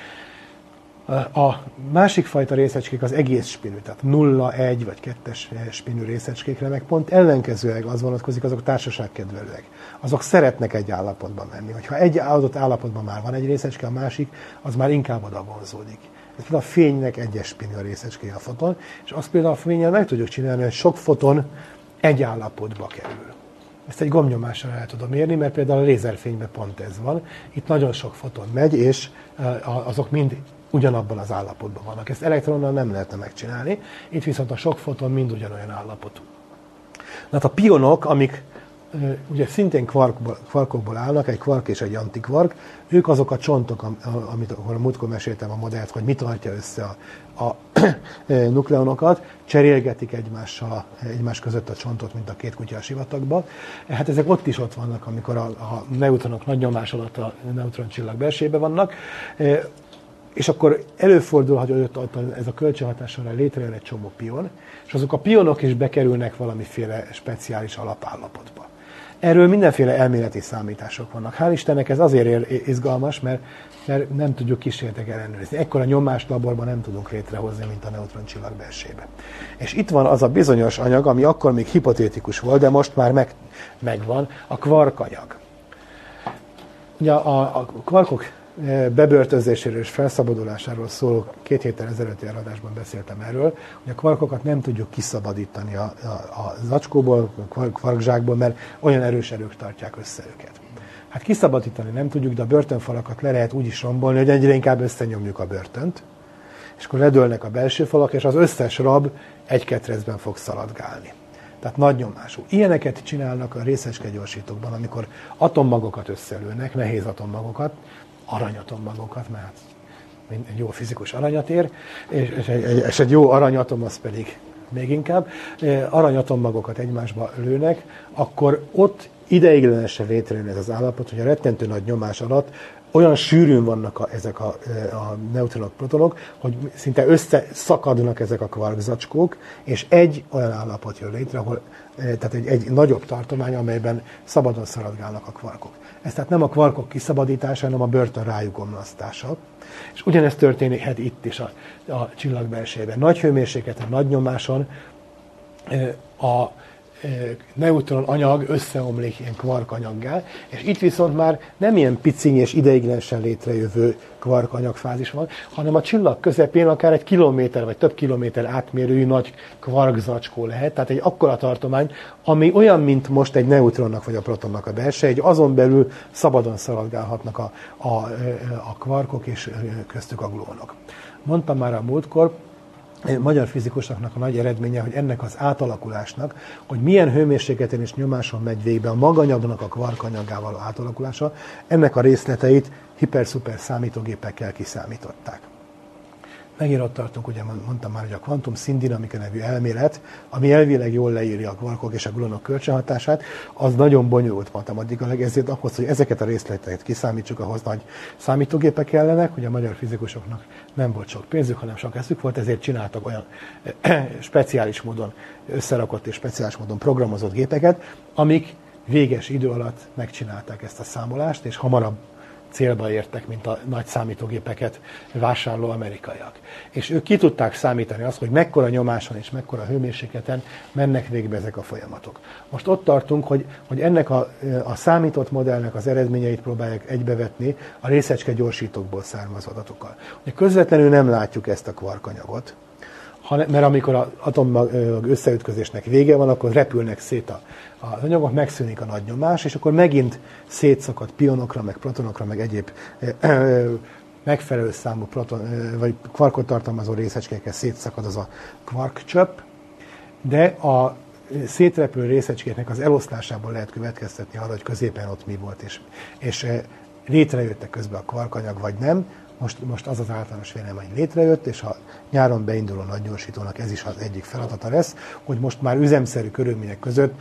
A másik fajta részecskék az egész spinű, tehát 0, 1 vagy 2-es spinű részecskékre, meg pont ellenkezőleg az vonatkozik, azok társaságkedvelőek. Azok szeretnek egy állapotban menni. Hogyha egy adott állapotban már van egy részecske, a másik, az már inkább oda vonzódik. Ez például a fénynek egyes spinű a részecskéje a foton, és azt például a fénnyel meg tudjuk csinálni, hogy sok foton egy állapotba kerül. Ezt egy gombnyomással el tudom érni, mert például a lézerfényben pont ez van. Itt nagyon sok foton megy, és azok mind ugyanabban az állapotban vannak. Ezt elektronnal nem lehetne megcsinálni, itt viszont a sok foton mind ugyanolyan állapotú. Hát a pionok, amik ugye szintén kvarkokból állnak, egy kvark és egy antikvark, ők azok a csontok, amit a múltkor meséltem a modellt, hogy mit tartja össze a nukleonokat, cserélgetik egymás között a csontot, mint a két kutya a sivatagban. Hát ezek ott is ott vannak, amikor a neutronok nagy nyomás alatt a neutroncsillag belsejében vannak, és akkor előfordul, hogy ott ez a kölcsönhatás során létrejön egy csomó pion, és azok a pionok is bekerülnek valamiféle speciális alapállapotba. Erről mindenféle elméleti számítások vannak. Hál' Istennek ez azért izgalmas, mert nem tudjuk kísérletek ellenőrizni. Ekkora nyomást laborban nem tudunk létrehozni, mint a neutroncsillag belsejében. És itt van az a bizonyos anyag, ami akkor még hipotétikus volt, de most már megvan, a kvarkanyag. Ugye a kvarkok bebörtözéséről és felszabadulásáról szóló 2 héttel ezelőtti adásban beszéltem erről, hogy a kvarkokat nem tudjuk kiszabadítani a zacskóból, a kvarkzsákból, mert olyan erős erők tartják össze őket. Hát kiszabadítani nem tudjuk, de a börtönfalakat le lehet úgy is rombolni, hogy egyre inkább összenyomjuk a börtönt, és akkor ledőlnek a belső falak, és az összes rab egy ketrecben fog szaladgálni. Tehát nagy nyomású. Ilyeneket csinálnak a részecskegyorsítókban, amikor atommagokat összelőnek, nehéz atommagokat, aranyatommagokat, mert egy jó fizikus aranyat ér, és egy jó aranyatom az pedig még inkább, aranyatommagokat egymásba lőnek, akkor ott ideiglenesen létrejön ez az állapot, hogy a rettentő nagy nyomás alatt olyan sűrűn vannak ezek a neutronok, protonok, hogy szinte összeszakadnak ezek a kvarkzacskók, és egy olyan állapot jön létre, ahol tehát egy nagyobb tartomány, amelyben szabadon szaladgálnak a kvarkok. Ez tehát nem a kvarkok kiszabadítása, hanem a börtön rájuk omlasztása. És ugyanezt történhet itt is a csillag belsejében. Nagy hőmérsékleten, nagy nyomáson a neutron anyag összeomlik ilyen kvarkanyaggá, és itt viszont már nem ilyen piciny és ideiglenesen létrejövő kvarkanyagfázis van, hanem a csillag közepén akár egy kilométer vagy több kilométer átmérőjű nagy kvarkzacskó lehet, tehát egy akkora tartomány, ami olyan, mint most egy neutronnak vagy a protonnak a belseje, egy azon belül szabadon szaladgálhatnak a kvarkok és köztük a gluonok. Mondtam már a múltkor, magyar fizikusoknak a nagy eredménye, hogy ennek az átalakulásnak, hogy milyen hőmérsékleten és nyomáson megy végbe a maganyagnak a kvarkanyagával átalakulása, ennek a részleteit hiper-szuper számítógépekkel kiszámították. Megint ott tartunk, ugye mondtam már, hogy a kvantum színdinamika nevű elmélet, ami elvileg jól leírja a kvarkok és a gluonok kölcsönhatását, az nagyon bonyolult matematikailag, ezért ahhoz, hogy ezeket a részleteket kiszámítsuk, ahhoz nagy számítógépek kellenek, hogy a magyar fizikusoknak nem volt sok pénzük, hanem sok eszük volt, ezért csináltak olyan speciális módon összerakott és speciális módon programozott gépeket, amik véges idő alatt megcsinálták ezt a számolást, és hamarabb célba értek, mint a nagy számítógépeket vásárló amerikaiak. És ők ki tudták számítani azt, hogy mekkora nyomáson és mekkora hőmérsékleten mennek végbe ezek a folyamatok. Most ott tartunk, hogy ennek a számított modellnek az eredményeit próbálják egybevetni a részecske gyorsítókból származó adatokkal. Ugye közvetlenül nem látjuk ezt a kvarkanyagot, mert amikor az atommag összeütközésnek vége van, akkor repülnek szét az anyagok, megszűnik a nagy nyomás, és akkor megint szétszakad pionokra, meg protonokra, meg egyéb megfelelő számú vagy kvarkot tartalmazó részecskékkel szétszakad az a kvarkcsöpp, de a szétrepülő részecskéknek az eloszlásából lehet következtetni arra, hogy középen ott mi volt, és létrejöttek közben a kvarkanyag, vagy nem. Most az az általános vélemény, hogy létrejött, és a nyáron beinduló nagygyorsítónak ez is az egyik feladata lesz, hogy most már üzemszerű körülmények között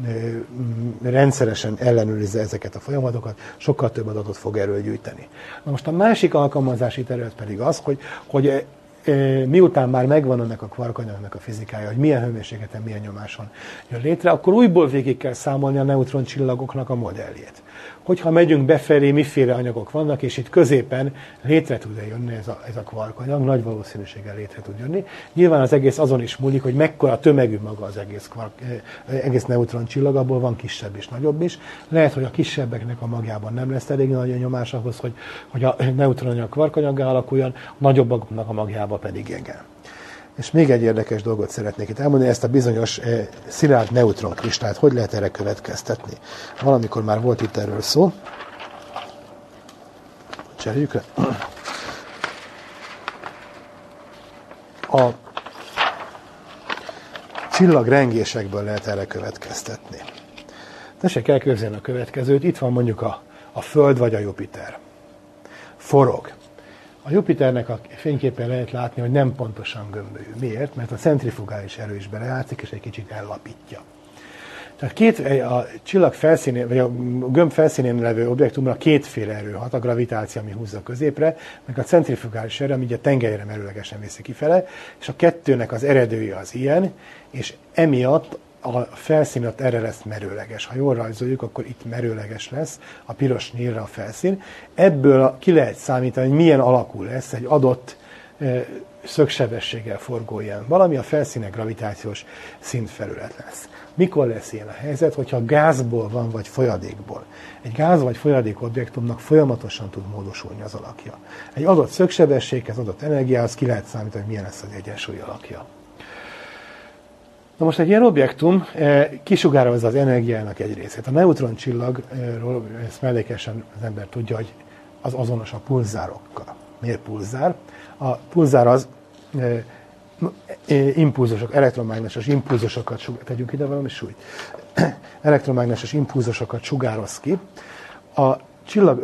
rendszeresen ellenőrizze ezeket a folyamatokat, sokkal több adatot fog erről gyűjteni. Na most a másik alkalmazási terület pedig az, hogy miután már megvan ennek a kvarkanyagnak a fizikája, hogy milyen hőmérsékleten, milyen nyomáson jön létre, akkor újból végig kell számolni a neutroncsillagoknak a modelljét. Hogyha megyünk befelé, miféle anyagok vannak, és itt középen létre tud jönni ez a kvarkanyag, nagy valószínűséggel létre tud jönni. Nyilván az egész azon is múlik, hogy mekkora tömegű maga az egész neutroncsillag, abból van kisebb és nagyobb is. Lehet, hogy a kisebbeknek a magjában nem lesz elég nagy a nyomás ahhoz, hogy a neutronanyag kvarkanyaggá alakuljon, a nagyobbaknak a magjában pedig igen. És még egy érdekes dolgot szeretnék itt elmondani, ezt a bizonyos szilárd neutronkristályt, hogy lehet erre következtetni. Valamikor már volt itt erről szó. Cseréljük le. A csillagrengésekből lehet erre következtetni. Tessék elképzelni a következőt, itt van mondjuk a Föld vagy a Jupiter. Forog. A Jupiternek a fényképen lehet látni, hogy nem pontosan gömbölyű. Miért? Mert a centrifugális erő is belejátszik, és egy kicsit ellapítja. Tehát a csillag felszínén, vagy a gömb felszínén levő objektumra kétféle erő hat, a gravitáció, ami húzza középre, meg a centrifugális erő, ami ugye tengelyre merőlegesen viszi kifele, és a kettőnek az eredője az ilyen, és emiatt a felszín ott erre lesz merőleges. Ha jól rajzoljuk, akkor itt merőleges lesz, a piros nyílra a felszín. Ebből ki lehet számítani, hogy milyen alakú lesz egy adott szögsebességgel forgó ilyen valami, a felszínek gravitációs szintfelület lesz. Mikor lesz ilyen a helyzet, hogyha gázból van, vagy folyadékból? Egy gáz vagy folyadék objektumnak folyamatosan tud módosulni az alakja. Egy adott szögsebességhez, adott energiához ki lehet számítani, hogy milyen lesz az egyensúly alakja. Na most egy ilyen objektum kisugározza az energiának egy részét. A neutroncsillagról ezt mellékesen az ember tudja, hogy az azonos a pulzárokkal. Miért pulzár? A pulzár az impulzusok, elektromágneses impulzusokat tegyünk ide valami súlyt. Elektromágneses impulzusokat sugároz ki. A csillag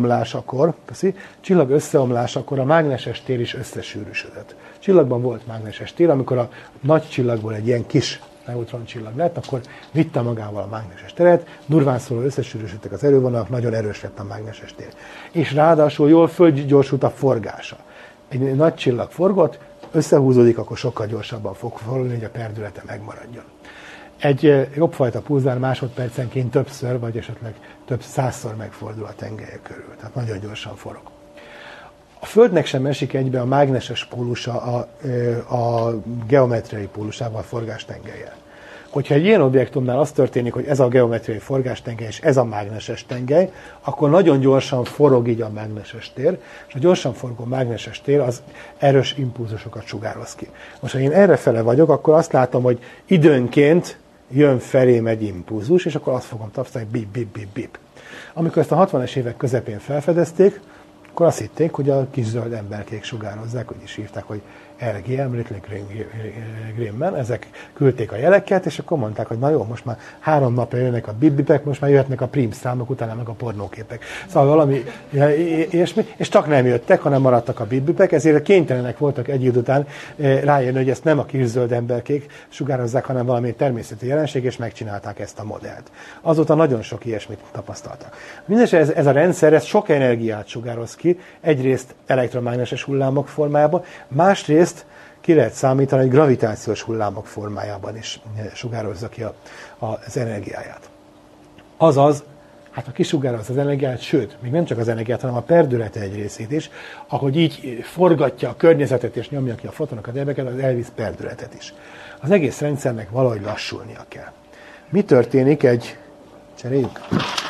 összeomlásakor a mágneses tér is összesűrűsödött. Csillagban volt mágneses tér, amikor a nagy csillagból egy ilyen kis neutroncsillag lett, akkor vitte magával a mágneses teret, durván szóló összesűrűsödtek az erővonalak, nagyon erős lett a mágneses tér. És ráadásul jól fölgyorsult a forgása. Egy nagy csillag forgott, összehúzódik, akkor sokkal gyorsabban fog forogni, hogy a perdülete megmaradjon. Egy jobbfajta pulzár másodpercenként többször, vagy esetleg több százszor megfordul a tengelye körül. Tehát nagyon gyorsan forog. A Földnek sem esik egybe a mágneses pólusa a geometriai pólusával, a forgástengellyel. Hogyha egy ilyen objektumnál az történik, hogy ez a geometriai forgástengely és ez a mágneses tengely, akkor nagyon gyorsan forog így a mágneses tér, és a gyorsan forgó mágneses tér az erős impulzusokat sugároz ki. Most, ha én errefele vagyok, akkor azt látom, hogy időnként jön felém egy impulzus, és akkor azt fogom tapasztalni, bip, bip, bip, bip. Amikor ezt a 60-es évek közepén felfedezték, akkor azt hitték, hogy a kis zöld emberkék sugározzák, úgy is hívták, hogy RGM, Little Green Man, ezek küldték a jeleket, és akkor mondták, hogy na jó, most már 3 napja jönnek a bip-bipek, most már jöhetnek a prim számok, utána meg a pornóképek. Szóval valami ilyesmi, és csak nem jöttek, hanem maradtak a bip-bipek, ezért kénytelenek voltak egy idő után rájönni, hogy ezt nem a kis zöld emberkék sugározzák, hanem valami természeti jelenség, és megcsinálták ezt a modellt. Azóta nagyon sok ilyesmit tapasztaltak. Mindenesetre ez a rendszer, ez sok energiát sugároz ki, egyrészt elektromágneses hullámok formájában, másrészt ki lehet számítani, hogy gravitációs hullámok formájában is sugározza ki az energiáját. Azaz, hát ha kisugározza az energiát, sőt, még nem csak az energiát, hanem a perdülete egy részét is, ahogy így forgatja a környezetet és nyomja ki a fotonokat, az elvisz perdületet is. Az egész rendszernek valahogy lassulnia kell. Mi történik cseréljük?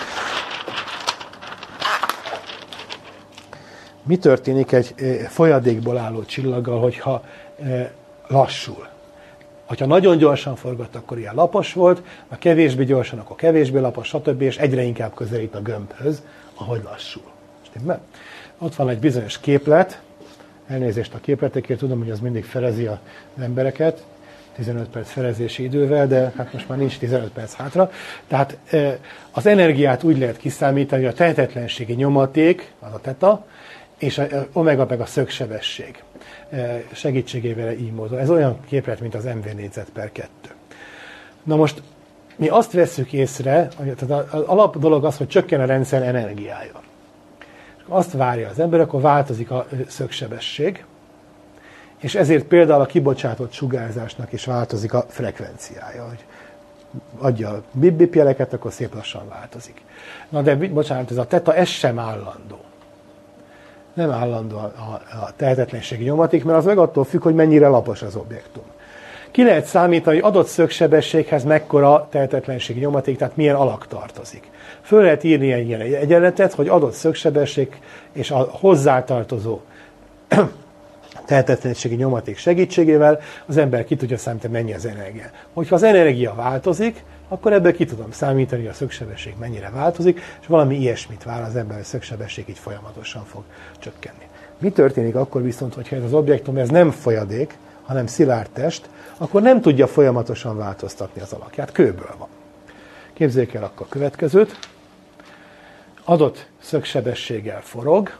Mi történik egy folyadékból álló csillaggal, hogyha lassul? Ha nagyon gyorsan forgott, akkor ilyen lapos volt, ha kevésbé gyorsan, akkor kevésbé lapos, stb. És egyre inkább közelít a gömbhöz, ahogy lassul. Stimmel? Ott van egy bizonyos képlet, elnézést a képletekért, tudom, hogy az mindig felezi az embereket, 15 perc felezési idővel, de hát most már nincs 15 perc hátra. Tehát az energiát úgy lehet kiszámítani, hogy a tehetetlenségi nyomaték, az a teta, és a omega meg a szögsebesség segítségével így módon. Ez olyan képlet, mint az MV négyzet/2. Na most mi azt vesszük észre, hogy az alap dolog az, hogy csökken a rendszer energiája. Azt várja az ember, akkor változik a szögsebesség, és ezért például a kibocsátott sugárzásnak is változik a frekvenciája, hogy adja a bip-bip jeleket, akkor szép lassan változik. Na de bocsánat, ez a teta, ez sem állandó. Nem állandó a tehetetlenségi nyomaték, mert az meg attól függ, hogy mennyire lapos az objektum. Ki lehet számítani, hogy adott szögsebességhez mekkora tehetetlenségi nyomaték, tehát milyen alak tartozik. Föl lehet írni egy ilyen egyenletet, hogy adott szögsebesség és a hozzátartozó tehetetlenségi nyomaték segítségével az ember ki tudja számítani, mennyi az energia. Hogyha az energia változik, akkor ebből ki tudom számítani, hogy a szögsebesség mennyire változik, és valami ilyesmit vár az ember, hogy a szögsebesség így folyamatosan fog csökkenni. Mi történik akkor viszont, hogyha ez az objektum ez nem folyadék, hanem szilárd test, akkor nem tudja folyamatosan változtatni az alakját, kőből van. Képzeljük el akkor a következőt. Adott szögsebességgel forog,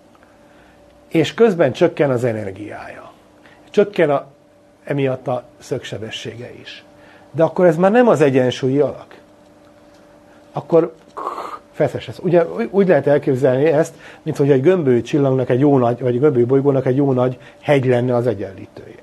és közben csökken az energiája. Csökken emiatt a szögsebessége is. De akkor ez már nem az egyensúlyi alak. Akkor feszes lesz. Ugye úgy lehet elképzelni ezt, mint hogy egy gömbölyű csillagnak egy jó nagy, vagy egy gömbölyű bolygónak egy jó nagy hegy lenne az egyenlítője.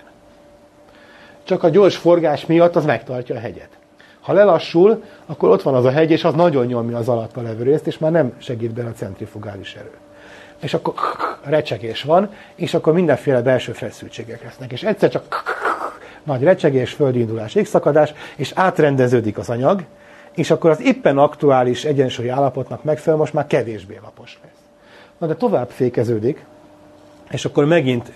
Csak a gyors forgás miatt az megtartja a hegyet. Ha lelassul, akkor ott van az a hegy, és az nagyon nyomja az alatta levő részt, és már nem segít bele a centrifugális erő. És akkor recsegés van, és akkor mindenféle belső feszültségek lesznek. És egyszer csak nagy recsegés, földindulás, égszakadás, és átrendeződik az anyag, és akkor az éppen aktuális egyensúlyi állapotnak megfelelően most már kevésbé lapos lesz. Na de tovább fékeződik, és akkor megint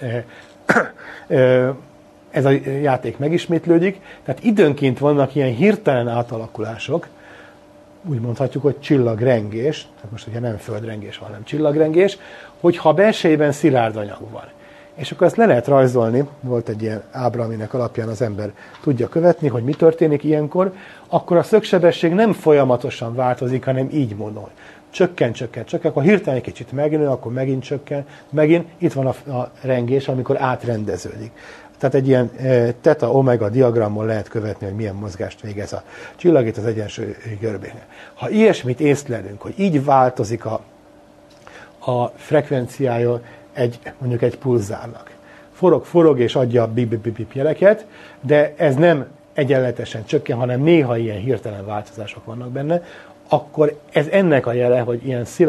ez a játék megismétlődik, tehát időnként vannak ilyen hirtelen átalakulások, úgy mondhatjuk, hogy csillagrengés, tehát most ugye nem földrengés van, hanem csillagrengés, hogyha a belsejében szilárd anyag van. És akkor ezt le lehet rajzolni, volt egy ilyen ábra, aminek alapján az ember tudja követni, hogy mi történik ilyenkor, akkor a szögsebesség nem folyamatosan változik, hanem így mondom, csökken, akkor hirtelen egy kicsit megnő, akkor megint csökken, megint itt van a rengés, amikor átrendeződik. Tehát egy ilyen teta-omega diagramon lehet követni, hogy milyen mozgást végez a csillag itt az egyensúlyi görbénél. Ha ilyesmit észlelünk, hogy így változik a frekvenciája mondjuk egy pulzárnak. Forog és adja a bip-bip jeleket, de ez nem egyenletesen csökken, hanem néha ilyen hirtelen változások vannak benne, akkor ez ennek a jele, hogy ilyen szilárd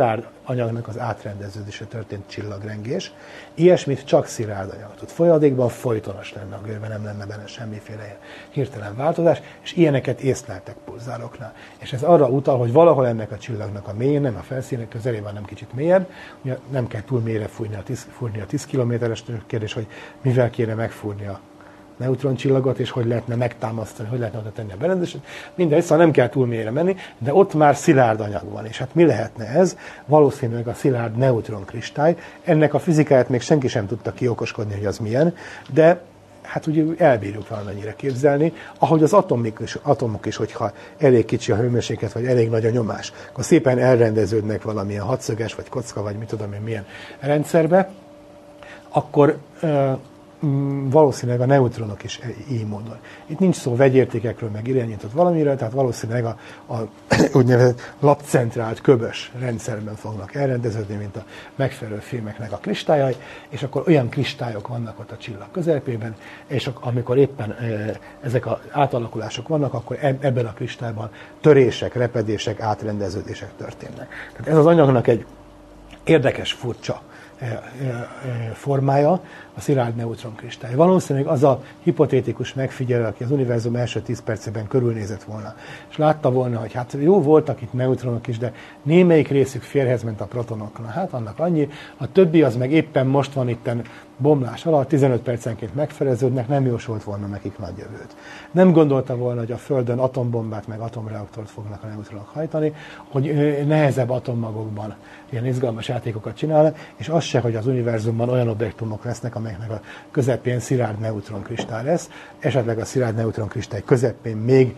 anyagnak az átrendeződése történt csillagrengés. Ilyesmit csak szilárd anyag tud. Folyadékban folytonos lenne a görbe, nem lenne benne semmiféle hirtelen változás, és ilyeneket észleltek pulzáloknál. És ez arra utal, hogy valahol ennek a csillagnak a mélyén, nem a felszínek közelében, hanem kicsit mélyebb, ugye nem kell túl mélyre fúrni a 10 kilométeres, kérdés, hogy mivel kéne megfúrni a neutroncsillagot, és hogy lehetne megtámasztani, hogy lehetne oda tenni a berendezést. Mindegy, szóval nem kell túl mélyre menni, de ott már szilárd anyag van. És hát mi lehetne ez? Valószínűleg a szilárd neutronkristály. Ennek a fizikáját még senki sem tudta kiokoskodni, hogy az milyen, de hát ugye elbírjuk valamennyire képzelni, ahogy az atomok is, hogyha elég kicsi a hőmérséklet, vagy elég nagy a nyomás, akkor szépen elrendeződnek valamilyen hatszöges, vagy kocka, vagy mit tudom én milyen rendszerbe, akkor valószínűleg a neutronok is így módon. Itt nincs szó vegyértékekről, meg irányított valamiről, tehát valószínűleg a úgynevezett lapcentrált köbös rendszerben fognak elrendeződni, mint a megfelelő fémeknek a kristályai, és akkor olyan kristályok vannak ott a csillag közepében, és amikor éppen ezek az átalakulások vannak, akkor ebben a kristályban törések, repedések, átrendeződések történnek. Tehát ez az anyagnak egy érdekes, furcsa formája, a szilárd neutronkristály. Valószínűleg az a hipotétikus megfigyelő, aki az univerzum első 10 percében körülnézett volna, és látta volna, hogy hát jó, voltak itt neutronok is, de némelyik részük férhez ment a protonoknak. Hát annak annyi, a többi az meg éppen most van itten bomlás alatt, 15 percenként megfeleződnek, nem jósolt volna nekik nagy jövőt. Nem gondolta volna, hogy a Földön atombombát meg atomreaktort fognak a neutronok hajtani, hogy nehezebb atommagokban ilyen izgalmas játékokat csinálnak, és az se, hogy az univerzumban olyan objektumok lesznek, amelyeknek a közepén szilárd neutronkristály lesz, esetleg a szilárd neutronkristály közepén még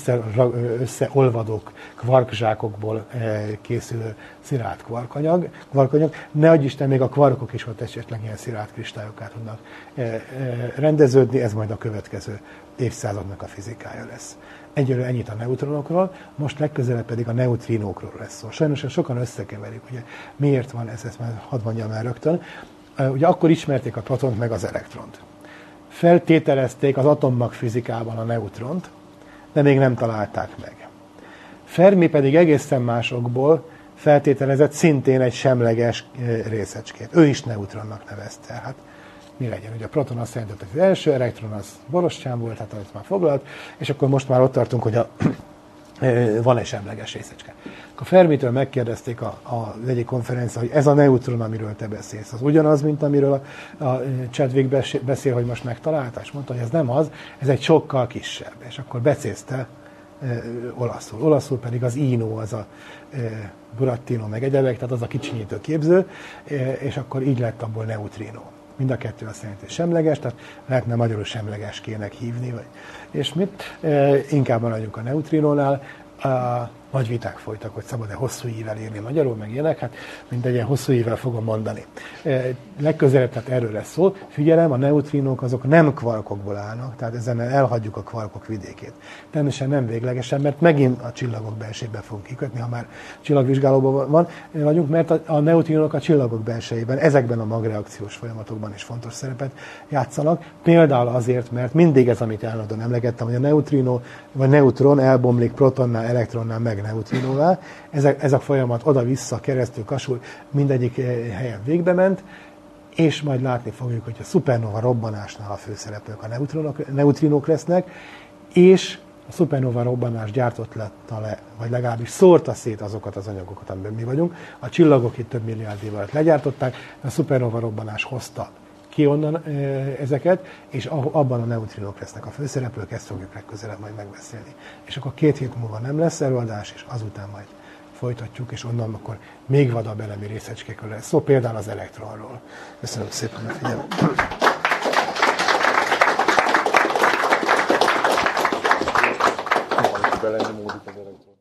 összeolvadó kvarkzsákokból készülő szilárd kvarkanyag. Ne adj Isten, még a kvarkok is ott esetleg ilyen szilárd kristályokat tudnak rendeződni, ez majd a következő évszázadnak a fizikája lesz. Egyelőre ennyit a neutronokról, most legközelebb pedig a neutrinókról lesz szó. Sajnos sokan összekeverik, ugye miért van ez, ezt már hadd mondjam el rögtön. Ugye akkor ismerték a protont meg az elektront. Feltételezték az atommag fizikában a neutront, de még nem találták meg. Fermi pedig egészen másokból feltételezett szintén egy semleges részecskét. Ő is neutronnak nevezte. Hát mi legyen? Ugye a proton azt jelenti, hogy az első, elektron az borostyán volt, hát azt már foglalt, és akkor most már ott tartunk, hogy van egy semleges részecske. Akkor Fermitől megkérdezték az egyik konferencián, hogy ez a neutron, amiről te beszélsz, az ugyanaz, mint amiről a Chadwick beszél, hogy most megtalálta, és mondta, hogy ez nem az, ez egy sokkal kisebb. És akkor becézte olaszul. Olaszul pedig az ino, az a burattino, meg egyebek, tehát az a kicsinyítő képző, és akkor így lett abból neutrino. Mind a kettő azt jelenti, hogy semleges, tehát lehetne magyarul semlegeskének hívni, vagy és mit. Inkább maradjunk a neutrinónál. Nagy viták folytak, hogy szabad-e hosszú ível írni magyarul, meg ilyenek, hát mindegy, ilyen hosszú ível fogom mondani. Legközelebb, tehát erről lesz szó. Figyelem, a neutrinók azok nem kvarkokból állnak, tehát ezen elhagyjuk a kvarkok vidékét. Természetesen nem véglegesen, mert megint a csillagok belsejében fogunk kikötni, ha már csillagvizsgálóban vagyunk, mert a neutrinók a csillagok belsejében, ezekben a magreakciós folyamatokban is fontos szerepet játszanak. Például azért, mert mindig ez, amit állandóan emlegettem, hogy a neutrino vagy neutron elbomlik protonnál, elektronnál, meg neutrinóvá. Ez a folyamat oda-vissza, keresztül, kasul, mindegyik helyen végbe ment, és majd látni fogjuk, hogy a szupernova robbanásnál a főszereplők a neutrinók lesznek, és a szupernova robbanás gyártott le, vagy legalábbis szórta szét azokat az anyagokat, amiben mi vagyunk. A csillagok itt több milliárd év alatt legyártották, a szupernova robbanás hozta ki onnan ezeket, és abban a neutrinók lesznek a főszereplők, ezt fogjuk legközelebb majd megbeszélni. És akkor 2 hét múlva nem lesz előadás, és azután majd folytatjuk, és onnan akkor még vadabb elemi részecskékről lesz szó, például az elektronról. Köszönöm szépen a figyelmet! Belenyomódik az elektron.